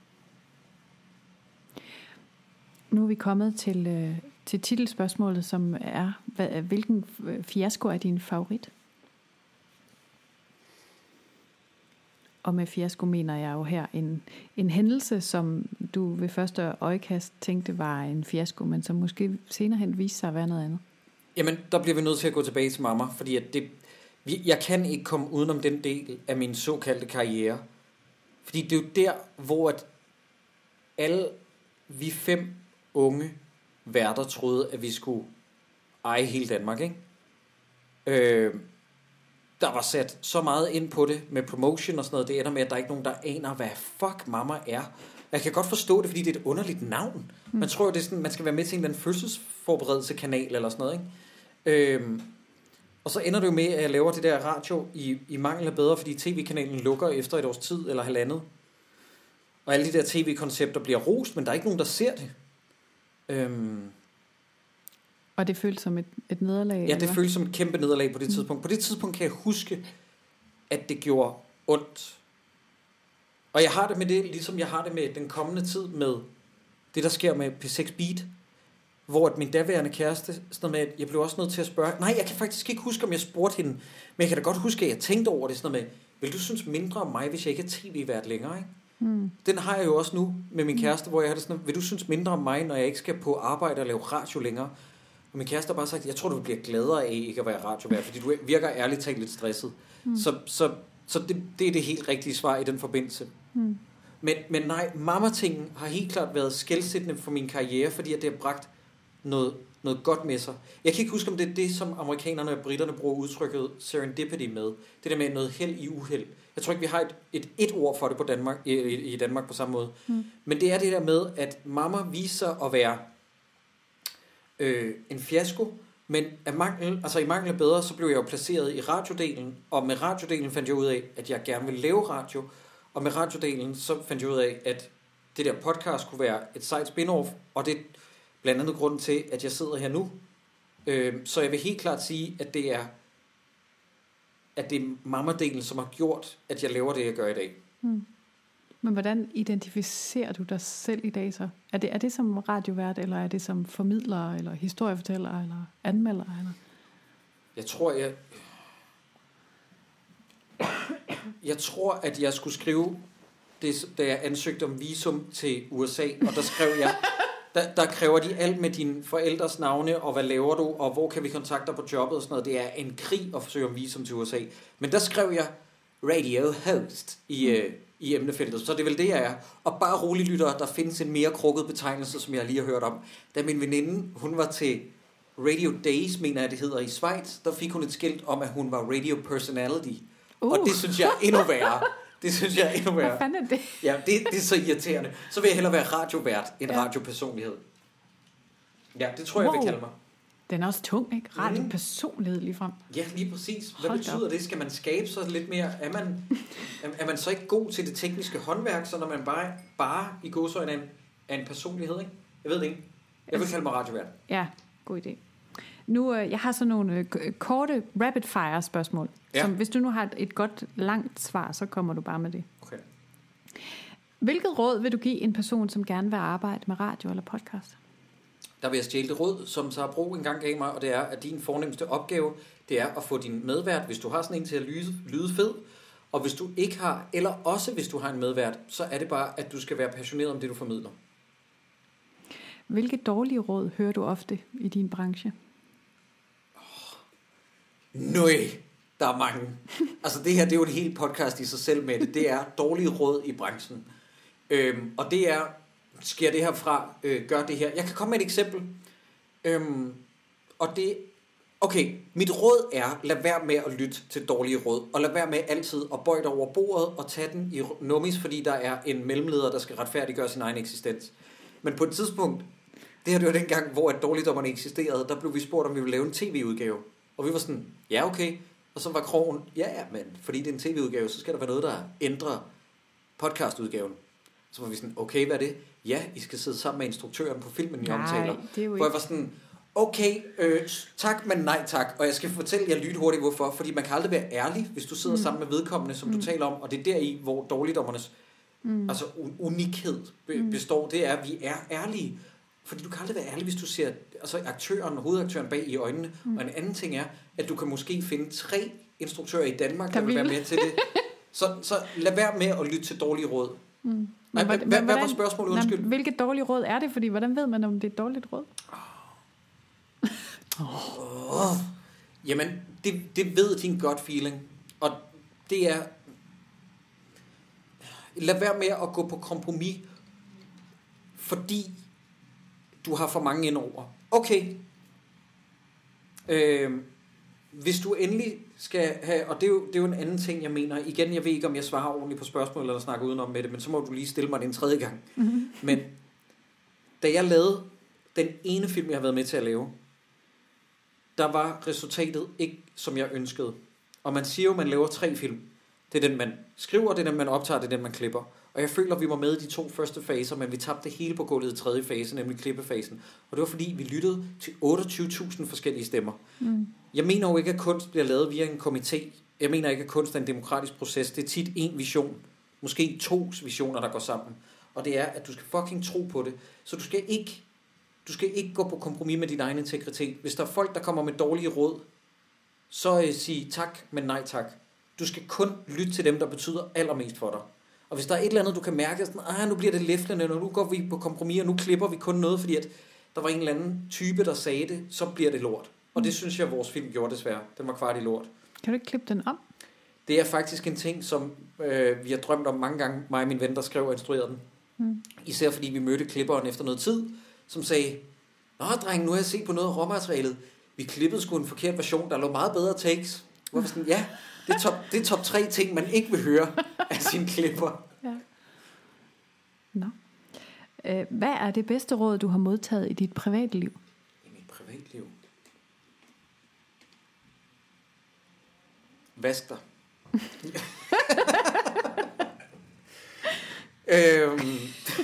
Nu er vi kommet til, øh, til titelspørgsmålet, som er, hvad, hvilken fiasko er din favorit? Og med fiasko mener jeg jo her en, en hændelse, som du ved første øjekast tænkte var en fiasko, men som måske senere hen viste sig at være noget andet. Jamen, der bliver vi nødt til at gå tilbage til mamma, fordi at det, jeg kan ikke komme udenom den del af min såkaldte karriere. Fordi det er jo der, hvor at alle vi fem unge værter troede, at vi skulle eje hele Danmark, ikke? Øh, der var sat så meget ind på det med promotion og sådan noget. Det ender med, at der er ikke nogen, der aner, hvad fuck mamma er. Jeg kan godt forstå det, fordi det er et underligt navn. Mm. Man tror, det er sådan, man skal være med til en eller anden fødselsforberedelse-kanal eller sådan noget, ikke? Øh, Og så ender det jo med, at jeg laver det der radio i, i mangel af bedre, fordi tv-kanalen lukker efter et års tid eller halvandet. Og alle de der tv-koncepter bliver rost, men der er ikke nogen, der ser det. Øhm. Og det føles som et, et nederlag? Ja, det føles som et kæmpe nederlag på det mm. tidspunkt. På det tidspunkt kan jeg huske, at det gjorde ondt. Og jeg har det med det, ligesom jeg har det med den kommende tid med det, der sker med P seks Beat. Hvor at min daværende kæreste, sådan med, at jeg blev også nødt til at spørge, nej, jeg kan faktisk ikke huske, om jeg spurgte hende, men jeg kan da godt huske, at jeg tænkte over det, sådan med, vil du synes mindre om mig, hvis jeg ikke er tv-vært længere, ikke? Mm. Den har jeg jo også nu med min kæreste, hvor jeg har det sådan, vil du synes mindre om mig, når jeg ikke skal på arbejde og lave radio længere? Og min kæreste har bare sagt, jeg tror, du bliver gladere af ikke at være radiovært, fordi du virker ærligt talt lidt stresset. Mm. Så, så Så det, det er det helt rigtige svar i den forbindelse. Mm. Men, men nej, mamma-tingen har helt klart været skelsættende for min karriere, fordi at det har bragt noget, noget godt med sig. Jeg kan ikke huske, om det er det, som amerikanerne og britterne bruger udtrykket serendipity med. Det der med noget held i uheld. Jeg tror ikke, vi har et, et, et ord for det på Danmark, i, i Danmark på samme måde. Mm. Men det er det der med, at mamma viser at være øh, en fiasko, men af mangel, altså i mangel af bedre, så blev jeg jo placeret i radiodelen, og med radiodelen fandt jeg ud af, at jeg gerne ville lave radio, og med radiodelen så fandt jeg ud af, at det der podcast kunne være et sejt spin-off, og det er blandt andet grunden til, at jeg sidder her nu. Øh, så jeg vil helt klart sige, at det er at det er mamma-delen, som har gjort, at jeg laver det, jeg gør i dag. Hmm. Men hvordan identificerer du dig selv i dag så? Er det, er det som radiovært, eller er det som formidler, eller historiefortæller, eller anmelder? Eller? Jeg tror, jeg... Jeg tror, at jeg skulle skrive det, da jeg ansøgte om visum til U S A, og der skrev jeg, der, der kræver de alt med dine forældres navne, og hvad laver du, og hvor kan vi kontakte dig på jobbet og sådan noget. Det er en krig at forsøge om visum til U S A. Men der skrev jeg radio host i, øh, i emnefeltet, så det er vel det, jeg er. Og bare rolig lytter, der findes en mere krukket betegnelse, som jeg lige har hørt om. Da min veninde, hun var til Radio Days, mener jeg det hedder, i Schweiz, der fik hun et skilt om, at hun var radio personality. Uh. Og det synes jeg er endnu værre. Det synes jeg er endnu værre. Hvad fanden er det? Ja, det, det er så irriterende. Så vil jeg hellere være radiovært end ja. radiopersonlighed. Ja, det tror jeg, wow. jeg vil kalde mig. Den er også tung, ikke? Radiopersonlighed ligefrem. Ja, lige præcis. Hvad Hold betyder op. det? Skal man skabe så lidt mere? Er man, er, er man så ikke god til det tekniske håndværk, så når man bare, bare i gåseøjne er en, er en personlighed, ikke? Jeg ved det ikke. Jeg vil kalde mig radiovært. Ja, god idé. Nu, øh, jeg har sådan nogle øh, korte rapid fire spørgsmål. Ja. Som, hvis du nu har et, et godt, langt svar, så kommer du bare med det. Okay. Hvilket råd vil du give en person, som gerne vil arbejde med radio eller podcast? Der vil jeg stjæle det råd, som Sara Bro engang gav mig, og det er, at din fornemmeste opgave, det er at få din medvært, hvis du har sådan en til at lyde, lyde fed, og hvis du ikke har, eller også hvis du har en medvært, så er det bare, at du skal være passioneret om det, du formidler. Hvilke dårlige råd hører du ofte i din branche? Nøj, der er mange. Altså det her, det er jo et helt podcast i sig selv med det. Det er dårlige råd i branchen. Øhm, og det er, sker det herfra, øh, gør det her. Jeg kan komme med et eksempel. Øhm, og det, okay, mit råd er, lad være med at lytte til dårlige råd. Og lad være med altid at bøje dig over bordet og tage den i nummis, fordi der er en mellemleder, der skal retfærdiggøre sin egen eksistens. Men på et tidspunkt, det her det var dengang, hvor at dårligdommerne eksisterede, der blev vi spurgt, om vi ville lave en tv-udgave. Og vi var sådan, ja okay. Og så var krogen, ja ja, men fordi det er en tv-udgave, så skal der være noget, der ændrer podcastudgaven. Så var vi sådan, okay, hvad er det? Ja, I skal sidde sammen med instruktøren på filmen, I omtaler. Hvor jeg var sådan, okay, øh, tak, men nej tak. Og jeg skal fortælle jer lynhurtigt, hvorfor. Fordi man kan aldrig være ærlig, hvis du sidder mm. sammen med vedkommende, som mm. du taler om. Og det er deri, hvor dårligdommernes mm. altså, unikhed består. Det er, at vi er ærlige. Fordi du kan aldrig være ærlig, hvis du ser altså aktøren, hovedaktøren bag i øjnene. Mm. Og en anden ting er, at du kan måske finde tre instruktører i Danmark, der, der vil være med til det. Så, så lad være med at lytte til dårlige råd. Mm. Nej, hvad, hvad, hvad var spørgsmålet? Undskyld. Nej, hvilket dårligt råd er det? Fordi hvordan ved man, om det er et dårligt råd? Oh. Oh. Jamen, det, det ved din gut feeling. Og det er... Lad være med at gå på kompromis, fordi du har for mange indover. Okay. Øh, hvis du endelig skal have, og det er, jo, det er jo en anden ting, jeg mener. Igen, jeg ved ikke, om jeg svarer ordentligt på spørgsmål, eller snakker udenom med det, men så må du lige stille mig det en tredje gang. Mm-hmm. Men da jeg lavede den ene film, jeg har været med til at lave, der var resultatet ikke, som jeg ønskede. Og man siger jo, at man laver tre film. Det er den, man skriver, det er den, man optager, det er den, man klipper. Og jeg føler, at vi var med i de to første faser, men vi tabte det hele på gulvet i tredje fase, nemlig klippefasen. Og det var fordi, vi lyttede til otteogtyve tusind forskellige stemmer. Mm. Jeg mener jo ikke, at kunst bliver lavet via en komité. Jeg mener ikke, at kunst er en demokratisk proces. Det er tit en vision. Måske to visioner, der går sammen. Og det er, at du skal fucking tro på det. Så du skal ikke, du skal ikke gå på kompromis med din egen integritet. Hvis der er folk, der kommer med dårlige råd, så øh, sig tak, men nej tak. Du skal kun lytte til dem, der betyder allermest for dig. Og hvis der er et eller andet, du kan mærke, sådan, ah, nu bliver det læflende, og nu går vi på kompromis, og nu klipper vi kun noget, fordi at der var en eller anden type, der sagde det, så bliver det lort. Og det synes jeg, vores film gjorde desværre. Den var kvart i lort. Kan du ikke klippe den om? Det er faktisk en ting, som øh, vi har drømt om mange gange, mig og min ven, der skrev og instruerede den. Mm. Især fordi vi mødte klipperen efter noget tid, som sagde, nå dreng, nu har jeg set på noget af råmaterialet. Vi klippede sgu en forkert version, der lå meget bedre takes. Hvorfor sådan, ja, det er, top, det er top tre ting, man ikke vil høre af sin klipper. Ja. Nå. Øh, hvad er det bedste råd, du har modtaget i dit privatliv? I mit privatliv? Vask dig. øhm.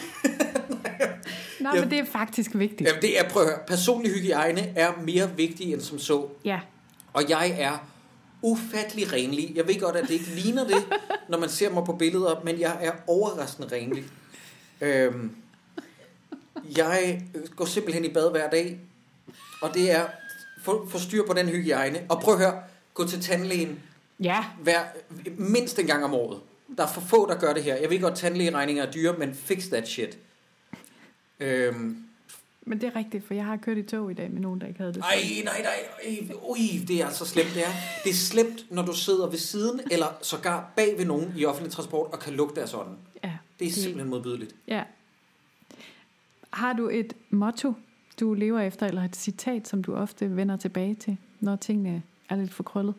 Nå, men det er faktisk vigtigt. Jamen, det er, prøv at høre, personlig hygiejne er mere vigtig end som så. Ja. Og jeg er ufattelig renlig. Jeg ved godt, at det ikke ligner det, når man ser mig på billeder, men jeg er overraskende renlig. Øhm, jeg går simpelthen i bad hver dag, og det er få, få styr på den hygiejne. Og prøv at høre, gå til tandlægen ja. hver, mindst en gang om året. Der er for få, der gør det her. Jeg ved godt, tandlægeregninger er dyre, men fix that shit. Øhm, Men det er rigtigt, for jeg har kørt i tog i dag med nogen, der ikke havde det. Ej, nej, nej, ui, det er så slemt, det er. Det er slemt, når du sidder ved siden, eller sågar bag ved nogen i offentlig transport, og kan lugte af sådan. Ja, det er det... simpelthen modbydeligt. Ja. Har du et motto, du lever efter, eller et citat, som du ofte vender tilbage til, når tingene er lidt for krøllet?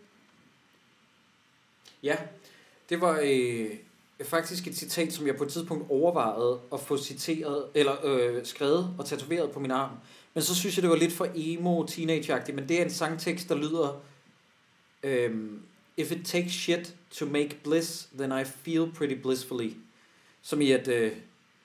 Ja, det var øh, faktisk et citat, som jeg på et tidspunkt overvejede at få citeret, eller øh, skrevet og tatoveret på min arm. Men så synes jeg, det var lidt for emo, teenage-agtigt. Men det er en sangtekst, der lyder øhm, If it takes shit to make bliss, then I feel pretty blissfully. Som i at øh,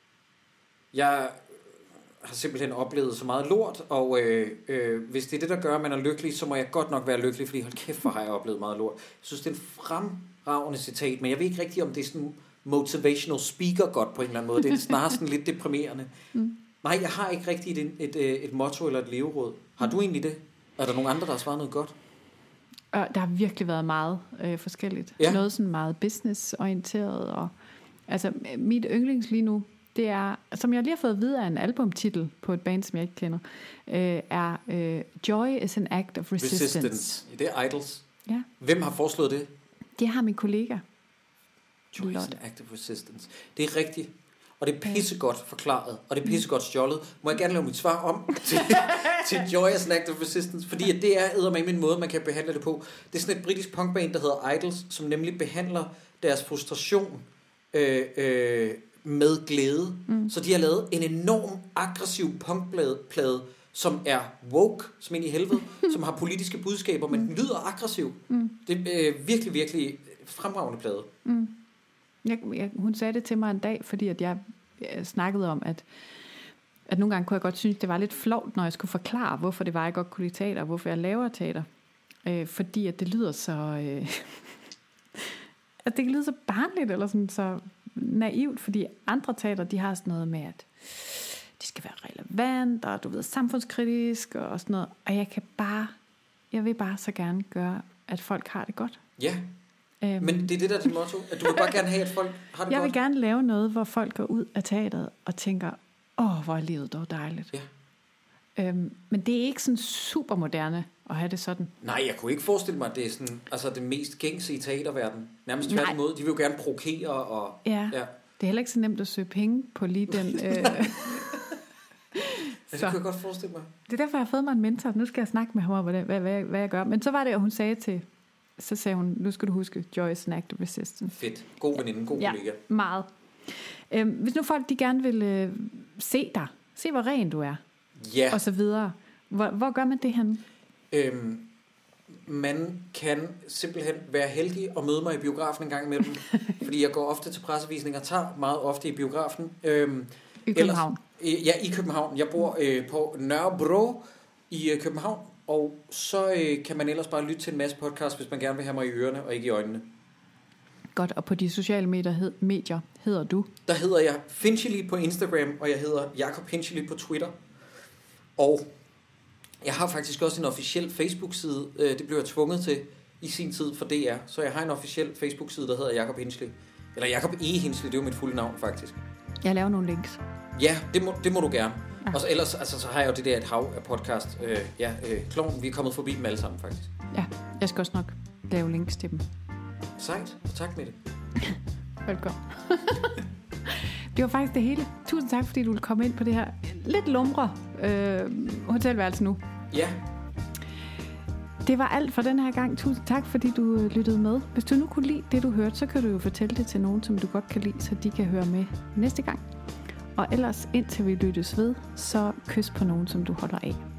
jeg har simpelthen oplevet så meget lort, og øh, øh, hvis det er det, der gør, at man er lykkelig, så må jeg godt nok være lykkelig, fordi hold kæft, hvor har jeg oplevet meget lort. Jeg synes, det er en fremragende citat, men jeg ved ikke rigtigt, om det er sådan motivational speaker godt på en eller anden måde. Det er snarere sådan lidt deprimerende. Mm. Nej, jeg har ikke rigtigt et, et, et, et motto eller et leveråd. Har du egentlig det? Er der nogen andre, der har svaret noget godt? Og der har virkelig været meget øh, forskelligt. Ja. Noget sådan meget businessorienteret. Og, altså, mit yndlings lige nu, det er, som jeg lige har fået at vide af en albumtitel på et band, som jeg ikke kender, øh, er øh, Joy is an act of resistance. resistance. Det er Idols. Ja. Hvem har foreslået det? Det har min kollega. Joy is an act of resistance. Det er rigtigt. Og det er pissegodt forklaret, og det er pissegodt stjålet. Må jeg gerne lave mit svar om til, til Joy is an act of resistance? Fordi at det er eddermame en måde, man kan behandle det på. Det er sådan et britisk punkband, der hedder Idols, som nemlig behandler deres frustration øh, øh, med glæde. Mm. Så de har lavet en enorm aggressiv punkplade, som er woke, som ind i helvede, som har politiske budskaber, men den lyder aggressiv. Mm. Det er øh, virkelig, virkelig fremragende plade. Mm. Jeg, jeg, hun sagde det til mig en dag, fordi at jeg, jeg snakkede om, at, at nogle gange kunne jeg godt synes, det var lidt flovt, når jeg skulle forklare, hvorfor det var, jeg godt kunne lide teater, og hvorfor jeg laver teater. Øh, fordi at det lyder så... Øh, at det lyder så barnligt, eller sådan så naivt, fordi andre teater, de har sådan noget med, at de skal være relevant, og du ved, samfundskritisk, og sådan noget. Og jeg kan bare... Jeg vil bare så gerne gøre, at folk har det godt. Ja. Øhm, Men det er det der til motto, at du vil bare gerne have, at folk har det jeg godt. Jeg vil gerne lave noget, hvor folk går ud af teateret og tænker, åh, hvor er livet dog dejligt. Ja. Øhm, men det er ikke sådan super moderne at have det sådan. Nej, jeg kunne ikke forestille mig, at det er sådan, altså det mest gængse i teaterverdenen. Nærmest tværtimod, de vil jo gerne provokere. Og, ja, ja, det er heller ikke så nemt at søge penge på lige den... øh, det kan jeg godt forestille mig. Det er derfor, jeg har fået mig en mentor. Nu skal jeg snakke med ham om, hvad, hvad, hvad, hvad jeg gør. Men så var det, at hun sagde til... Så sagde hun, nu skal du huske, Joy is an act of resistance. Fedt. God veninde, god ja, kollega. Meget. Øhm, hvis nu folk, de gerne vil øh, se dig, se hvor ren du er, ja. og så videre. Hvor, hvor gør man det henne? Øhm, man kan simpelthen være heldig og møde mig i biografen en gang imellem. Fordi jeg går ofte til pressevisninger, tager meget ofte i biografen. Øhm, I København? Ellers, øh, ja, i København. Jeg bor øh, på Nørrebro i øh, København. Og så øh, kan man ellers bare lytte til en masse podcast, hvis man gerne vil have mig i ørerne og ikke i øjnene. Godt, og på de sociale medier, hed, medier hedder du? Der hedder jeg Finchley på Instagram, og jeg hedder Jakob Finchley på Twitter. Og jeg har faktisk også en officiel Facebook-side, øh, det blev jeg tvunget til i sin tid for D R. Så jeg har en officiel Facebook-side, der hedder Jakob Hinchley. Eller Jakob E. Hinchley, det er jo mit fulde navn faktisk. Jeg laver nogle links. Ja, det må, det må du gerne. Ja. Og så, ellers altså, så har jeg jo det der et hav af podcast. Øh, ja, øh, Klovn, vi er kommet forbi dem alle sammen faktisk. Ja, jeg skal også nok lave links til dem. Sejt. Tak med det. Velkommen. Det var faktisk det hele. Tusind tak, fordi du ville komme ind på det her lidt lumre øh, hotelværelse nu. Ja. Det var alt for den her gang. Tusind tak, fordi du lyttede med. Hvis du nu kunne lide det, du hørte, så kan du jo fortælle det til nogen, som du godt kan lide, så de kan høre med næste gang. Og ellers, indtil vi lyttes ved, så kys på nogen, som du holder af.